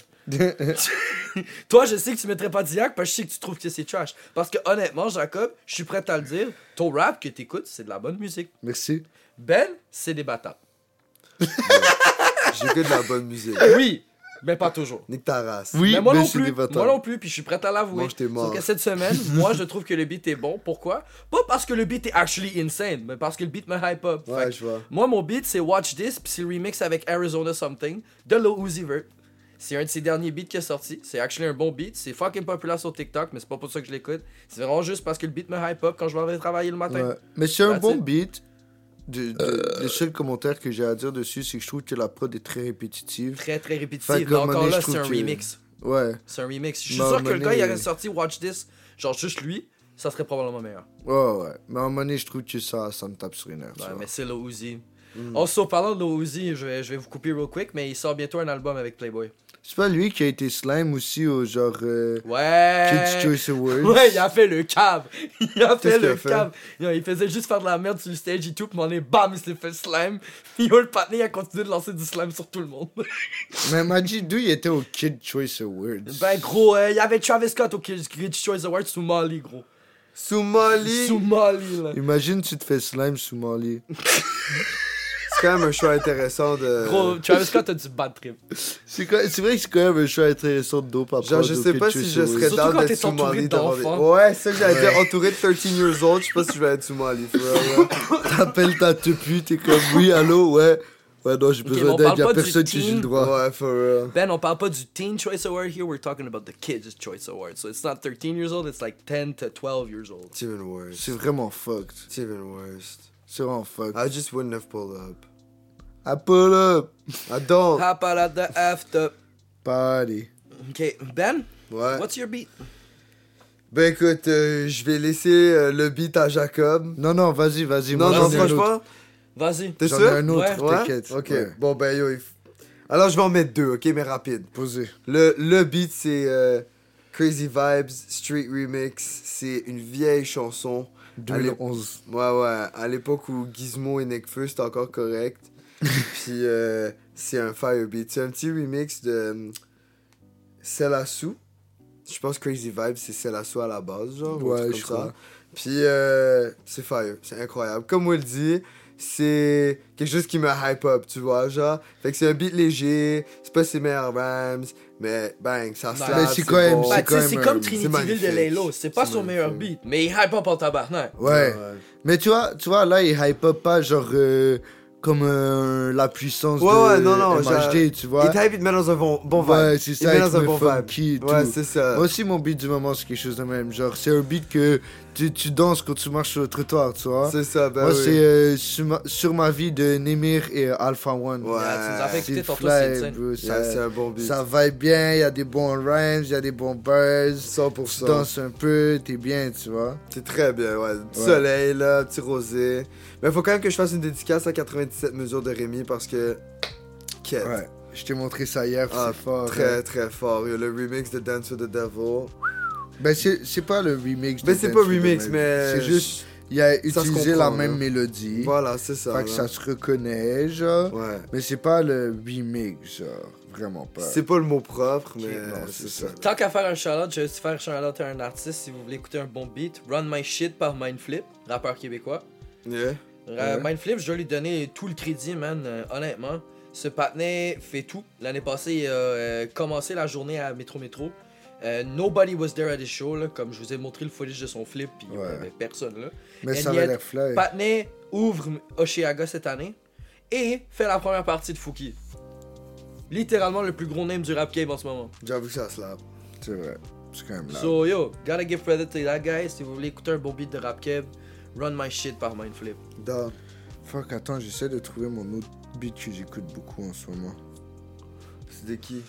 Speaker 2: Toi, je sais que tu mettrais pas de Ziak parce que je sais que tu trouves que c'est trash. Parce que honnêtement, Jacob, je suis prêt à le dire, ton rap que t'écoutes, c'est de la bonne musique.
Speaker 3: Merci.
Speaker 2: Ben, c'est des bâtards.
Speaker 4: J'écoute de la bonne musique.
Speaker 2: Oui, mais pas toujours.
Speaker 4: Nique ta race.
Speaker 3: Oui,
Speaker 2: mais moi
Speaker 3: mais
Speaker 2: non
Speaker 3: c'est
Speaker 2: plus,
Speaker 3: des bâtards.
Speaker 2: moi non plus, puis je suis prêt à l'avouer.
Speaker 4: Mange tes morts.
Speaker 2: Sauf que cette semaine, moi je trouve que le beat est bon. Pourquoi? Pas parce que le beat est actually insane, mais parce que le beat me hype up. Fait
Speaker 4: Ouais,
Speaker 2: que
Speaker 4: je vois.
Speaker 2: moi, mon beat, c'est Watch This, puis c'est le remix avec Arizona Something de Lil Uzi Vert. C'est un de ses derniers beats qui est sorti. C'est actually un bon beat. C'est fucking populaire sur TikTok, mais c'est pas pour ça que je l'écoute. C'est vraiment juste parce que le beat me hype up quand je vais aller travailler le matin.
Speaker 3: Ouais. Mais c'est un
Speaker 2: That's
Speaker 3: bon
Speaker 2: it.
Speaker 3: beat. De, de- Le seul commentaire que j'ai à dire dessus, c'est que je trouve que la prod est très répétitive.
Speaker 2: Très très répétitif.
Speaker 3: Fait que
Speaker 2: Mais
Speaker 3: à un moment
Speaker 2: encore
Speaker 3: donné,
Speaker 2: là,
Speaker 3: je trouve
Speaker 2: c'est un
Speaker 3: que-
Speaker 2: remix.
Speaker 3: Ouais,
Speaker 2: C'est un remix. Je suis
Speaker 3: Mais à un
Speaker 2: sûr que
Speaker 3: moment
Speaker 2: le gars, il
Speaker 3: donné-
Speaker 2: aurait sorti Watch This, genre juste lui, ça serait probablement meilleur.
Speaker 3: ouais, ouais. Mais à un moment donné, je trouve que ça, ça me tape sur les nerfs. tu
Speaker 2: Ouais,
Speaker 3: vois.
Speaker 2: mais c'est Lil Uzi.
Speaker 3: Mm.
Speaker 2: Also, parlant de Lil Uzi, je vais, je vais vous couper real quick, mais il sort bientôt un album avec Playboy.
Speaker 3: C'est pas lui qui a été slime aussi au genre euh,
Speaker 2: Ouais!
Speaker 3: Kids Choice Awards.
Speaker 2: Ouais, il a fait le cave! Il a fait
Speaker 4: Qu'est-ce qu'il
Speaker 2: le
Speaker 4: a fait?
Speaker 2: cave! Yo, il faisait juste faire de la merde sur le stage et tout, puis on est bam, il s'est fait slime. Yo, le patiné a continué de lancer du slime sur tout le monde.
Speaker 3: Mais Magic deux, il était au Kid Choice Awards.
Speaker 2: Ben gros, euh, il y avait Travis Scott au Kids Kids Choice Awards sous Molly, gros.
Speaker 4: Somali.
Speaker 2: Somali, là.
Speaker 3: Imagine tu te fais slime sous Mali.
Speaker 4: C'est quand même un choix intéressant de.
Speaker 2: Gros, Travis Scott a du bad trip.
Speaker 3: C'est quoi- c'est vrai que c'est quand même un choix intéressant de dope à
Speaker 4: Genre,
Speaker 3: prendre
Speaker 4: je
Speaker 3: au
Speaker 4: sais
Speaker 3: que
Speaker 4: pas
Speaker 3: tu
Speaker 4: si
Speaker 3: es
Speaker 4: je
Speaker 3: sur-
Speaker 4: serais
Speaker 2: Surtout
Speaker 4: down
Speaker 2: quand
Speaker 4: d'être
Speaker 2: t'es
Speaker 4: Somali
Speaker 2: entouré
Speaker 4: d'avoir des-
Speaker 2: d'enfants.
Speaker 4: Ouais, c'est ça que j'allais dire,
Speaker 3: Ouais.
Speaker 4: entouré de treize years old, je sais pas si je vais être Somali. for real, ouais.
Speaker 3: T'appelles ta tepu, t'es comme oui, allô, ouais. Ouais, non, j'ai
Speaker 2: Ok,
Speaker 3: besoin
Speaker 2: mais on
Speaker 3: d'aide,
Speaker 2: parle
Speaker 3: y'a
Speaker 2: pas du
Speaker 3: personne qui
Speaker 2: teen.
Speaker 3: joue le droit.
Speaker 4: Ouais, for real.
Speaker 2: Ben, on parle pas du Teen Choice Award here, we're talking about the Kids Choice Award. So it's not thirteen years old, it's like ten to twelve years old.
Speaker 4: It's even worse.
Speaker 3: C'est vraiment fucked.
Speaker 4: It's even worse.
Speaker 3: C'est vraiment fucked.
Speaker 4: I just wouldn't have pulled up.
Speaker 3: I pull up.
Speaker 4: I don't.
Speaker 2: Hop out at the after.
Speaker 3: Party.
Speaker 2: Ok, Ben,
Speaker 4: Ouais.
Speaker 2: what's your beat?
Speaker 4: Ben écoute, euh, je vais laisser euh, le beat à Jacob.
Speaker 3: Non, non, vas-y, vas-y.
Speaker 4: Non,
Speaker 3: moi,
Speaker 4: non,
Speaker 3: j'en ai un autre.
Speaker 4: franchement.
Speaker 2: Vas-y.
Speaker 4: T'es
Speaker 3: J'en
Speaker 4: sûr?
Speaker 3: ai un autre,
Speaker 2: Ouais.
Speaker 3: t'inquiète.
Speaker 4: Ok.
Speaker 3: Ouais.
Speaker 4: Bon, ben yo. il f- Alors, je vais en mettre deux, ok, mais rapide.
Speaker 3: Posé.
Speaker 4: Le, le beat, c'est euh, Crazy Vibes Street Remix. C'est une vieille chanson.
Speaker 3: deux mille onze.
Speaker 4: Ouais, ouais. À l'époque où Gizmo et Nekfeu, c'était encore correct. Puis, euh, c'est un fire beat. C'est un petit remix de euh, Selassou. Je pense que Crazy Vibes, c'est Selassou à la base, genre. ou un
Speaker 3: Ouais,
Speaker 4: truc
Speaker 3: je
Speaker 4: comme ça.
Speaker 3: crois.
Speaker 4: Puis, euh, c'est fire. C'est incroyable. Comme Will dit, c'est quelque chose qui me hype up, tu vois, genre. Fait que c'est un beat léger, c'est pas ses meilleurs rhymes, mais bang, ça
Speaker 2: Mais
Speaker 4: slap,
Speaker 3: c'est quand même-
Speaker 4: bon.
Speaker 2: Bah,
Speaker 3: c'est
Speaker 2: tu sais,
Speaker 3: quand
Speaker 2: c'est
Speaker 3: même,
Speaker 2: comme
Speaker 3: euh,
Speaker 2: Trinityville
Speaker 4: c'est
Speaker 2: de
Speaker 4: magnifique.
Speaker 2: Laylo. C'est pas
Speaker 4: C'est
Speaker 2: son meilleur
Speaker 4: magnifique.
Speaker 2: beat, mais il hype up en tabarnak.
Speaker 3: Ouais. Mais tu vois, tu vois, là, il hype up pas genre euh, comme euh, la puissance
Speaker 4: Ouais,
Speaker 3: de
Speaker 4: ouais, non, non,
Speaker 3: M H D,
Speaker 4: genre,
Speaker 3: tu vois.
Speaker 4: Il type, il te met dans un bon, bon vibe.
Speaker 3: Ouais, c'est
Speaker 4: Il
Speaker 3: ça,
Speaker 4: met
Speaker 3: il
Speaker 4: dans
Speaker 3: te
Speaker 4: un
Speaker 3: met
Speaker 4: bon vibe.
Speaker 3: funky et
Speaker 4: Ouais,
Speaker 3: tout.
Speaker 4: c'est ça.
Speaker 3: Moi aussi, mon beat du moment, c'est quelque chose de même. Genre, c'est un beat que tu, tu danses quand tu marches sur le trottoir, tu vois.
Speaker 4: C'est ça, ben
Speaker 3: Moi,
Speaker 4: oui.
Speaker 3: c'est euh, sur, ma, sur ma vie de Nemir et Alpha One.
Speaker 4: Ouais.
Speaker 2: Yeah, tu nous as fait
Speaker 3: C'est
Speaker 2: écouter tantôt,
Speaker 3: fly,
Speaker 2: c'est insane.
Speaker 3: bro.
Speaker 4: Yeah, c'est
Speaker 3: Ça,
Speaker 4: un bon beat.
Speaker 3: ça vibe bien, il y a des bons rhymes, il y a des bons bars.
Speaker 4: cent pour
Speaker 3: Tu
Speaker 4: cent.
Speaker 3: danses un peu, t'es bien, tu vois.
Speaker 4: C'est très bien, ouais. Du
Speaker 3: Ouais.
Speaker 4: soleil, là, petit rosé. Mais faut quand même que je fasse une dédicace à quatre-vingt-dix-sept mesures de Rémi parce que. Quête.
Speaker 3: Ouais. Je t'ai montré ça hier,
Speaker 4: Ah,
Speaker 3: c'est fort.
Speaker 4: Très,
Speaker 3: hein.
Speaker 4: très fort. Il y a le remix de Dance with the Devil.
Speaker 3: Ben, c'est c'est pas le remix. de
Speaker 4: Mais c'est
Speaker 3: Dance
Speaker 4: pas
Speaker 3: with the
Speaker 4: remix,
Speaker 3: Devil.
Speaker 4: mais.
Speaker 3: C'est juste, il a
Speaker 4: ça se
Speaker 3: utilisé
Speaker 4: comprend,
Speaker 3: la même
Speaker 4: là.
Speaker 3: mélodie.
Speaker 4: Voilà, c'est ça.
Speaker 3: Fait que
Speaker 4: là.
Speaker 3: ça se reconnaît, genre.
Speaker 4: Ouais.
Speaker 3: Mais c'est pas le remix, genre. Vraiment pas.
Speaker 4: C'est pas le mot propre, mais.
Speaker 3: non,
Speaker 4: c'est
Speaker 3: c'est
Speaker 4: ça.
Speaker 2: Tant qu'à faire un shout-out, je vais aussi faire un shout-out à un artiste si vous voulez écouter un bon beat. Run My Shit par Mindflip, rappeur québécois.
Speaker 4: Yeah.
Speaker 2: Euh,
Speaker 3: Ouais.
Speaker 2: Mindflip, je dois lui donner tout le crédit, man, euh, honnêtement. Ce patinet fait tout. L'année passée, il a euh, commencé la journée à Métro Métro. Euh, nobody was there at his show, là, comme je vous ai montré le footage de son flip, puis il y
Speaker 3: Ouais.
Speaker 2: avait personne là.
Speaker 3: Mais
Speaker 2: And
Speaker 3: ça
Speaker 2: yet,
Speaker 3: avait l'air fly.
Speaker 2: Patinet ouvre Oshiaga cette année et fait la première partie de Fouki. Littéralement le plus gros name du rap game en ce moment.
Speaker 4: J'avoue que ça slap.
Speaker 3: C'est vrai. C'est quand même là.
Speaker 2: So yo, gotta give credit to that guy. Si vous voulez écouter un bon beat de rap kev, Run My Shit par Mindflip.
Speaker 4: Da.
Speaker 3: Fuck, attends, j'essaie de trouver mon autre beat que j'écoute beaucoup en ce moment.
Speaker 4: C'est de qui?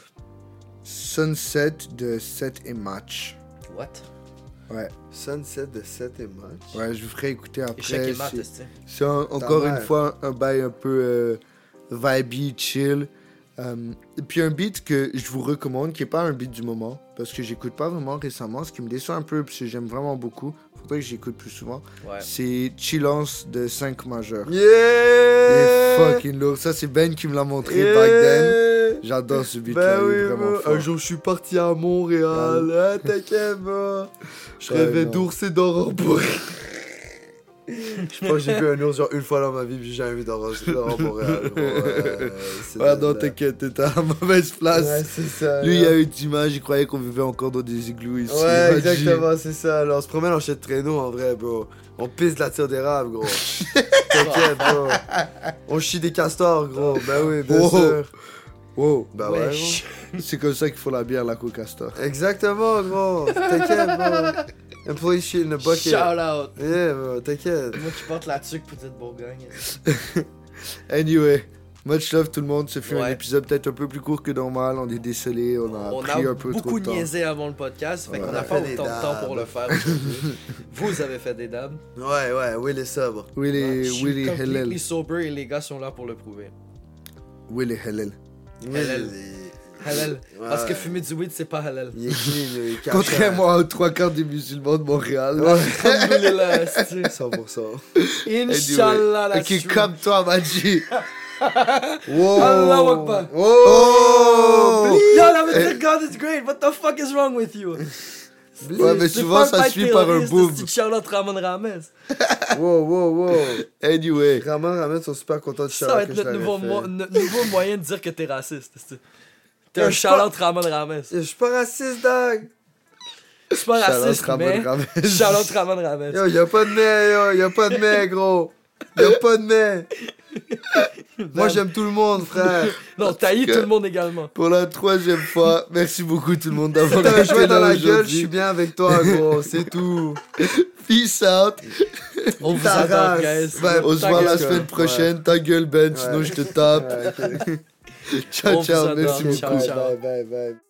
Speaker 3: Sunset de Set et Match.
Speaker 2: What?
Speaker 3: Ouais,
Speaker 4: Sunset de sept et match.
Speaker 3: ouais, je vous ferai écouter après.
Speaker 2: Échec et mat,
Speaker 3: c'est-
Speaker 2: est-ce que
Speaker 3: C'est un- encore
Speaker 4: mère.
Speaker 3: une fois un bail un peu euh, vibey, chill. Euh, et puis un beat que je vous recommande, qui est pas un beat du moment, parce que j'écoute pas vraiment récemment, ce qui me déçoit un peu, parce que j'aime vraiment beaucoup. Faudrait que j'écoute plus souvent.
Speaker 2: Ouais.
Speaker 3: C'est Chillance de cinq majeurs. Il est
Speaker 4: Yeah!
Speaker 3: fucking lourd. Ça, c'est Ben qui me l'a montré
Speaker 4: Yeah!
Speaker 3: back then. J'adore ce beat là,
Speaker 4: Ben
Speaker 3: il est
Speaker 4: oui,
Speaker 3: vraiment
Speaker 4: bro.
Speaker 3: fort.
Speaker 4: Un jour, je suis parti à Montréal. Ah, t'inquiète, bro. Je
Speaker 3: Ouais,
Speaker 4: rêvais
Speaker 3: non.
Speaker 4: d'ours et d'aurore boréale. Je pense que j'ai vu un ours genre une fois dans ma vie, puis j'ai jamais vu d'aurore d'aurore boréale. gros. Ouais, c'est
Speaker 3: Ouais,
Speaker 4: de-
Speaker 3: non,
Speaker 4: de-
Speaker 3: t'inquiète, t'étais à la mauvaise place.
Speaker 4: Ouais, c'est ça.
Speaker 3: Lui, il
Speaker 4: là.
Speaker 3: a eu d'image, il croyait qu'on vivait encore dans des igloos ici.
Speaker 4: Ouais,
Speaker 3: Imagine.
Speaker 4: exactement, c'est ça. Alors, on se promène en chien de traîneau, en vrai, bro. On pisse de la tire d'érable, gros. T'inquiète, bro. On chie des castors, gros. Ben oui, bien
Speaker 3: Oh.
Speaker 4: sûr.
Speaker 3: Wow,
Speaker 4: Ben ouais,
Speaker 2: Wesh.
Speaker 3: c'est comme ça qu'il faut la bière, la Coca-Star.
Speaker 4: gros. Exactement, gros. T'inquiète, bro. Employee shit in a bucket.
Speaker 2: Shout out.
Speaker 4: Yeah, bro, t'inquiète.
Speaker 2: Moi qui porte la tuque, petite Bourgogne.
Speaker 3: Anyway, much love tout le monde. Ce fut un
Speaker 2: Ouais.
Speaker 3: épisode peut-être un peu plus court que normal. On est désolé, on a
Speaker 2: On
Speaker 3: pris
Speaker 2: a
Speaker 3: un peu trop
Speaker 2: beaucoup
Speaker 3: de temps.
Speaker 2: niaisé avant le podcast, fait
Speaker 3: Ouais.
Speaker 2: qu'on
Speaker 4: On
Speaker 2: n'a
Speaker 4: a
Speaker 2: pas
Speaker 4: fait
Speaker 2: autant
Speaker 4: des
Speaker 2: de temps pour
Speaker 4: dabs.
Speaker 2: le faire aujourd'hui. Vous avez fait des dabs.
Speaker 4: Ouais, ouais, Will est sobre.
Speaker 3: Willy,
Speaker 2: Ouais, je suis
Speaker 3: Willy
Speaker 2: completely
Speaker 3: Hellel.
Speaker 2: sober et les gars sont là pour le prouver.
Speaker 3: Willy Hellel.
Speaker 2: Halal.
Speaker 4: Will est-
Speaker 2: Halal.
Speaker 4: Ouais.
Speaker 2: Parce que fumer du weed, c'est pas halal.
Speaker 4: Il est clean, il est cash.
Speaker 3: Contrairement aux trois quarts des musulmans de Montréal.
Speaker 4: Ouais.
Speaker 2: Alhamdoulilah, c'est-
Speaker 4: cent pour cent.
Speaker 2: Inch'Allah, la
Speaker 3: Ok, calme-toi, Maji.
Speaker 4: Wow.
Speaker 2: Allahu Akbar.
Speaker 4: Oh.
Speaker 2: Yo, la musique God is great. What the fuck is wrong with you?
Speaker 3: Ouais, mais
Speaker 2: C'est
Speaker 3: souvent,
Speaker 2: pas
Speaker 3: ça
Speaker 2: le
Speaker 3: se finit par un
Speaker 2: terroriste,
Speaker 3: boom.
Speaker 2: c'est Charlotte Ramon Rames.
Speaker 4: Wow, wow, wow.
Speaker 3: Anyway.
Speaker 4: Ramon, Ramon sont super contents de
Speaker 2: Ça
Speaker 4: Charlotte
Speaker 2: va être
Speaker 4: que je
Speaker 2: notre
Speaker 4: l'avais
Speaker 2: nouveau,
Speaker 4: fait.
Speaker 2: mo- notre nouveau moyen de dire que t'es raciste. c'est- T'es
Speaker 4: Yo,
Speaker 2: un
Speaker 4: je suis pas-
Speaker 2: Charlotte Ramon Rames.
Speaker 4: Je suis pas raciste, dog.
Speaker 2: Je suis pas
Speaker 3: Charlotte
Speaker 2: raciste,
Speaker 3: Ramon
Speaker 2: mais
Speaker 3: Rames.
Speaker 2: Charlotte Ramon Rames.
Speaker 4: Yo, y'a pas de mais, yo, y'a pas de mais, gros. Y'a pas de mais. Moi, j'aime tout le monde, frère.
Speaker 2: Non, taillis tout le monde également.
Speaker 3: Pour la troisième fois, merci beaucoup tout le monde
Speaker 4: Si
Speaker 3: d'avoir
Speaker 4: t'as un
Speaker 3: été
Speaker 4: jouet dans
Speaker 3: là
Speaker 4: la gueule, je
Speaker 3: aujourd'hui.
Speaker 4: suis bien avec toi, gros. C'est tout.
Speaker 3: Peace out.
Speaker 2: On vous
Speaker 4: Ta
Speaker 2: adore,
Speaker 4: race.
Speaker 2: guys.
Speaker 4: Ouais,
Speaker 3: On se
Speaker 2: Ta
Speaker 3: voit la
Speaker 2: gueule.
Speaker 3: semaine prochaine. Ta gueule, Ben, sinon
Speaker 4: Ouais.
Speaker 3: je te tape.
Speaker 4: Ouais, ok.
Speaker 3: Ciao,
Speaker 2: On vous
Speaker 3: ciao.
Speaker 2: adore.
Speaker 3: Merci
Speaker 2: Ciao,
Speaker 3: beaucoup.
Speaker 2: ciao.
Speaker 4: Bye, bye, bye.